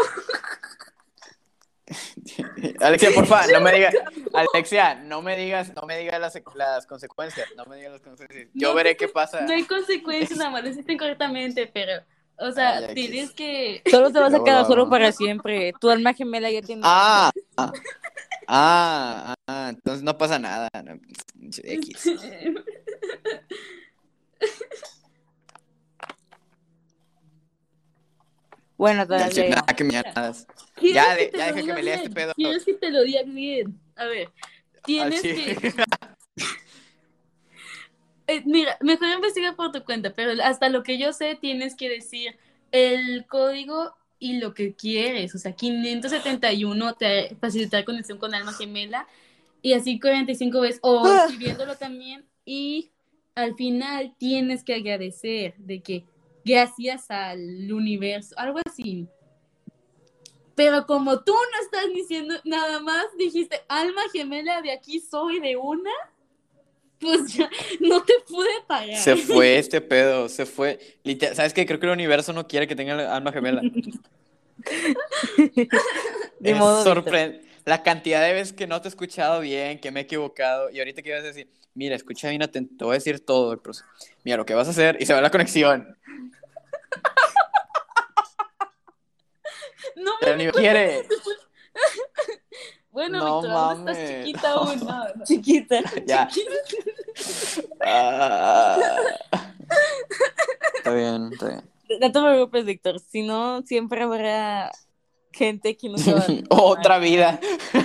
Alexia, porfa, no me digas, Alexia, no me digas, no me digas las, las consecuencias, no me digas las consecuencias. Yo No, veré pues, qué pasa. No hay consecuencias, nada más lo hiciste incorrectamente, pero. O sea, Ah, ya, tienes X. que. Solo te vas a Luego lo quedar solo hago. para siempre. Tu alma gemela ya tiene... Ah, ah, ah, ah, entonces no pasa nada. No, X. Bueno, te Ya, las che, leo. nada que me llamas. ¿Quieres Ya, que de- te ya lo deja que diga me lea bien? este pedo. ¿Quieres que te lo diga bien? A ver, Al tienes chile. que. Eh, mira, mejor investiga por tu cuenta, pero hasta lo que yo sé tienes que decir el código y lo que quieres. O sea, quinientos setenta y uno te facilitar conexión con alma gemela y así cuarenta y cinco veces, o escribiéndolo también. Y al final tienes que agradecer de que gracias al universo, algo así. Pero como tú no estás diciendo nada más, dijiste alma gemela, de aquí soy de una, pues ya no te pude pagar. Se fue este pedo, se fue. Literal- ¿Sabes qué? Creo que el universo no quiere que tenga alma gemela. De Es modo, Víctor. sorprendente. La cantidad de veces que no te he escuchado bien, que me he equivocado, y ahorita que ibas a decir, mira, escucha bien atento, te voy a decir todo, pero mira lo que vas a hacer, y se va la conexión. No me Pero ni quiere. Bueno, No Víctor, aún mames. estás chiquita aún. No, no. Chiquita. Ya. Ah. Está bien, está bien. No te preocupes, Víctor. Si no, siempre habrá gente que nunca va a... Otra vida.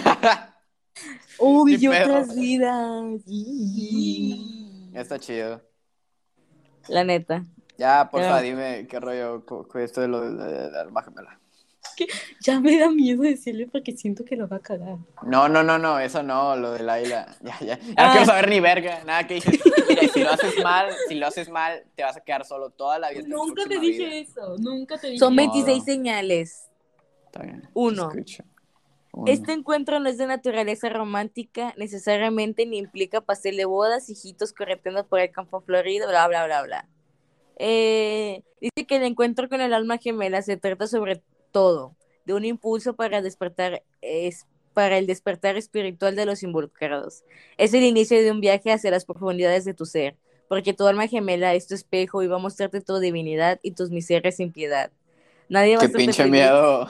Uy, Ni pedo. otras vidas. Está chido. La neta. Ya, porfa, Ya. dime qué rollo con con esto de lo de, de, de alma gemela. Ya me da miedo decirle porque siento que lo va a cagar. No, no, no, no, eso no, lo de Laila. Ya, ya. Ya Ah. no quiero saber ni verga. Nada que dices. Mira, si lo haces mal, si lo haces mal, te vas a quedar solo toda la vida. Nunca te dije eso, nunca te dije Son No, veintiséis no. señales. Está bien. Uno. te escucho. Uno. Este encuentro no es de naturaleza romántica necesariamente ni implica pastel de bodas, hijitos correteando por el campo florido, bla, bla, bla, bla. Eh, dice que el encuentro con el alma gemela se trata sobre todo de un impulso para despertar, es para el despertar espiritual de los involucrados. Es el inicio de un viaje hacia las profundidades de tu ser, porque tu alma gemela es tu espejo y va a mostrarte tu divinidad y tus miserias sin piedad. Nadie va a Qué hacerte pinche feliz. miedo.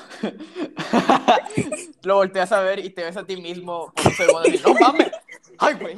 Lo volteas a ver y te ves a ti mismo por un segundo y no mames. Ay, güey.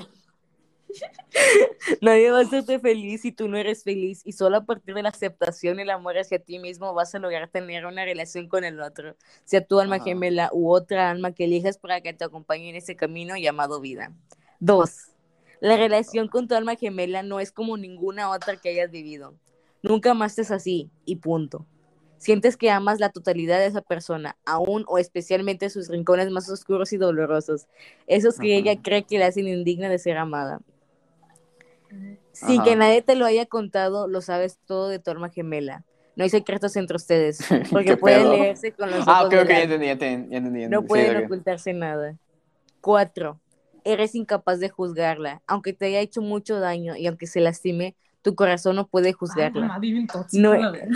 Nadie va a hacerte feliz si tú no eres feliz, y solo a partir de la aceptación y el amor hacia ti mismo vas a lograr tener una relación con el otro, sea tu alma Ajá. gemela u otra alma que elijas para que te acompañe en ese camino llamado vida. Dos, la relación con tu alma gemela no es como ninguna otra que hayas vivido. Nunca amaste así, y punto. Sientes que amas la totalidad de esa persona, aún o especialmente sus rincones más oscuros y dolorosos, esos que Ajá. ella cree que la hacen indigna de ser amada. Sin Ajá. que nadie te lo haya contado, lo sabes todo de tu alma gemela. No hay secretos entre ustedes, porque ¿Qué puede pedo? leerse con los Ah, ojos ok, del ok, ya alma. entendí, ya entendí, ya entendí. ya No entendí. Sí, pueden ok. ocultarse nada. Cuatro, eres incapaz de juzgarla. Aunque te haya hecho mucho daño y aunque se lastime, tu corazón no puede juzgarla. No,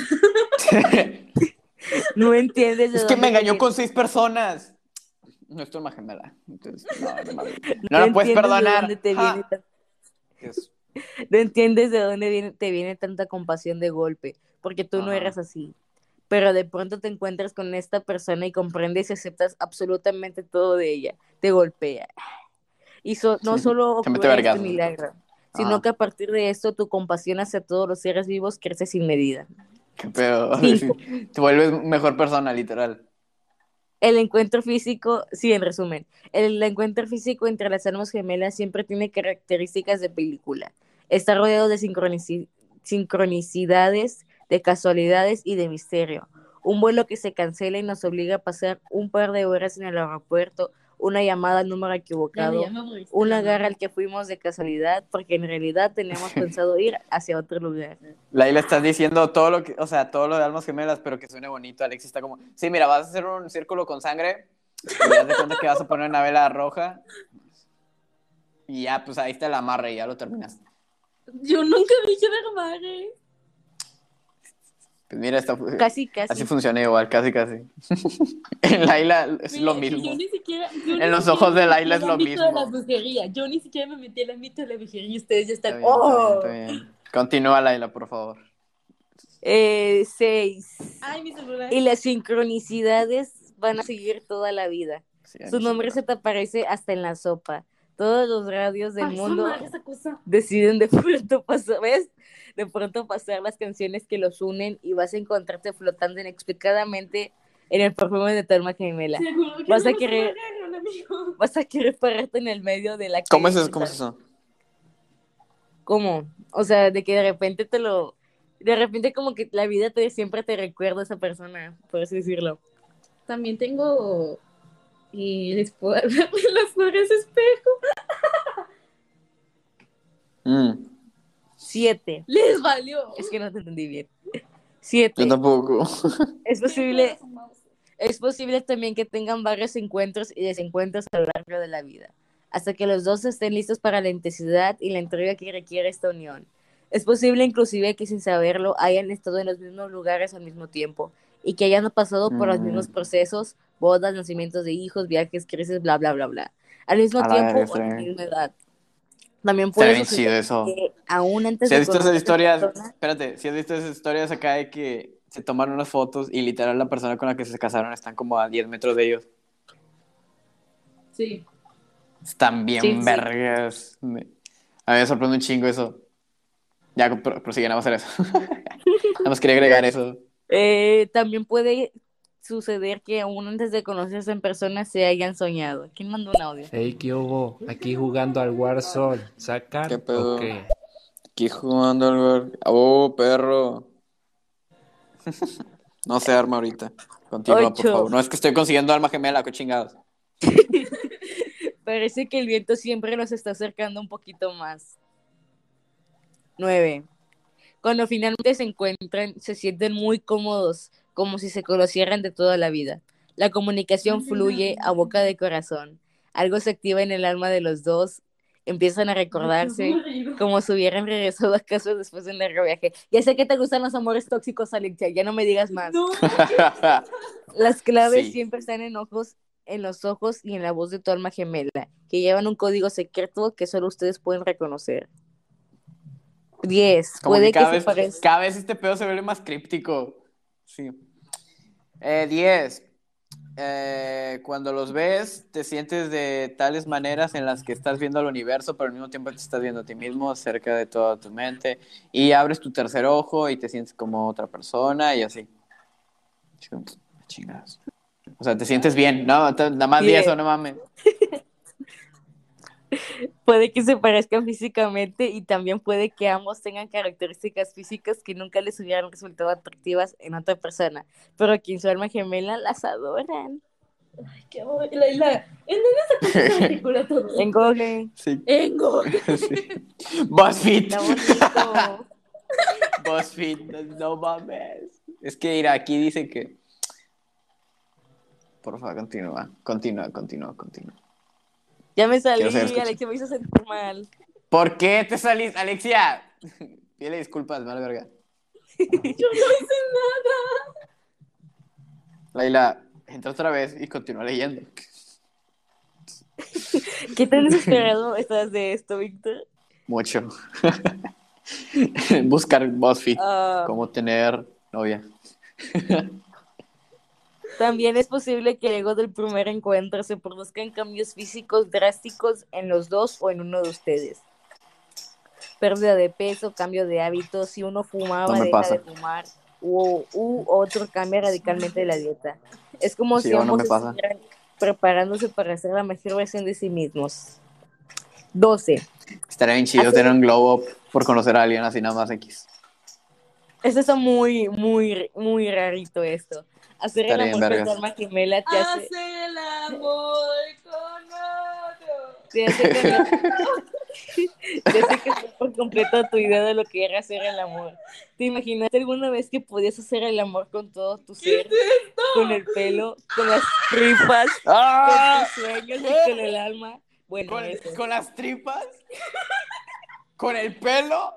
no entiendes de Es que me dónde te engañó viene- con seis personas. No es tu alma gemela. Entonces, no, no mames. No no la puedes entiendes de dónde perdonar. te viene Ja. tan- Es- no entiendes de dónde viene, te viene tanta compasión de golpe, porque tú no Ajá. eras así. Pero de pronto te encuentras con esta persona y comprendes y aceptas absolutamente todo de ella. Te golpea. Y so- no solo Se mete ocurre este vergazos. milagro, sino Ajá. que a partir de esto tu compasión hacia todos los seres vivos crece sin medida. Qué pedo. Cinco. Te vuelves mejor persona, literal. El encuentro físico, sí, en resumen, el encuentro físico entre las almas gemelas siempre tiene características de película. Está rodeado de sincronici- sincronicidades, de casualidades y de misterio. Un vuelo que se cancela y nos obliga a pasar un par de horas en el aeropuerto, una llamada al número equivocado, un lugar al que fuimos de casualidad, porque en realidad teníamos pensado ir hacia otro lugar. Laila, estás diciendo todo lo que, o sea, todo lo de almas gemelas, pero que suene bonito. Alexis está como, sí, mira, vas a hacer un círculo con sangre y haz de cuenta que vas a poner una vela roja y ya, pues ahí está el amarre y ya lo terminas. Yo nunca dije de amarre. Pues mira, está, Casi, casi. así funciona igual, casi, casi. En Laila es Mira, lo que mismo. Yo ni siquiera, yo En ni los siquiera ojos de me Laila metí es al lo ámbito de la mismo. brujería. Yo ni siquiera me metí al ámbito de la brujería y ustedes ya Está están. bien, está bien, ¡Oh! está bien. Continúa, Laila, por favor. Eh, seis. Ay, mi celular. Y las sincronicidades van a seguir toda la vida. Sí, Su nombre se te aparece hasta en la sopa. Todos los radios del Ay, esa mundo madre, esa cosa. deciden de pronto pasar, ¿ves? De pronto pasar las canciones que los unen y vas a encontrarte flotando inexplicadamente en el perfume de tu alma gemela. Seguro que Vas no a nos querer, agarran, amigo. vas a querer pararte en el medio de la calle. ¿Cómo es y eso? ¿Cómo es gritar. eso? ¿Cómo? O sea, de que de repente te lo... De repente como que la vida te siempre te recuerda a esa persona, por así decirlo. También tengo. Y les puedo hablar de las flores espejo. Mm, Siete. Les valió. Es que no te entendí bien. Siete. yo tampoco. Es posible, es posible también que tengan varios encuentros y desencuentros a lo largo de la vida, hasta que los dos estén listos para la intensidad y la entrega que requiere esta unión. Es posible inclusive que sin saberlo hayan estado en los mismos lugares al mismo tiempo y que hayan pasado por los Mm. mismos procesos, bodas, nacimientos de hijos, viajes, crisis, bla, bla, bla, bla, al mismo A la tiempo verga, o está a la bien. misma edad. También Está puede bien suceder chido eso. que aún antes Si has de visto esas conocer a esa historias, persona, espérate, si has visto esas historias acá de que se toman unas fotos y literal la persona con la que se casaron están como a diez metros de ellos. Sí. Están bien Sí, sí. vergas. Me- A mí me sorprende un chingo eso. Ya, pro- prosigue, nada más hacer eso. Nada más quería agregar eso. Eh, también puede suceder que aún antes de conocerse en persona se hayan soñado. ¿Quién mandó un audio? Hey, ¿qué hubo? Aquí jugando al Warzone. ¿Sacan ¿Qué pedo? o qué? Aquí jugando al ver. Oh, perro. No se arma ahorita. Continúa, por Ocho. favor. No es que estoy consiguiendo alma gemela, qué chingados. Parece que el viento siempre nos está acercando un poquito más. Nueve. Cuando finalmente se encuentran, se sienten muy cómodos, como si se conocieran de toda la vida. La comunicación fluye a boca de corazón. Algo se activa en el alma de los dos. Empiezan a recordarse como si hubieran regresado a casa después de un largo viaje. Ya sé que te gustan los amores tóxicos, Alexia, ya no me digas más. No, Las claves Sí. siempre están en ojos, en los ojos y en la voz de tu alma gemela, que llevan un código secreto que solo ustedes pueden reconocer. Diez. Como Puede que cada que vez, se parezca. cada vez este pedo se vuelve más críptico. Sí. Eh, diez. Eh, cuando los ves, te sientes de tales maneras en las que estás viendo al universo, pero al mismo tiempo te estás viendo a ti mismo cerca de toda tu mente. Y abres tu tercer ojo y te sientes como otra persona y así. Chingados. O sea, te sientes bien. No, t- nada más di Bien. eso, no mames. Puede que se parezcan físicamente y también puede que ambos tengan características físicas que nunca les hubieran resultado atractivas en otra persona, pero que en su alma gemela las adoran. qué amor. La, la, ¿En dónde sacó ese artículo todo? En Google. Sí. En Google. Sí. BuzzFeed. Está bonito. BuzzFeed, no, no mames. Es que, mira, aquí dice que... Por favor, continúa, continúa, continúa, continúa. Ya me Quiero seguir salí, escuchando. Alexia me hizo sentir mal. ¿Por qué te salís, Alexia? Pídele disculpas, mala verga. Yo no hice nada. Laila, entra otra vez y continúa leyendo. ¿Qué tan desesperado estás de esto, Víctor? Mucho. Buscar BuzzFeed. Ah, Cómo tener novia. también es posible que luego del primer encuentro se produzcan cambios físicos drásticos en los dos o en uno de ustedes. Pérdida de peso, cambio de hábitos, si uno fumaba, No me deja pasa. de fumar, u, u otro cambia radicalmente la dieta. Es como Sí, si o no ambos me pasa. estuvieran preparándose para ser la mejor versión de sí mismos. doce. Estaría bien chido Hacer- tener un glow up por conocer a alguien así nada más X. Esto está muy, muy, muy rarito esto. Hacer el Estaría amor bien con tu vergas. alma gemela te hace, Hacer el amor con otro. te hace cambiar, te hace cambiar por completo tu idea de lo que era hacer el amor. ¿Te imaginaste alguna vez que podías hacer el amor con todo tu ser? Con el pelo, con las tripas, ¡Ah! con tus sueños ¿Qué? y con el alma. Bueno, ¿Con, eso. con las tripas? ¿Con el pelo?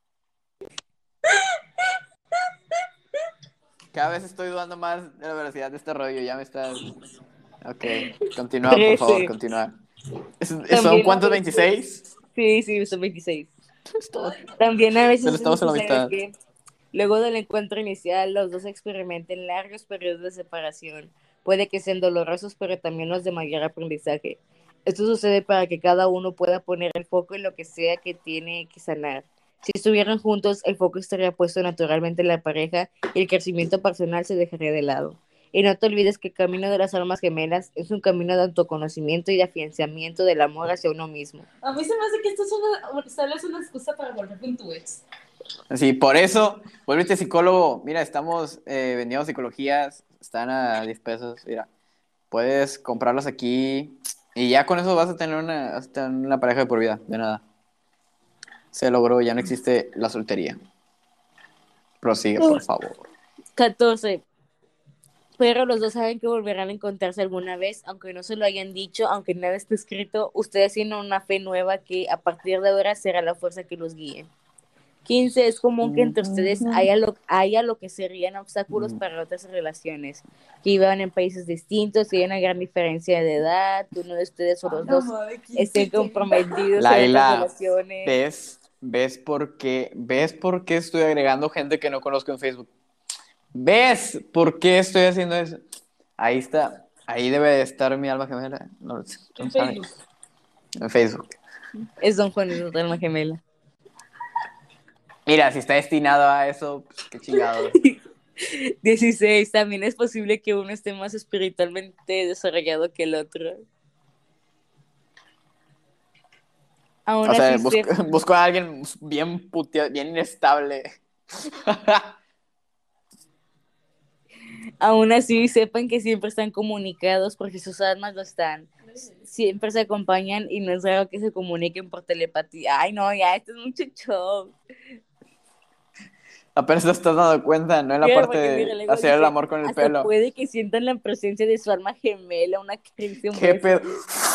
Cada vez estoy dudando más de la veracidad de este rollo. Ya me estás... Ok, continúa, por favor, trece. continúa. ¿Es- ¿Son También cuántos? a veces- ¿veintiséis? Sí, sí, son veintiséis. También a veces Pero es estamos en la necesario mitad. que luego del encuentro inicial los dos experimenten largos periodos de separación. Puede que sean dolorosos, pero también los de mayor aprendizaje. Esto sucede para que cada uno pueda poner el foco en lo que sea que tiene que sanar. Si estuvieran juntos, el foco estaría puesto naturalmente en la pareja y el crecimiento personal se dejaría de lado. Y no te olvides que el camino de las almas gemelas es un camino de autoconocimiento y de afianzamiento del amor hacia uno mismo. A mí se me hace que esto es una, solo es una excusa para volver con tu ex. Sí, por eso, vuélvete psicólogo. Mira, estamos eh, vendiendo psicologías, están a diez pesos. Mira, puedes comprarlas aquí y ya con eso vas a tener una, vas a tener una pareja de por vida, de nada. Se logró, ya no existe la soltería. Prosigue, por favor. catorce. Pero los dos saben que volverán a encontrarse alguna vez, aunque no se lo hayan dicho, aunque nada esté escrito, ustedes tienen una fe nueva que a partir de ahora será la fuerza que los guíe. quince. Es común que entre ustedes haya lo, haya lo que serían obstáculos para otras relaciones, que vivan en países distintos, que hay una gran diferencia de edad, que uno de ustedes o los dos estén comprometidos en Laila, otras relaciones. ¿ves? ¿Ves por qué? ¿Ves por qué estoy agregando gente que no conozco en Facebook? ¿Ves por qué estoy haciendo eso? Ahí está, ahí debe de estar mi alma gemela. No, tú En no sabes. Facebook. En Facebook. Es Don Juan de su alma gemela. Mira, si está destinado a eso, pues, qué chingado. dieciséis. También es posible que uno esté más espiritualmente desarrollado que el otro. Aún O sea, así, busco, se- busco a alguien bien puteado, bien inestable. Aún así, sepan que siempre están comunicados porque sus almas lo están. Siempre se acompañan y no es raro que se comuniquen por telepatía. Ay, no, ya, esto es mucho show. Apenas te estás dando cuenta, ¿no? En la Mira, parte porque mira, de luego hacer el dice, amor con el hasta pelo. puede que sientan la presencia de su alma gemela, una caricia, un ¿Qué beso. pedo?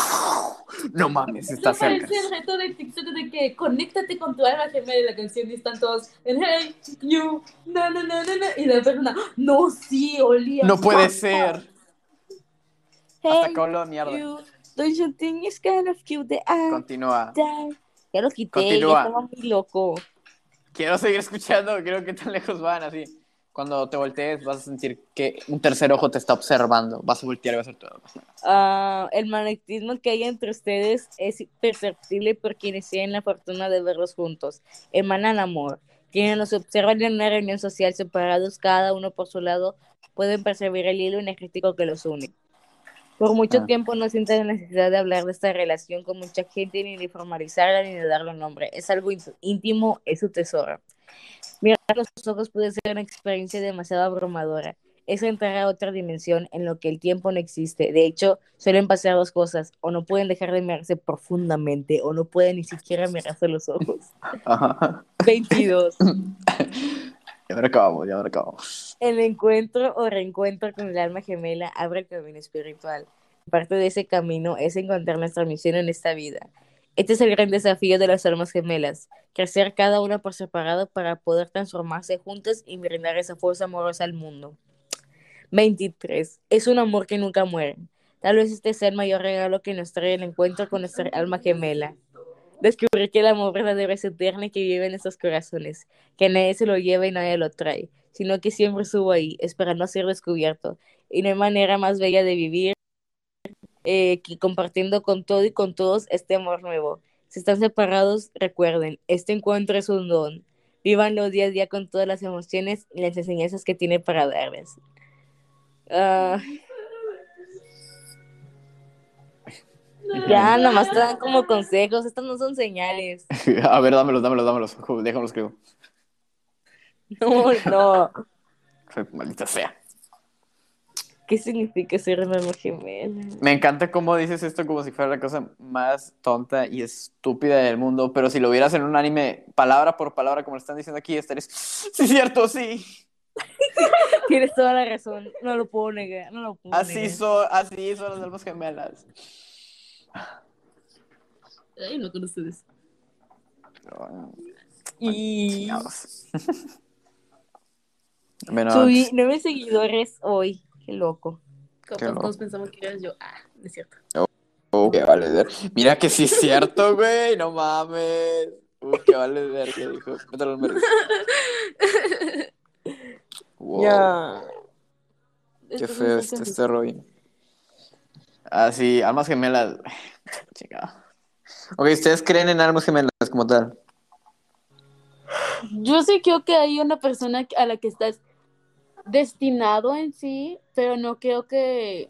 No mames, está No cerca. parece el reto de TikTok de que conéctate con tu alma gemela de la canción y están todos en hey, you, no, no, no, no, no. Y la persona, no, sí, olía. No puede fuck, ser. fuck. Hasta Hey, que hablo de mierda. you, don't you think it's kind of cute that I Continúa. die? Ya lo quité, ya Continúa. estaba muy loco. Quiero seguir escuchando, creo que tan lejos van así. Cuando te voltees vas a sentir que un tercer ojo te está observando. Vas a voltear y vas a hacer todo. Ah, el magnetismo que hay entre ustedes es perceptible por quienes tienen la fortuna de verlos juntos. Emanan amor. Quienes los observan en una reunión social separados cada uno por su lado pueden percibir el hilo energético que los une. Por mucho Ah. tiempo no sienten la necesidad de hablar de esta relación con mucha gente, ni de formalizarla, ni de darle un nombre. Es algo íntimo, es su tesoro. Mirar los ojos puede ser una experiencia demasiado abrumadora. Es entrar a otra dimensión en lo que el tiempo no existe. De hecho, suelen pasar dos cosas. O no pueden dejar de mirarse profundamente, o no pueden ni siquiera mirarse los ojos. Ajá. veintidós. Ya me acabamos, ya me acabamos. El encuentro o reencuentro con el alma gemela abre el camino espiritual. Parte de ese camino es encontrar nuestra misión en esta vida. Este es el gran desafío de las almas gemelas, crecer cada una por separado para poder transformarse juntas y brindar esa fuerza amorosa al mundo. veintitrés. Es un amor que nunca muere. Tal vez este sea el mayor regalo que nos trae el encuentro con nuestra alma gemela. Descubrir que el amor verdadero es eterno y que vive en nuestros corazones, que nadie se lo lleva y nadie lo trae, sino que siempre estuvo ahí, esperando a ser descubierto. Y no hay manera más bella de vivir eh, que compartiendo con todo y con todos este amor nuevo. Si están separados, recuerden, este encuentro es un don. Vívanlo día a día con todas las emociones y las enseñanzas que tiene para darles. Uh, ya, nomás te dan como consejos, estas no son señales. A ver, dámelos, dámelos, dámelos. Déjame escribo. No, no. Maldita sea. ¿Qué significa ser una alma gemela? Me encanta cómo dices esto como si fuera la cosa más tonta y estúpida del mundo, pero si lo vieras en un anime, palabra por palabra, como lo están diciendo aquí, estarías... Sí, cierto, sí. Tienes toda la razón, no lo puedo negar, no lo puedo Así negar. son, así son las almas gemelas. Ay, no con ustedes. Pero, Y chingados. Bueno, subí nueve seguidores hoy, qué loco. Qué Capaz loco. todos pensamos que eras yo. Ah, no es cierto. uh, qué vale ver. Mira que sí es cierto, güey, no mames. Uh, qué vale ver, que dijo. Mételo al medio. Wow. Ya. Qué Después feo me este, sacan- este rollo. Ah, sí, almas gemelas. Chingado. Ok, ¿ustedes creen en almas gemelas como tal? Yo sí creo que hay una persona a la que estás destinado en sí, pero no creo que...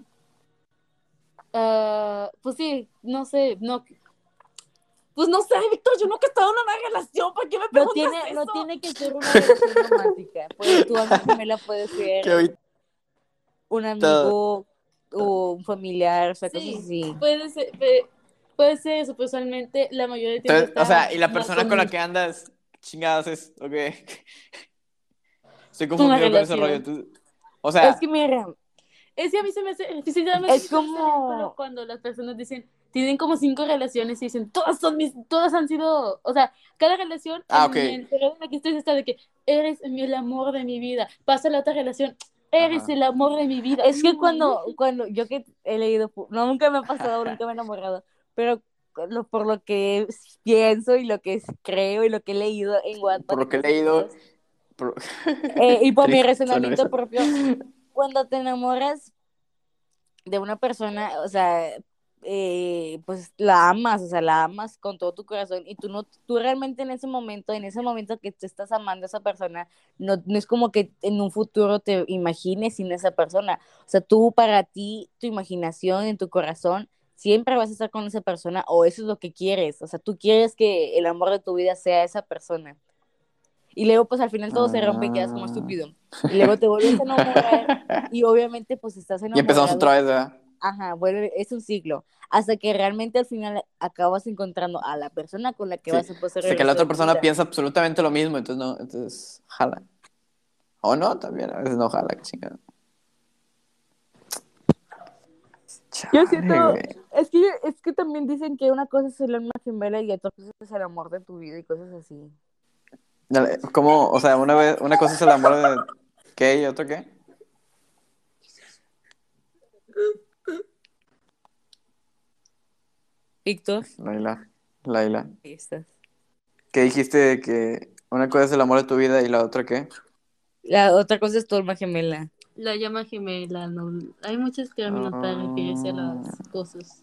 ah, pues sí, no sé, no... Pues no sé, Víctor, yo nunca he estado en una relación, ¿por qué me No preguntas tiene, eso? no tiene que ser una relación romántica. Pues, tu alma gemela puede ser Que ahorita... un amigo o un familiar, o sea, cosas Sí, así. puede ser, puede, puede ser eso, pero usualmente la mayoría del tiempo Entonces, o está sea, y la no persona con, con la que andas, chingados es, ok. Estoy una confundido con ese relación. rollo. Tú- O sea, Es que mira, Es que a mí se me hace, sí, ya me Es hace como- ridículo cuando las personas dicen, tienen como cinco relaciones y dicen, todas son mis, todas han sido, o sea, cada relación, Ah, en ok. el periodo en el que estoy está de que eres el amor de mi vida, pasa la otra relación, eres Ajá. el amor de mi vida. es que cuando, cuando yo que he leído, pu- no, nunca me ha pasado, nunca me he enamorado, pero lo- por lo que pienso y lo que creo y lo que he leído en Wattpad por lo y que he por leído, libros, por- eh, y por mi Triste, razonamiento sonó eso. propio, cuando te enamoras de una persona, o sea, eh, pues la amas, o sea, la amas con todo tu corazón y tú no, tú realmente en ese momento, en ese momento que te estás amando a esa persona, no, no es como que en un futuro te imagines sin esa persona, o sea, tú para ti, tu imaginación en tu corazón, siempre vas a estar con esa persona o eso es lo que quieres, o sea, tú quieres que el amor de tu vida sea esa persona. Y luego, pues al final todo se rompe y quedas como estúpido. Y luego te vuelves a enamorar y obviamente pues estás Y empezamos enamorado. otra vez, ¿verdad? Ajá, vuelve, es un ciclo. Hasta que realmente al final acabas encontrando a la persona con la que Sí. vas a pasar el Hasta que la resto de otra tu persona vida. piensa absolutamente lo mismo, entonces no, entonces jala. O no, también, a veces no jala, qué chingada. Yo Chale, siento, güey. es que, es que también dicen que una cosa es el alma gemela y otra cosa es el amor de tu vida y cosas así. Dale, ¿cómo? O sea, una vez, una cosa es el amor de ¿qué y otro qué? Víctor, Laila, Laila. ahí estás. ¿Qué dijiste de que una cosa es el amor de tu vida y la otra qué? La otra cosa es tu alma gemela. La llama gemela, no. Hay muchos términos para referirse a Ah, las cosas.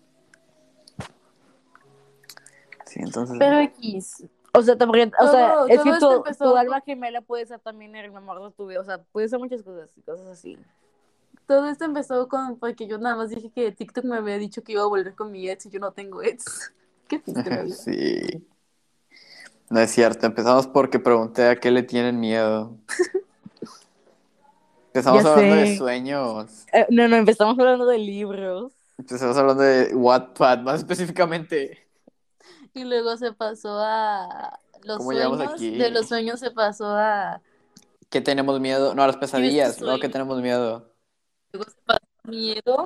sí, entonces. Pero X. O sea, también, o sea, Todo- es todo que esto tu, empezó tu con- alma gemela puede ser también el amor de tu vida. O sea, puede ser muchas cosas y cosas así. Todo esto empezó con porque yo nada más dije que TikTok me había dicho que iba a volver con mi ex y yo no tengo ex. Qué triste la vida. Sí. No es cierto. Empezamos porque pregunté a qué le tienen miedo. Empezamos Ya hablando de sé. sueños. Eh, no, no, empezamos hablando de libros. Empezamos hablando de Wattpad, más específicamente. Y luego se pasó a los ¿Cómo llegamos sueños. aquí? De los sueños se pasó a ¿Qué tenemos miedo? No, a las ¿Tienes pesadillas. tu Luego, ¿qué sueño? tenemos miedo? Luego se pasó a miedo.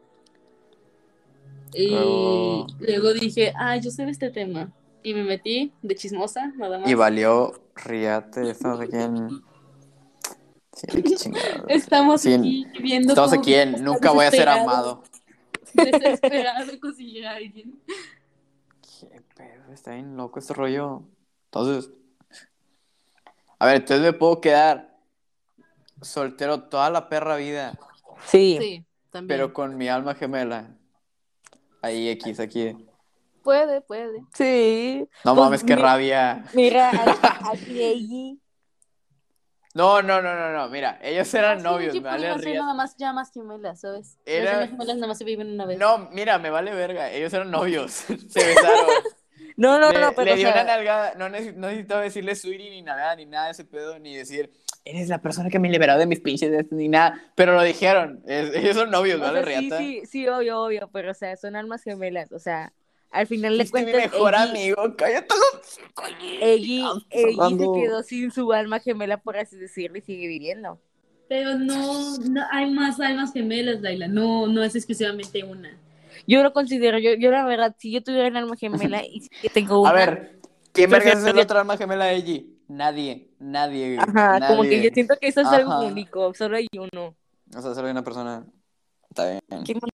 Y Luego... luego dije, ay, yo sé de este tema. Y me metí de chismosa, nada más. Y valió riate. Estamos aquí en... Sí, qué chingado. Estamos Sí, aquí viendo estamos cómo aquí en está Nunca voy a ser desesperado, amado. desesperado de conseguir a alguien. Qué pedo, está bien loco este rollo. Entonces, a ver, entonces me puedo quedar soltero toda la perra vida, Sí. Sí, también. pero con mi alma gemela. Ahí, X, aquí. Puede, puede. Sí. No Pues, mames, qué mi- rabia. Mira, a- aquí, allí. No, no, no, no, no. Mira, ellos eran Así novios, aquí me vale pudieron ser riata. nada más llamas gemelas, ¿sabes? Las Era... llamas gemelas nada más se viven una vez. No, mira, me vale verga. Ellos eran novios. Se besaron. No, no, no, Le, pero le o di una sea, nalgada. No, neces- no necesitaba decirle sweetie ni nada, ni nada de ese pedo, ni decir, eres la persona que me liberó de mis pinches, de esto", ni nada. Pero lo dijeron. Es- ellos son novios, o ¿vale, sea, sí, riata? sí, sí, obvio, obvio, pero o sea, son almas gemelas, o sea, al final de Fuiste mi cuentas, mejor Eggy, amigo. Cállate. Eggy, Estás Eggy se hablando. quedó sin su alma gemela, por así decirlo, y sigue viviendo. Pero no, no, hay más almas gemelas, Laila. No, no es exclusivamente una. Yo lo considero, yo, yo la verdad, si yo tuviera un alma gemela y si que tengo A una, ver, ¿quién prefiero vergas es que- la otra alma gemela de Eiji? Nadie, nadie, ajá, como que yo nadie. siento que eso es algo Ajá. único, solo hay uno. O sea, solo hay una persona. Está bien. ¿Quién más?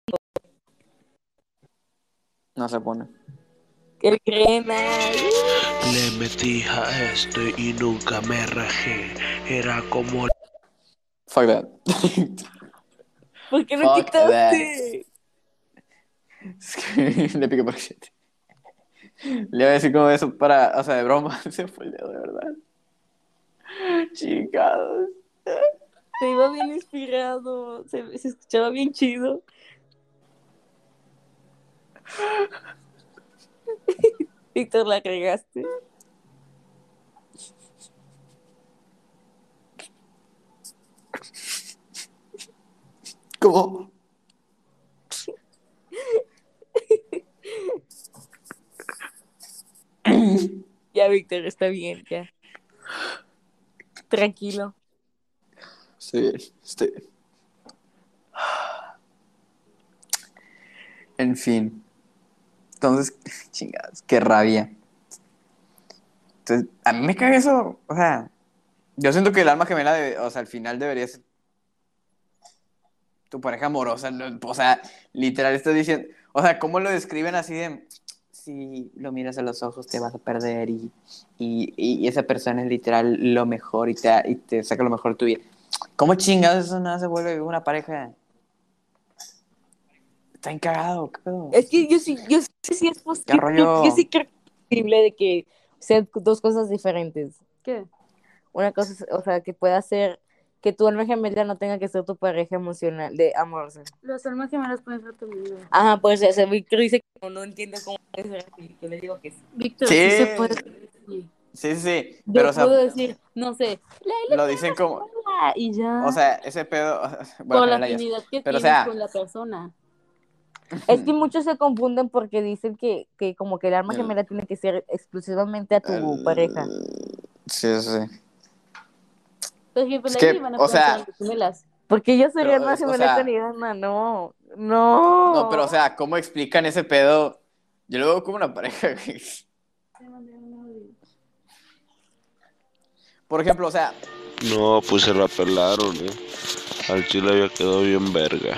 No se pone. El crema. Le metí a esto y nunca me rajé. Era como Fuck that. ¿Por qué lo Fuck quitaste? Es que le piqué por siete. Le iba a decir como eso para, o sea, de broma. Se fue el dedo, de verdad. Chicas. Se iba bien inspirado, se, se escuchaba bien chido. Víctor, la regaste. ¿Cómo? Ya, Víctor, está bien, ya. Tranquilo. Sí, este. En fin. Entonces, chingadas, qué rabia. Entonces, a mí me caga eso. O sea, yo siento que el alma gemela, debe- o sea, al final debería ser tu pareja amorosa. no- O sea, literal, estás diciendo. O sea, ¿cómo lo describen así de. Si lo miras a los ojos te vas a perder y, y, y esa persona es literal lo mejor y te, y te saca lo mejor de tu vida? ¿Cómo chingados eso nada se vuelve una pareja? Está encagado, ¿qué pedo? Es que yo sí, yo sí, sí es posible. ¿Qué rollo? Yo sí creo que es posible de que sean dos cosas diferentes. ¿Qué? Una cosa, es, o sea, que pueda ser que tu alma gemela no tenga que ser tu pareja emocional, de amorosa. Las almas gemelas pueden ser tu vida. Ajá, pues ese Víctor dice que no, no entiendo cómo puede ser así. Yo le digo que sí. Víctor, Sí. sí se puede. Sí. Sí, sí, sí, Yo pero o sea, puedo decir, no sé, lo dicen como, "Ah", y ya, o sea, ese pedo, bueno, por la gemela ya es, afinidad que pero o tienes con sea, la persona. Es que muchos se confunden porque dicen que, que como que el alma el, gemela tiene que ser exclusivamente a tu pareja. el- sí, sí, sí. Por ejemplo, Es la Ivy que, van a o poder ser sea, almas gemelas. Porque yo sería pero, alma es- o gemela con sea, Ivana, no, no, pero, no. o sea, ¿cómo explican ese pedo? Yo lo veo como una pareja, güey. Por ejemplo, o sea, No, pues se la pelaron, eh. Al chile había quedado bien verga.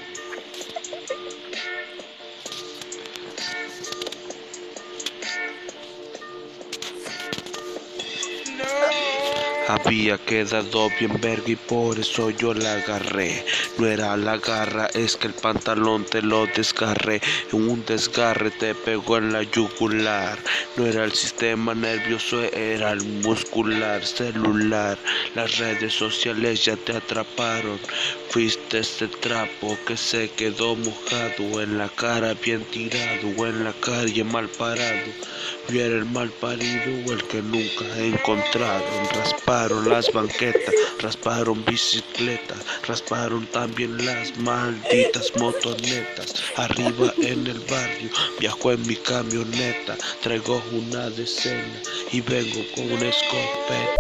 Había quedado bien verga y por eso yo la agarré. No era la garra, es que el pantalón te lo desgarré. En un desgarre te pegó en la yugular. No era el sistema nervioso, era el muscular, celular. Las redes sociales ya te atraparon. Fuiste ese trapo que se quedó mojado, en la cara bien tirado, o en la calle mal parado. Yo era el mal parido o el que nunca encontraron. Rasparon las banquetas, rasparon bicicletas, rasparon también las malditas motonetas. Arriba en el barrio, viajo en mi camioneta, traigo una decena y vengo con una escopeta.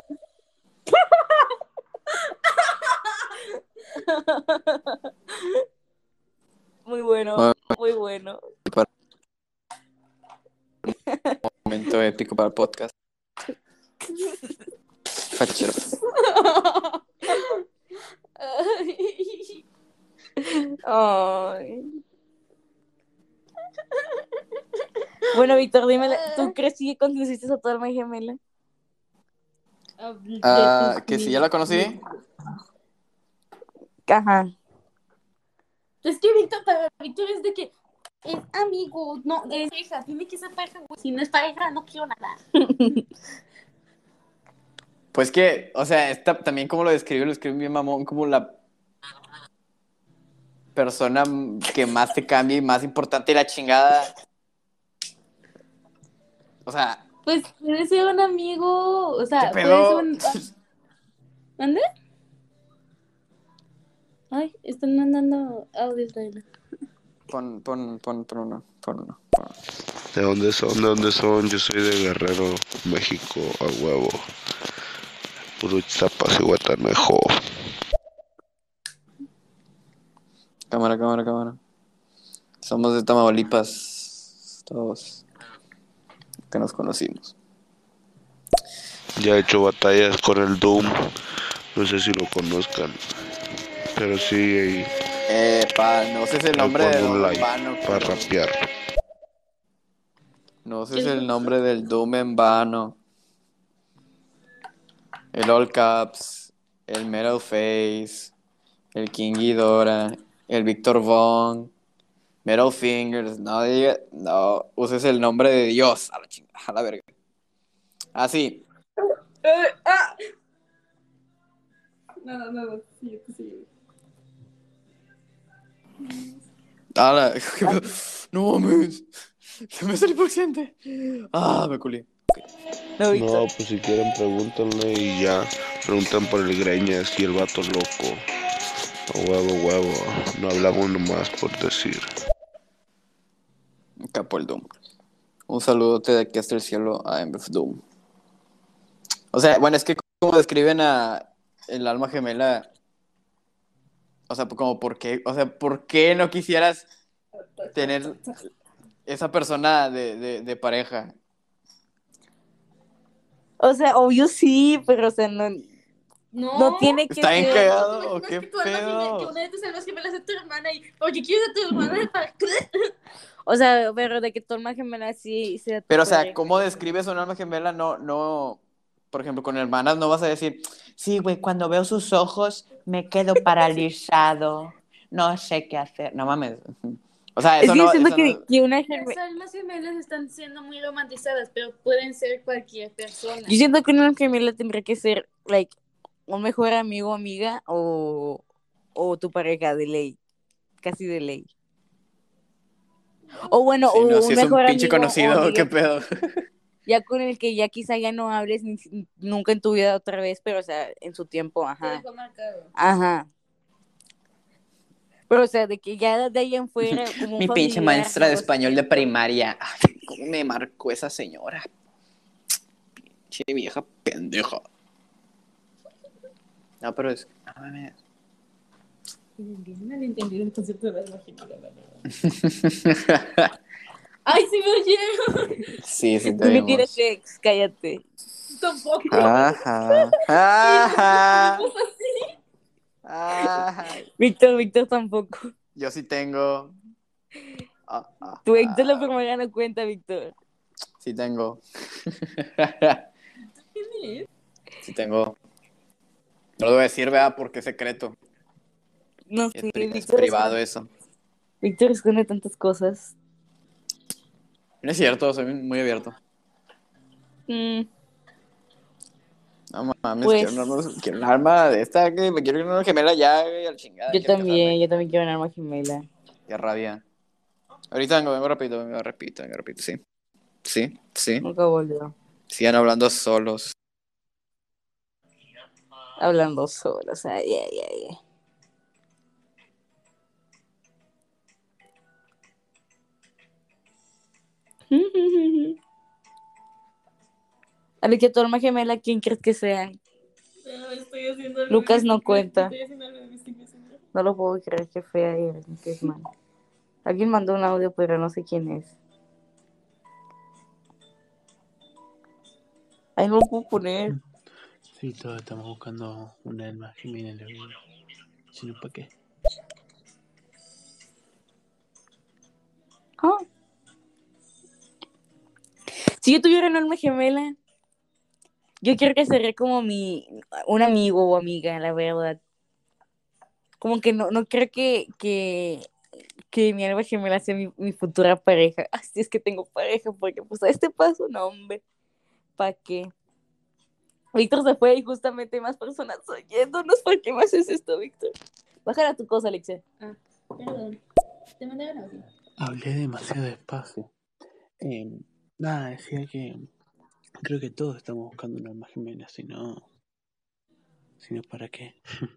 Muy bueno, muy bueno. momento épico para el podcast. Fachero. Ay. Bueno, Víctor, dime, ¿tú crees que conociste a tu alma gemela? Ah, de Ah, tus que si mis- ya la conocí. Ajá. Es que Víctor, para Víctor es de que es amigo, no, es pareja, tiene que ser pareja, güey. Si no es pareja, no quiero nada. Pues que, o sea, esta, también como lo describe, lo escribe bien mamón, como la persona que más te cambia y más importante y la chingada. O sea, Pues puede ser un amigo, o ¿qué sea, puede ser pedo? un... ¿Mande? Ay, están mandando audios, Laila. Pon, pon, pon, pon uno, pon uno, pon uno. ¿De dónde son? ¿De dónde son? Yo soy de Guerrero, México, a huevo. Puro Chiapas y Guatanejo. Cámara, cámara, cámara. Somos de Tamaulipas, todos que nos conocimos. Ya he hecho batallas con el Doom. No sé si lo conozcan. Pero sí, ahí, Eh, pa, no sé si el ahí nombre de pongo un Doom en like vano. para pero- rapear. No sé si el nombre del Doom en vano. El All Caps, el Metal Face, el King Ghidorah, el Victor Von, Metal Fingers. No diga, no uses el nombre de Dios a la chingada, a la verga. Así. No, no, sí, sí. A la... No mames. Se me salió por accidente. Ah, me culé. No, Víctor. No, pues si quieren pregúntenle y ya. Preguntan por el Greñas y el vato loco. A huevo, huevo. No hablamos nomás por decir. Capo el Doom. Un saludote de aquí hasta el cielo a M F Doom. O sea, bueno, es que como describen a el alma gemela, o sea, como por qué, o sea, ¿por qué no quisieras tener esa persona de, de, de pareja? O sea, obvio sí, pero o sea, no, No, no tiene que ¿Está bien ser. cagado o no, qué que tu alma gemela, que pedo? una de tus almas gemelas es tu hermana y porque quieres a tu hermana para... O sea, pero de que tu alma gemela sí sea tu Pero, o sea, pareja. ¿cómo describes un alma gemela? No, no, por ejemplo, con hermanas no vas a decir, sí, güey, cuando veo sus ojos me quedo paralizado, no sé qué hacer. No mames. O sea, Es eso que yo no, siento eso que, no. que una Las gemela. almas gemelas están siendo muy romantizadas, pero pueden ser cualquier persona. Yo siento que una gemela tendría que ser, like, un mejor amigo o amiga o, o tu pareja de ley. Casi de ley. O bueno, Sí, no, o si un es un mejor pinche amigo o conocido, amiga. qué pedo. ya con el que ya quizá ya no hables ni, nunca en tu vida otra vez, pero o sea, en su tiempo, ajá. Ajá. Pero o sea, de que ya de ahí en fuera, como un Mi pinche familiar, maestra de no lo español de siento. primaria. Ay, ¿cómo me marcó esa señora? Che, vieja pendeja. No, pero es... no mames. Ay, sí me oyeron. Sí, sí te Tú no quieres oímos. que cállate. Tampoco. Ajá. Ajá. Ajá. Víctor, Víctor tampoco. Yo sí tengo. Ah, ah, Tu ex de la ah. primera no cuenta, Víctor. Sí tengo. Sí tengo. No lo voy a decir, vea, porque es secreto. No Es, sé, pri- es Víctor privado esconde, eso. Víctor esconde tantas cosas. No es cierto, soy muy abierto. Mm, No mames, quiero, pues una, arma- quiero un arma de esta, que me quiero ir a una gemela ya, güey, al chingada, yo quiero casarme. también, yo también quiero un arma gemela. Qué rabia. Ahorita vengo, vengo rapidito, vengo rapidito, vengo rapidito, sí. Sí, sí. Nunca volvió. Sigan hablando solos. Hablando solos. Ay, ay, ay, ay. Alicia, tu alma gemela, ¿quién crees que sea? No, estoy haciendo algo Lucas de no mis- cuenta. Estoy haciendo algo de mis investigaciones. No lo puedo creer, qué fea eres, qué es mal. Alguien mandó un audio, pero no sé quién es. Ay, no lo puedo poner. Sí, todos estamos buscando una alma gemela en la vida. Si no, ¿para qué? Ah. Si yo tuviera un alma gemela, yo quiero que sería como mi, un amigo o amiga, la verdad. Como que no, no creo que, que, que mi alma gemela sea mi, mi futura pareja. Así es que tengo pareja, porque pues a este paso, no, hombre, ¿para qué? Víctor se fue y justamente hay más personas oyéndonos. ¿Por qué me haces esto, Víctor? Bájala tu cosa, Alexia. Ah, perdón. Te mandé un audio. Hablé demasiado despacio. Eh, nada, decía que creo que todos estamos buscando una alma gemela, si no, si no, ¿para qué?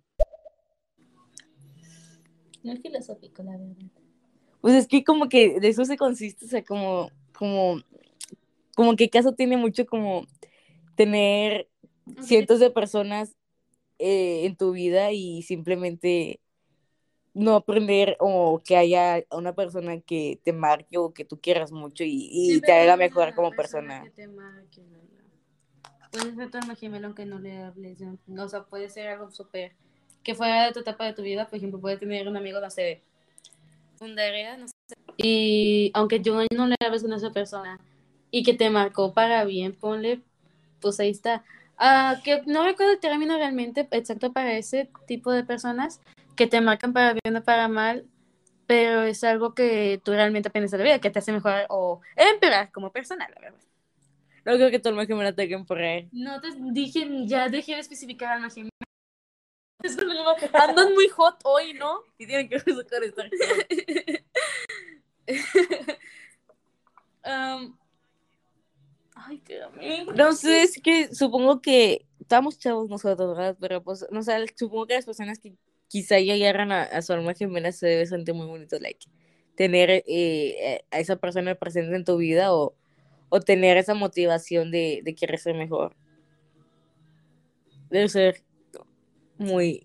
No es filosófico, la verdad. Pues es que como que de eso se consiste, o sea, como, como, como que caso tiene mucho como tener cientos de personas eh, en tu vida y simplemente no aprender o que haya una persona que te marque o que tú quieras mucho y, y Siempre te haga va a haber mejor una como persona persona. que te marque, ¿verdad? Puede ser tu alma gemela aunque no le hables. ¿No? O sea, puede ser algo súper que fuera de tu etapa de tu vida. Por ejemplo, puede tener un amigo, no sé, secundaria, no sé. Y aunque yo no le hables con esa persona y que te marcó para bien, ponle, pues ahí está. Ah, que no recuerdo el término realmente exacto para ese tipo de personas que te marcan para bien o para mal, pero es algo que tú realmente aprendes a la vida, que te hace mejorar o empeorar como persona, la verdad. No creo que tu alma gemela te ataquen por ahí. No te dije, ya dejé de especificar alma gemela. Andan muy hot hoy, ¿no? Y tienen que ver eso con estar Um, ay, qué amigo. No sé, es que supongo que estamos chavos nosotros, ¿verdad? Pero pues, no sé, supongo que las personas que quizá ya agarran a, a su alma gemela se debe sentir muy bonito, like, tener eh, a esa persona presente en tu vida o, o tener esa motivación de, de querer ser mejor. Debe ser muy,